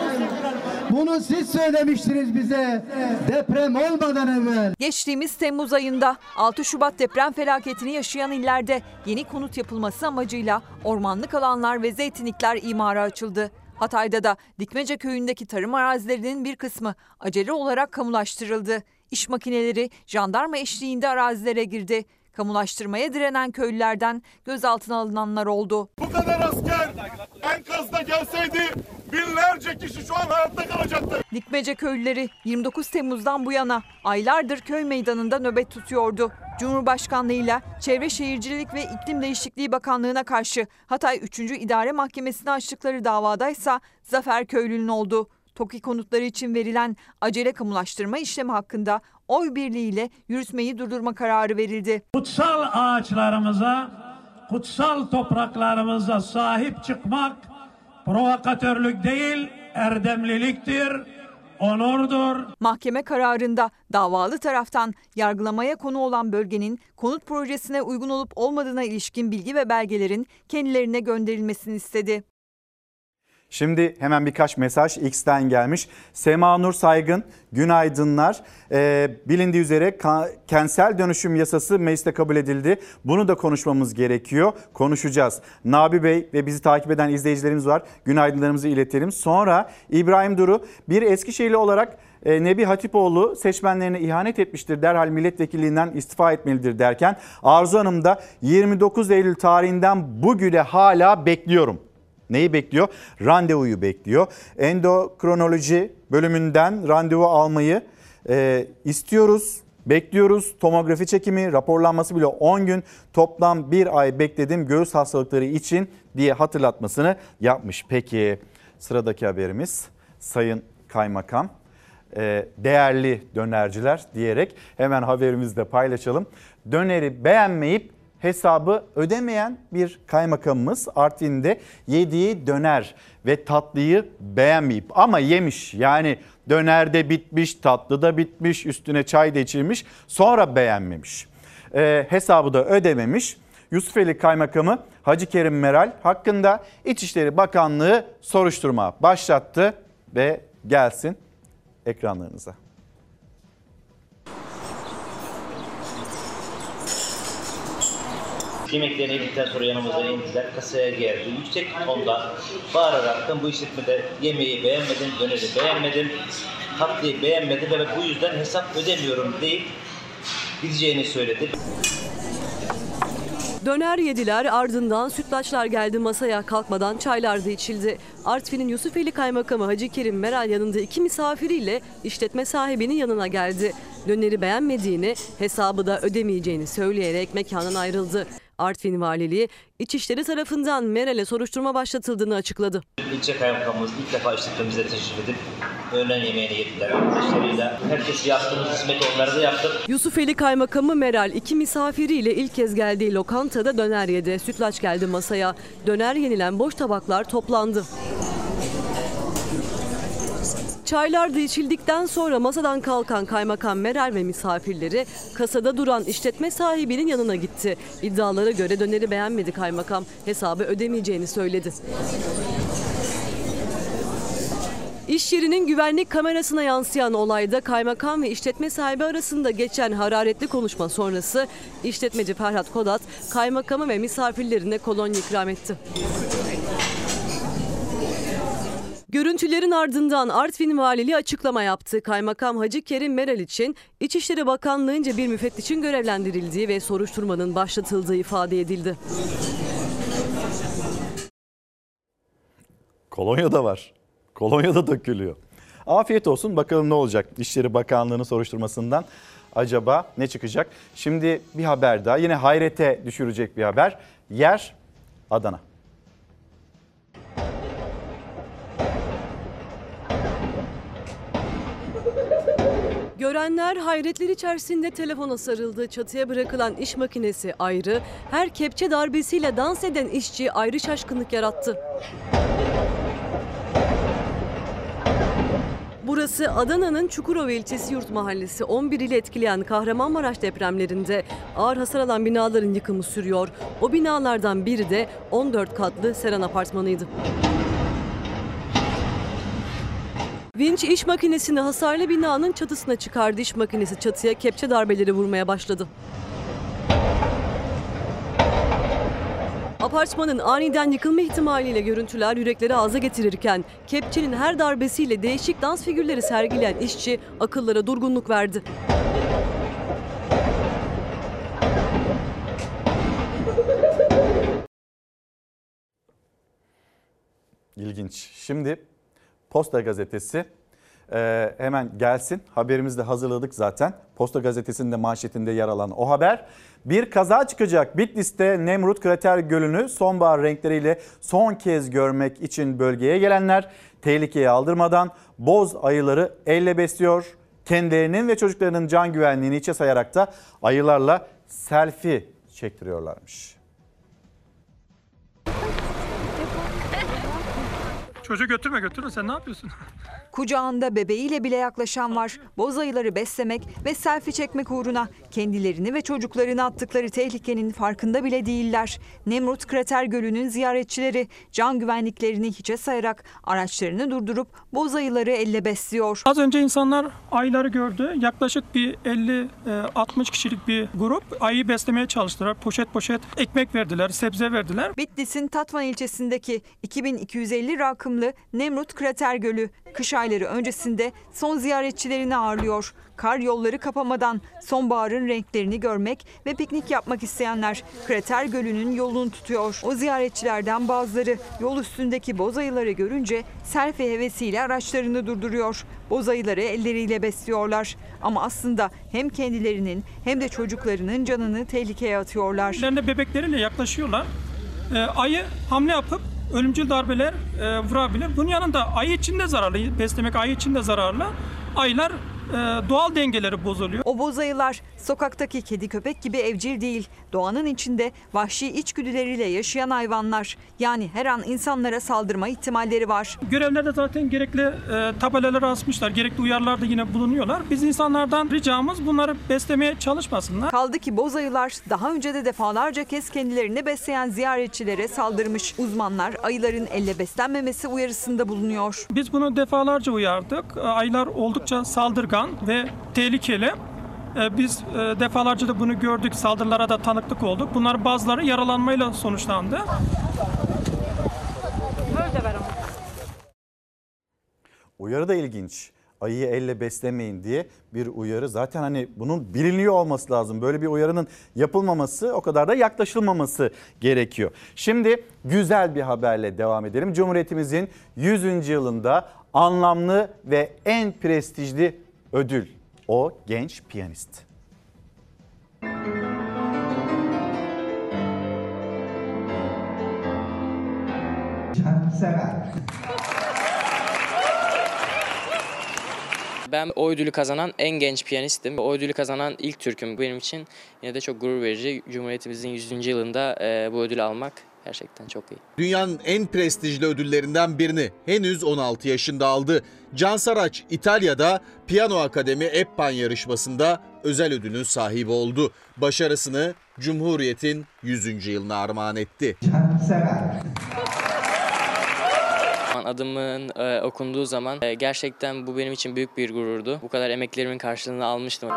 Bunu siz söylemiştiniz bize deprem olmadan evvel.
Geçtiğimiz Temmuz ayında altı Şubat deprem felaketini yaşayan illerde yeni konut yapılması amacıyla ormanlık alanlar ve zeytinlikler imara açıldı. Hatay'da da Dikmece köyündeki tarım arazilerinin bir kısmı acele olarak kamulaştırıldı. İş makineleri jandarma eşliğinde arazilere girdi. Kamulaştırmaya direnen köylülerden gözaltına alınanlar oldu.
Bu kadar asker enkazda gelseydi binlerce kişi şu an hayatta kalacaktı.
Dikmece köylüleri yirmi dokuz Temmuz'dan bu yana aylardır köy meydanında nöbet tutuyordu. Cumhurbaşkanlığıyla Çevre Şehircilik ve İklim Değişikliği Bakanlığı'na karşı Hatay üçüncü İdare Mahkemesi'ne açtıkları davadaysa zafer köylünün oldu. TOKİ konutları için verilen acele kamulaştırma işlemi hakkında oy birliğiyle yürütmeyi durdurma kararı verildi.
Kutsal ağaçlarımıza, kutsal topraklarımıza sahip çıkmak provokatörlük değil, erdemliliktir, onurdur.
Mahkeme kararında davalı taraftan yargılamaya konu olan bölgenin konut projesine uygun olup olmadığına ilişkin bilgi ve belgelerin kendilerine gönderilmesini istedi.
Şimdi hemen birkaç mesaj X'ten gelmiş. Sema Nur Saygın, günaydınlar. Ee, bilindiği üzere ka- kentsel dönüşüm yasası mecliste kabul edildi. Bunu da konuşmamız gerekiyor. Konuşacağız. Nabi Bey ve bizi takip eden izleyicilerimiz var. Günaydınlarımızı iletelim. Sonra İbrahim Duru, bir Eskişehirli olarak e, Nebi Hatipoğlu seçmenlerine ihanet etmiştir. Derhal milletvekilliğinden istifa etmelidir derken Arzu Hanım da yirmi dokuz Eylül tarihinden bugüne hala bekliyorum. Neyi bekliyor? Randevuyu bekliyor. Endokrinoloji bölümünden randevu almayı e, istiyoruz, bekliyoruz. Tomografi çekimi, raporlanması bile on gün, toplam bir ay bekledim göğüs hastalıkları için diye hatırlatmasını yapmış. Peki sıradaki haberimiz Sayın Kaymakam, değerli dönerciler diyerek hemen haberimizde paylaşalım. Döneri beğenmeyip hesabı ödemeyen bir kaymakamımız Artvin'de yediği döner ve tatlıyı beğenmeyip ama yemiş. Yani döner de bitmiş, tatlı da bitmiş, üstüne çay da içilmiş, sonra beğenmemiş. E, hesabı da ödememiş. Yusufeli Kaymakamı Hacı Kerim Meral hakkında İçişleri Bakanlığı soruşturma başlattı ve gelsin ekranlarınıza.
Yemeklerini yedikten sonra yanımıza indiler, kasaya geldi. Yüksek tonda bağıraraktan bu işletmede yemeği beğenmedim, döneri beğenmedim, tatlıyı beğenmedim ve bu yüzden hesap ödemiyorum deyip gideceğini söyledi.
Döner yediler, ardından sütlaçlar geldi masaya, kalkmadan çaylar da içildi. Artvin'in Yusufeli Kaymakamı Hacı Kerim Meral yanında iki misafiriyle işletme sahibinin yanına geldi. Döneri beğenmediğini, hesabı da ödemeyeceğini söyleyerek mekandan ayrıldı. Artvin Valiliği, İçişleri tarafından Meral'e soruşturma başlatıldığını açıkladı.
İlçe kaymakamımız ilk defa işletmemize teşrif edip öğlen yemeğini yediler arkadaşlarıyla. Herkes yaptığımız hizmeti onlara da yaptık.
Yusufeli Kaymakamı Meral iki misafiriyle ilk kez geldiği lokantada döner yedi. Sütlaç geldi masaya. Döner yenilen boş tabaklar toplandı. Çaylar da içildikten sonra masadan kalkan Kaymakam Meral ve misafirleri kasada duran işletme sahibinin yanına gitti. İddialara göre döneri beğenmedi kaymakam, hesabı ödemeyeceğini söyledi. İş yerinin güvenlik kamerasına yansıyan olayda kaymakam ve işletme sahibi arasında geçen hararetli konuşma sonrası işletmeci Ferhat Kodat kaymakamı ve misafirlerine kolonya ikram etti. Görüntülerin ardından Artvin Valiliği açıklama yaptı. Kaymakam Hacı Kerim Meral için İçişleri Bakanlığı'nca bir müfettişin görevlendirildiği ve soruşturmanın başlatıldığı ifade edildi.
Kolonya da var. Kolonya da dökülüyor. Afiyet olsun, bakalım ne olacak İçişleri Bakanlığı'nın soruşturmasından acaba ne çıkacak? Şimdi bir haber daha, yine hayrete düşürecek bir haber. Yer Adana.
Görenler hayretler içerisinde telefona sarıldı. Çatıya bırakılan iş makinesi ayrı, her kepçe darbesiyle dans eden işçi ayrı şaşkınlık yarattı. Burası Adana'nın Çukurova ilçesi Yurt Mahallesi. on bir ili etkileyen Kahramanmaraş depremlerinde ağır hasar alan binaların yıkımı sürüyor. O binalardan biri de on dört katlı Seren Apartmanı'ydı. Vinç iş makinesini hasarlı binanın çatısına çıkardı. İş makinesi çatıya kepçe darbeleri vurmaya başladı. Apartmanın aniden yıkılma ihtimaliyle görüntüler yürekleri ağza getirirken kepçenin her darbesiyle değişik dans figürleri sergileyen işçi akıllara durgunluk verdi.
İlginç. Şimdi Posta Gazetesi e, hemen gelsin. Haberimizi de hazırladık zaten. Posta Gazetesi'nin de manşetinde yer alan o haber. Bir kaza çıkacak. Bitlis'te Nemrut Krater Gölü'nü sonbahar renkleriyle son kez görmek için bölgeye gelenler tehlikeye aldırmadan boz ayıları elle besliyor. Kendilerinin ve çocuklarının can güvenliğini içe sayarak da ayılarla selfie çektiriyorlarmış.
Çocuğu götürme götürme, sen ne yapıyorsun?
Kucağında bebeğiyle bile yaklaşan var. Boz ayıları beslemek ve selfie çekmek uğruna kendilerini ve çocuklarını attıkları tehlikenin farkında bile değiller. Nemrut Krater Gölü'nün ziyaretçileri can güvenliklerini hiçe sayarak araçlarını durdurup boz ayıları elle besliyor.
Az önce insanlar ayıları gördü. Yaklaşık bir elli altmış kişilik bir grup ayıyı beslemeye çalıştılar. Poşet poşet ekmek verdiler, sebze verdiler.
Bitlis'in Tatvan ilçesindeki iki bin iki yüz elli rakımlı Nemrut Krater Gölü kış ayları öncesinde son ziyaretçilerini ağırlıyor. Kar yolları kapamadan sonbaharın renklerini görmek ve piknik yapmak isteyenler Krater Gölü'nün yolunu tutuyor. O ziyaretçilerden bazıları yol üstündeki boz ayıları görünce selfie hevesiyle araçlarını durduruyor. Boz ayıları elleriyle besliyorlar. Ama aslında hem kendilerinin hem de çocuklarının canını tehlikeye atıyorlar.
Ellerinde bebekleriyle yaklaşıyorlar. Ee, ayı hamle yapıp ölümcül darbeler e, vurabilir. Bunun yanında ayı için de zararlı, beslemek ayı için de zararlı. Ayılar e, doğal dengeleri bozuluyor.
O bozayılar sokaktaki kedi köpek gibi evcil değil. Doğanın içinde vahşi içgüdüleriyle yaşayan hayvanlar. Yani her an insanlara saldırma ihtimalleri var.
Görevlerde zaten gerekli e, tabelaları asmışlar. Gerekli uyarılarda yine bulunuyorlar. Biz insanlardan ricamız bunları beslemeye çalışmasınlar.
Kaldı ki bozayılar daha önce de defalarca kez kendilerini besleyen ziyaretçilere saldırmış. Uzmanlar ayıların elle beslenmemesi uyarısında bulunuyor.
Biz bunu defalarca uyardık. Ayılar oldukça saldırgan ve tehlikeli. Biz defalarca da bunu gördük, saldırılara da tanıklık olduk. Bunlar bazıları yaralanmayla sonuçlandı.
Uyarı da ilginç. Ayıyı elle beslemeyin diye bir uyarı. Zaten hani bunun biliniyor olması lazım. Böyle bir uyarının yapılmaması, o kadar da yaklaşılmaması gerekiyor. Şimdi güzel bir haberle devam edelim. Cumhuriyetimizin yüzüncü yılında anlamlı ve en prestijli ödül. O genç piyanist.
Ben o ödülü kazanan en genç piyanistim. O ödülü kazanan ilk Türk'üm. Benim için yine de çok gurur verici. Cumhuriyetimizin yüzüncü yılında e, bu ödülü almak gerçekten çok iyi.
Dünyanın en prestijli ödüllerinden birini henüz on altı yaşında aldı. Can Saraç İtalya'da Piyano Akademi EPPAN yarışmasında özel ödülün sahibi oldu. Başarısını Cumhuriyet'in yüzüncü yılına armağan etti.
Adımın e, okunduğu zaman e, gerçekten bu benim için büyük bir gururdu. Bu kadar emeklerimin karşılığını almıştım.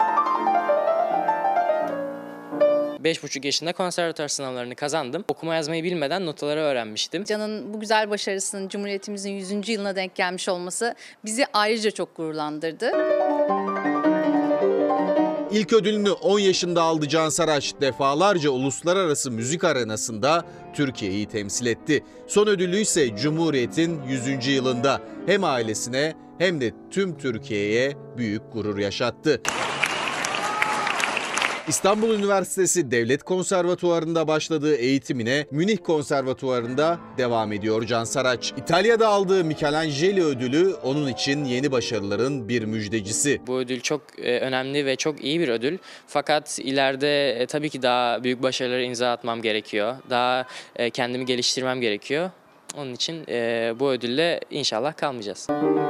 Beş buçuk yaşında konservatuar sınavlarını kazandım. Okuma yazmayı bilmeden notaları öğrenmiştim.
Can'ın bu güzel başarısının Cumhuriyetimizin yüzüncü yılına denk gelmiş olması bizi ayrıca çok gururlandırdı.
İlk ödülünü on yaşında aldı Can Saraç. Defalarca uluslararası müzik arenasında Türkiye'yi temsil etti. Son ödülü ise Cumhuriyet'in yüzüncü yılında hem ailesine hem de tüm Türkiye'ye büyük gurur yaşattı. İstanbul Üniversitesi Devlet Konservatuvarı'nda başladığı eğitimine Münih Konservatuvarı'nda devam ediyor Can Saraç. İtalya'da aldığı Michelangelo ödülü onun için yeni başarıların bir müjdecisi.
Bu ödül çok e, önemli ve çok iyi bir ödül. Fakat ileride e, tabii ki daha büyük başarılara imza atmam gerekiyor. Daha e, kendimi geliştirmem gerekiyor. Onun için e, bu ödülle inşallah kalmayacağız.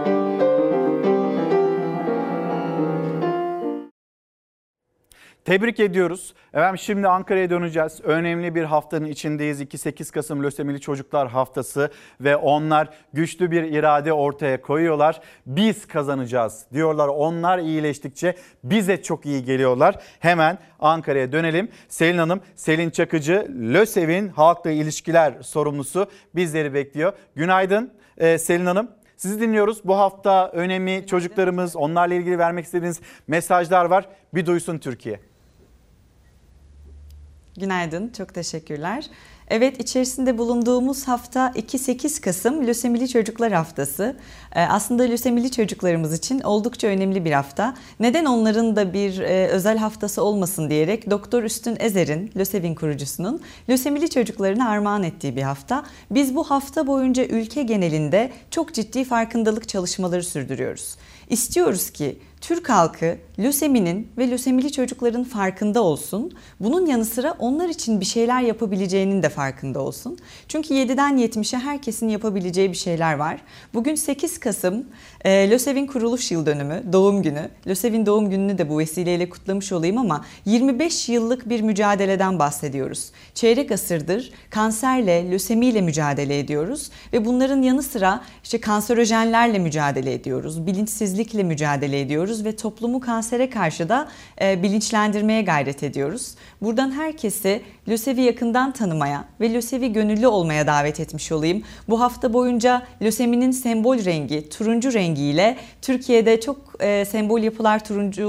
Tebrik ediyoruz. Efendim şimdi Ankara'ya döneceğiz. Önemli bir haftanın içindeyiz. iki sekiz Kasım Lösemili Çocuklar Haftası ve onlar güçlü bir irade ortaya koyuyorlar. Biz kazanacağız diyorlar. Onlar iyileştikçe bize çok iyi geliyorlar. Hemen Ankara'ya dönelim. Selin Hanım, Selin Çakıcı, LÖSEV'in halkla ilişkiler sorumlusu bizleri bekliyor. Günaydın ee, Selin Hanım. Sizi dinliyoruz. Bu hafta önemi çocuklarımız, onlarla ilgili vermek istediğiniz mesajlar var. Bir duysun Türkiye.
Günaydın, çok teşekkürler. Evet, içerisinde bulunduğumuz hafta iki sekiz Kasım Lösemili Çocuklar Haftası. Aslında lösemili çocuklarımız için oldukça önemli bir hafta. Neden onların da bir özel haftası olmasın diyerek Doktor Üstün Ezer'in, LÖSEV'in kurucusunun lösemili çocuklarına armağan ettiği bir hafta. Biz bu hafta boyunca ülke genelinde çok ciddi farkındalık çalışmaları sürdürüyoruz. İstiyoruz ki Türk halkı löseminin ve lösemili çocukların farkında olsun. Bunun yanı sıra onlar için bir şeyler yapabileceğinin de farkında olsun. Çünkü yediden yetmişe herkesin yapabileceği bir şeyler var. Bugün sekiz Kasım e, LÖSEV'in kuruluş yıl dönümü, doğum günü. LÖSEV'in doğum gününü de bu vesileyle kutlamış olayım ama yirmi beş yıllık bir mücadeleden bahsediyoruz. Çeyrek asırdır kanserle, lösemiyle mücadele ediyoruz ve bunların yanı sıra işte kanserojenlerle mücadele ediyoruz, bilinçsizlikle mücadele ediyoruz ve toplumu kansere karşı da e, bilinçlendirmeye gayret ediyoruz. Buradan herkesi LÖSEV'i yakından tanımaya ve LÖSEV'i gönüllü olmaya davet etmiş olayım. Bu hafta boyunca löseminin sembol rengi, turuncu rengiyle Türkiye'de çok e, sembol yapılar turuncu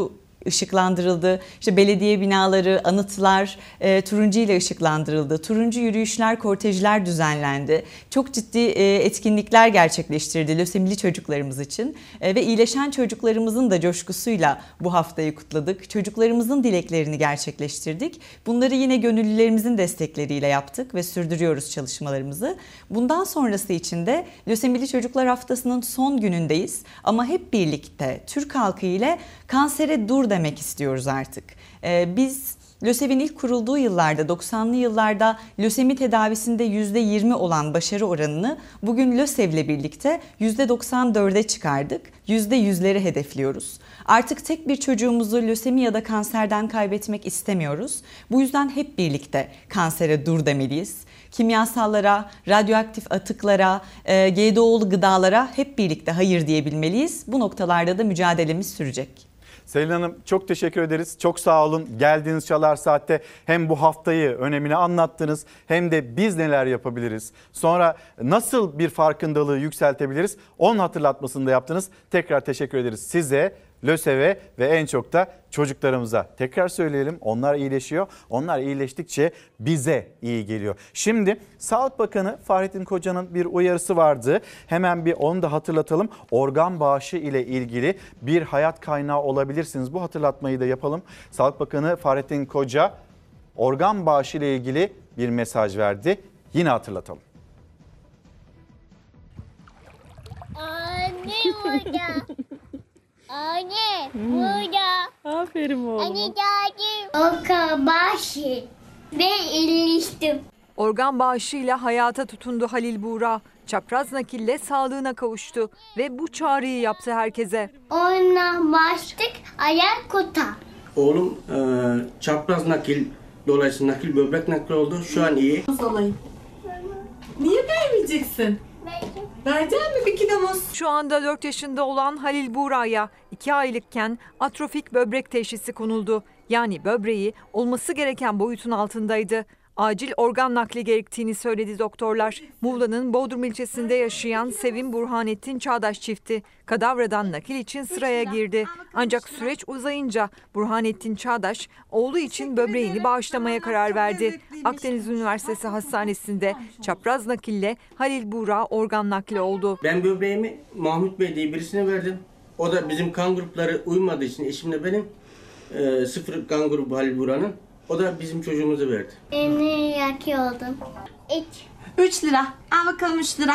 ışıklandırıldı. İşte belediye binaları, anıtlar e, turuncu ile ışıklandırıldı. Turuncu yürüyüşler, kortejler düzenlendi. Çok ciddi e, etkinlikler gerçekleştirdi lösemili çocuklarımız için. E, ve iyileşen çocuklarımızın da coşkusuyla bu haftayı kutladık. Çocuklarımızın dileklerini gerçekleştirdik. Bunları yine gönüllülerimizin destekleriyle yaptık ve sürdürüyoruz çalışmalarımızı. Bundan sonrası için de Lösemili Çocuklar Haftası'nın son günündeyiz. Ama hep birlikte Türk halkı ile kansere dur demek istiyoruz artık. Ee, biz LÖSEV'in ilk kurulduğu yıllarda, doksanlı yıllarda lösemi tedavisinde yüzde yirmi olan başarı oranını bugün LÖSEV'le birlikte yüzde doksan dörde çıkardık. yüzde yüzleri hedefliyoruz. Artık tek bir çocuğumuzu lösemi ya da kanserden kaybetmek istemiyoruz. Bu yüzden hep birlikte kansere dur demeliyiz. Kimyasallara, radyoaktif atıklara, e, G D O'lu gıdalara hep birlikte hayır diyebilmeliyiz. Bu noktalarda da mücadelemiz sürecek.
Selin Hanım çok teşekkür ederiz. Çok sağ olun. Geldiğiniz Çalar Saat'te hem bu haftayı önemini anlattınız hem de biz neler yapabiliriz. Sonra nasıl bir farkındalığı yükseltebiliriz onun hatırlatmasını da yaptınız. Tekrar teşekkür ederiz size, LÖSEV'e ve en çok da çocuklarımıza. Tekrar söyleyelim, onlar iyileşiyor. Onlar iyileştikçe bize iyi geliyor. Şimdi Sağlık Bakanı Fahrettin Koca'nın bir uyarısı vardı. Hemen bir onu da hatırlatalım. Organ bağışı ile ilgili bir hayat kaynağı olabilirsiniz. Bu hatırlatmayı da yapalım. Sağlık Bakanı Fahrettin Koca organ bağışı ile ilgili bir mesaj verdi. Yine hatırlatalım.
Anne burada. Anne burada.
Aferin oğlum.
Anne geldim. Organ bağışı ve iyileştim.
Organ bağışıyla hayata tutundu Halil Buğra. Çapraz nakille sağlığına kavuştu ve bu çağrıyı yaptı herkese.
Onunla başlık ayak kurtar.
Oğlum e, çapraz nakil dolayısıyla nakil böbrek nakli oldu. Şu an iyi.
Alayım. Niye vermeyeceksin? Vereceğim mi bir kilo muz? Şu anda dört yaşında olan Halil Buğra'ya iki aylıkken atrofik böbrek teşhisi konuldu. Yani böbreği olması gereken boyutun altındaydı. Acil organ nakli gerektiğini söyledi doktorlar. Muğla'nın Bodrum ilçesinde yaşayan Sevim Burhanettin Çağdaş çifti kadavradan nakil için sıraya girdi. Ancak süreç uzayınca Burhanettin Çağdaş oğlu için böbreğini bağışlamaya karar verdi. Akdeniz Üniversitesi Hastanesi'nde çapraz nakille Halil Buğra organ nakli oldu.
Ben böbreğimi Mahmut Bey diye birisine verdim. O da bizim kan grupları uymadığı için eşimle benim e, sıfır kan grubu Halil Buğra'nın. O da bizim çocuğumuzu verdi.
Emre yakıyordum. İç.
üç lira. Al bakalım üç lira.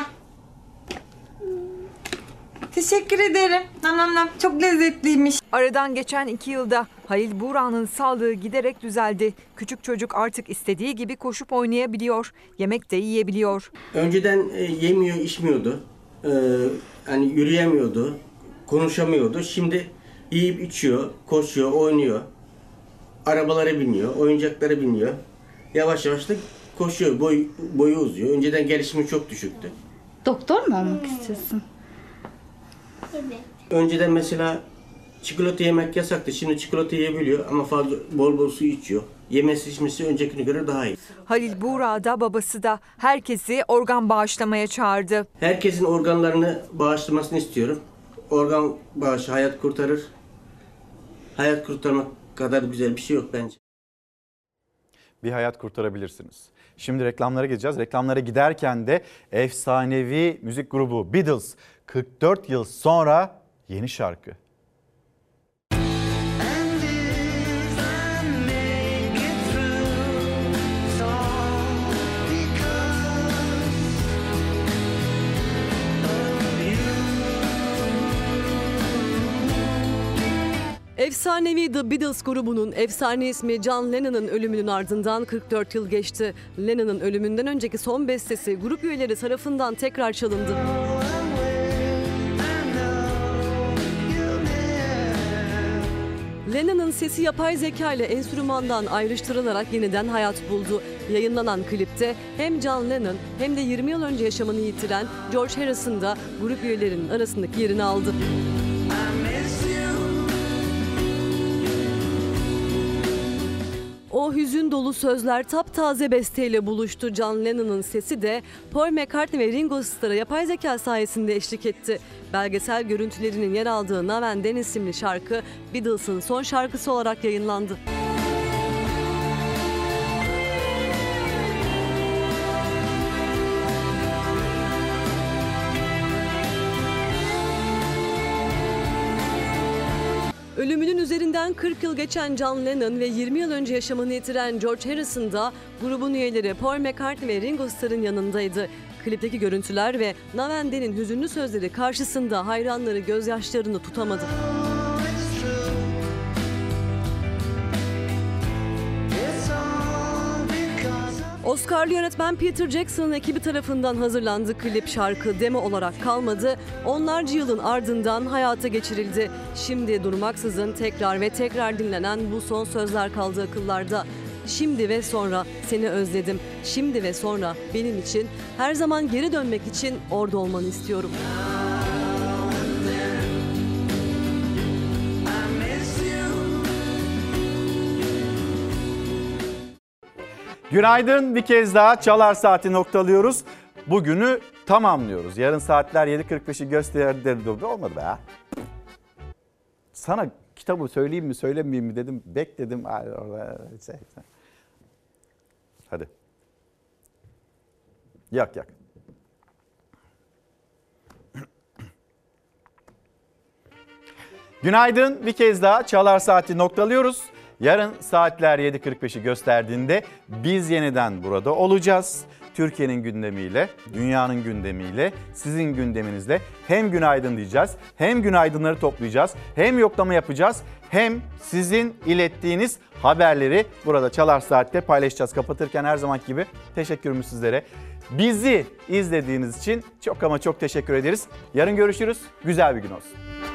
Teşekkür ederim. Nam nam nam. Çok lezzetliymiş. Aradan geçen iki yılda Halil Buğra'nın sağlığı giderek düzeldi. Küçük çocuk artık istediği gibi koşup oynayabiliyor. Yemek de yiyebiliyor.
Önceden e, yemiyor, içmiyordu. E, hani yürüyemiyordu, konuşamıyordu. Şimdi yiyip içiyor, koşuyor, oynuyor. Arabalara biniyor, oyuncaklara biniyor. Yavaş yavaş da koşuyor, boy, boyu uzuyor. Önceden gelişimi çok düşüktü.
Doktor mu olmak istiyorsun? Evet.
Önceden mesela çikolata yemek yasaktı. Şimdi çikolata yiyebiliyor ama fazla bol bol su içiyor. Yemesi içmesi öncekine göre daha iyi.
Halil Buğra da babası da herkesi organ bağışlamaya çağırdı.
Herkesin organlarını bağışlamasını istiyorum. Organ bağışı hayat kurtarır. Hayat kurtarmak kadar güzel bir şey yok bence.
Bir hayat kurtarabilirsiniz. Şimdi reklamlara gideceğiz. Reklamlara giderken de efsanevi müzik grubu Beatles kırk dört yıl sonra yeni şarkı.
Efsanevi The Beatles grubunun efsane ismi John Lennon'ın ölümünün ardından kırk dört yıl geçti. Lennon'ın ölümünden önceki son bestesi grup üyeleri tarafından tekrar çalındı. Lennon'ın sesi yapay zeka ile enstrümandan ayrıştırılarak yeniden hayat buldu. Yayınlanan klipte hem John Lennon hem de yirmi yıl önce yaşamını yitiren George Harrison da grup üyelerinin arasındaki yerini aldı. O hüzün dolu sözler taptaze besteyle buluştu. John Lennon'ın sesi de Paul McCartney ve Ringo Starr'a yapay zeka sayesinde eşlik etti. Belgesel görüntülerinin yer aldığı Now and Then isimli şarkı Beatles'ın son şarkısı olarak yayınlandı. Ölümünün üzerinden kırk yıl geçen John Lennon ve yirmi yıl önce yaşamını yitiren George Harrison da grubun üyeleri Paul McCartney ve Ringo Starr'ın yanındaydı. Klipteki görüntüler ve Now and Then'in hüzünlü sözleri karşısında hayranları gözyaşlarını tutamadı. Oscar'lı yönetmen Peter Jackson'ın ekibi tarafından hazırlandı. Klip şarkı demo olarak kalmadı. Onlarca yılın ardından hayata geçirildi. Şimdi durmaksızın tekrar ve tekrar dinlenen bu son sözler kaldı akıllarda. Şimdi ve sonra seni özledim. Şimdi ve sonra benim için her zaman geri dönmek için orada olmanı istiyorum.
Günaydın, bir kez daha Çalar Saati noktalıyoruz. Bugünü tamamlıyoruz. Yarın saatler yedi kırk beşi gösterdi. Olmadı be ya. Sana kitabı söyleyeyim mi söylemeyeyim mi dedim. Bekledim. Hadi. Yak yak. Günaydın, bir kez daha Çalar Saati noktalıyoruz. Yarın saatler yedi kırk beşi gösterdiğinde biz yeniden burada olacağız. Türkiye'nin gündemiyle, dünyanın gündemiyle, sizin gündeminizle hem günaydın diyeceğiz, hem günaydınları toplayacağız, hem yoklama yapacağız, hem sizin ilettiğiniz haberleri burada Çalar Saat'te paylaşacağız. Kapatırken her zamanki gibi teşekkürümüz sizlere. Bizi izlediğiniz için çok ama çok teşekkür ederiz. Yarın görüşürüz. Güzel bir gün olsun.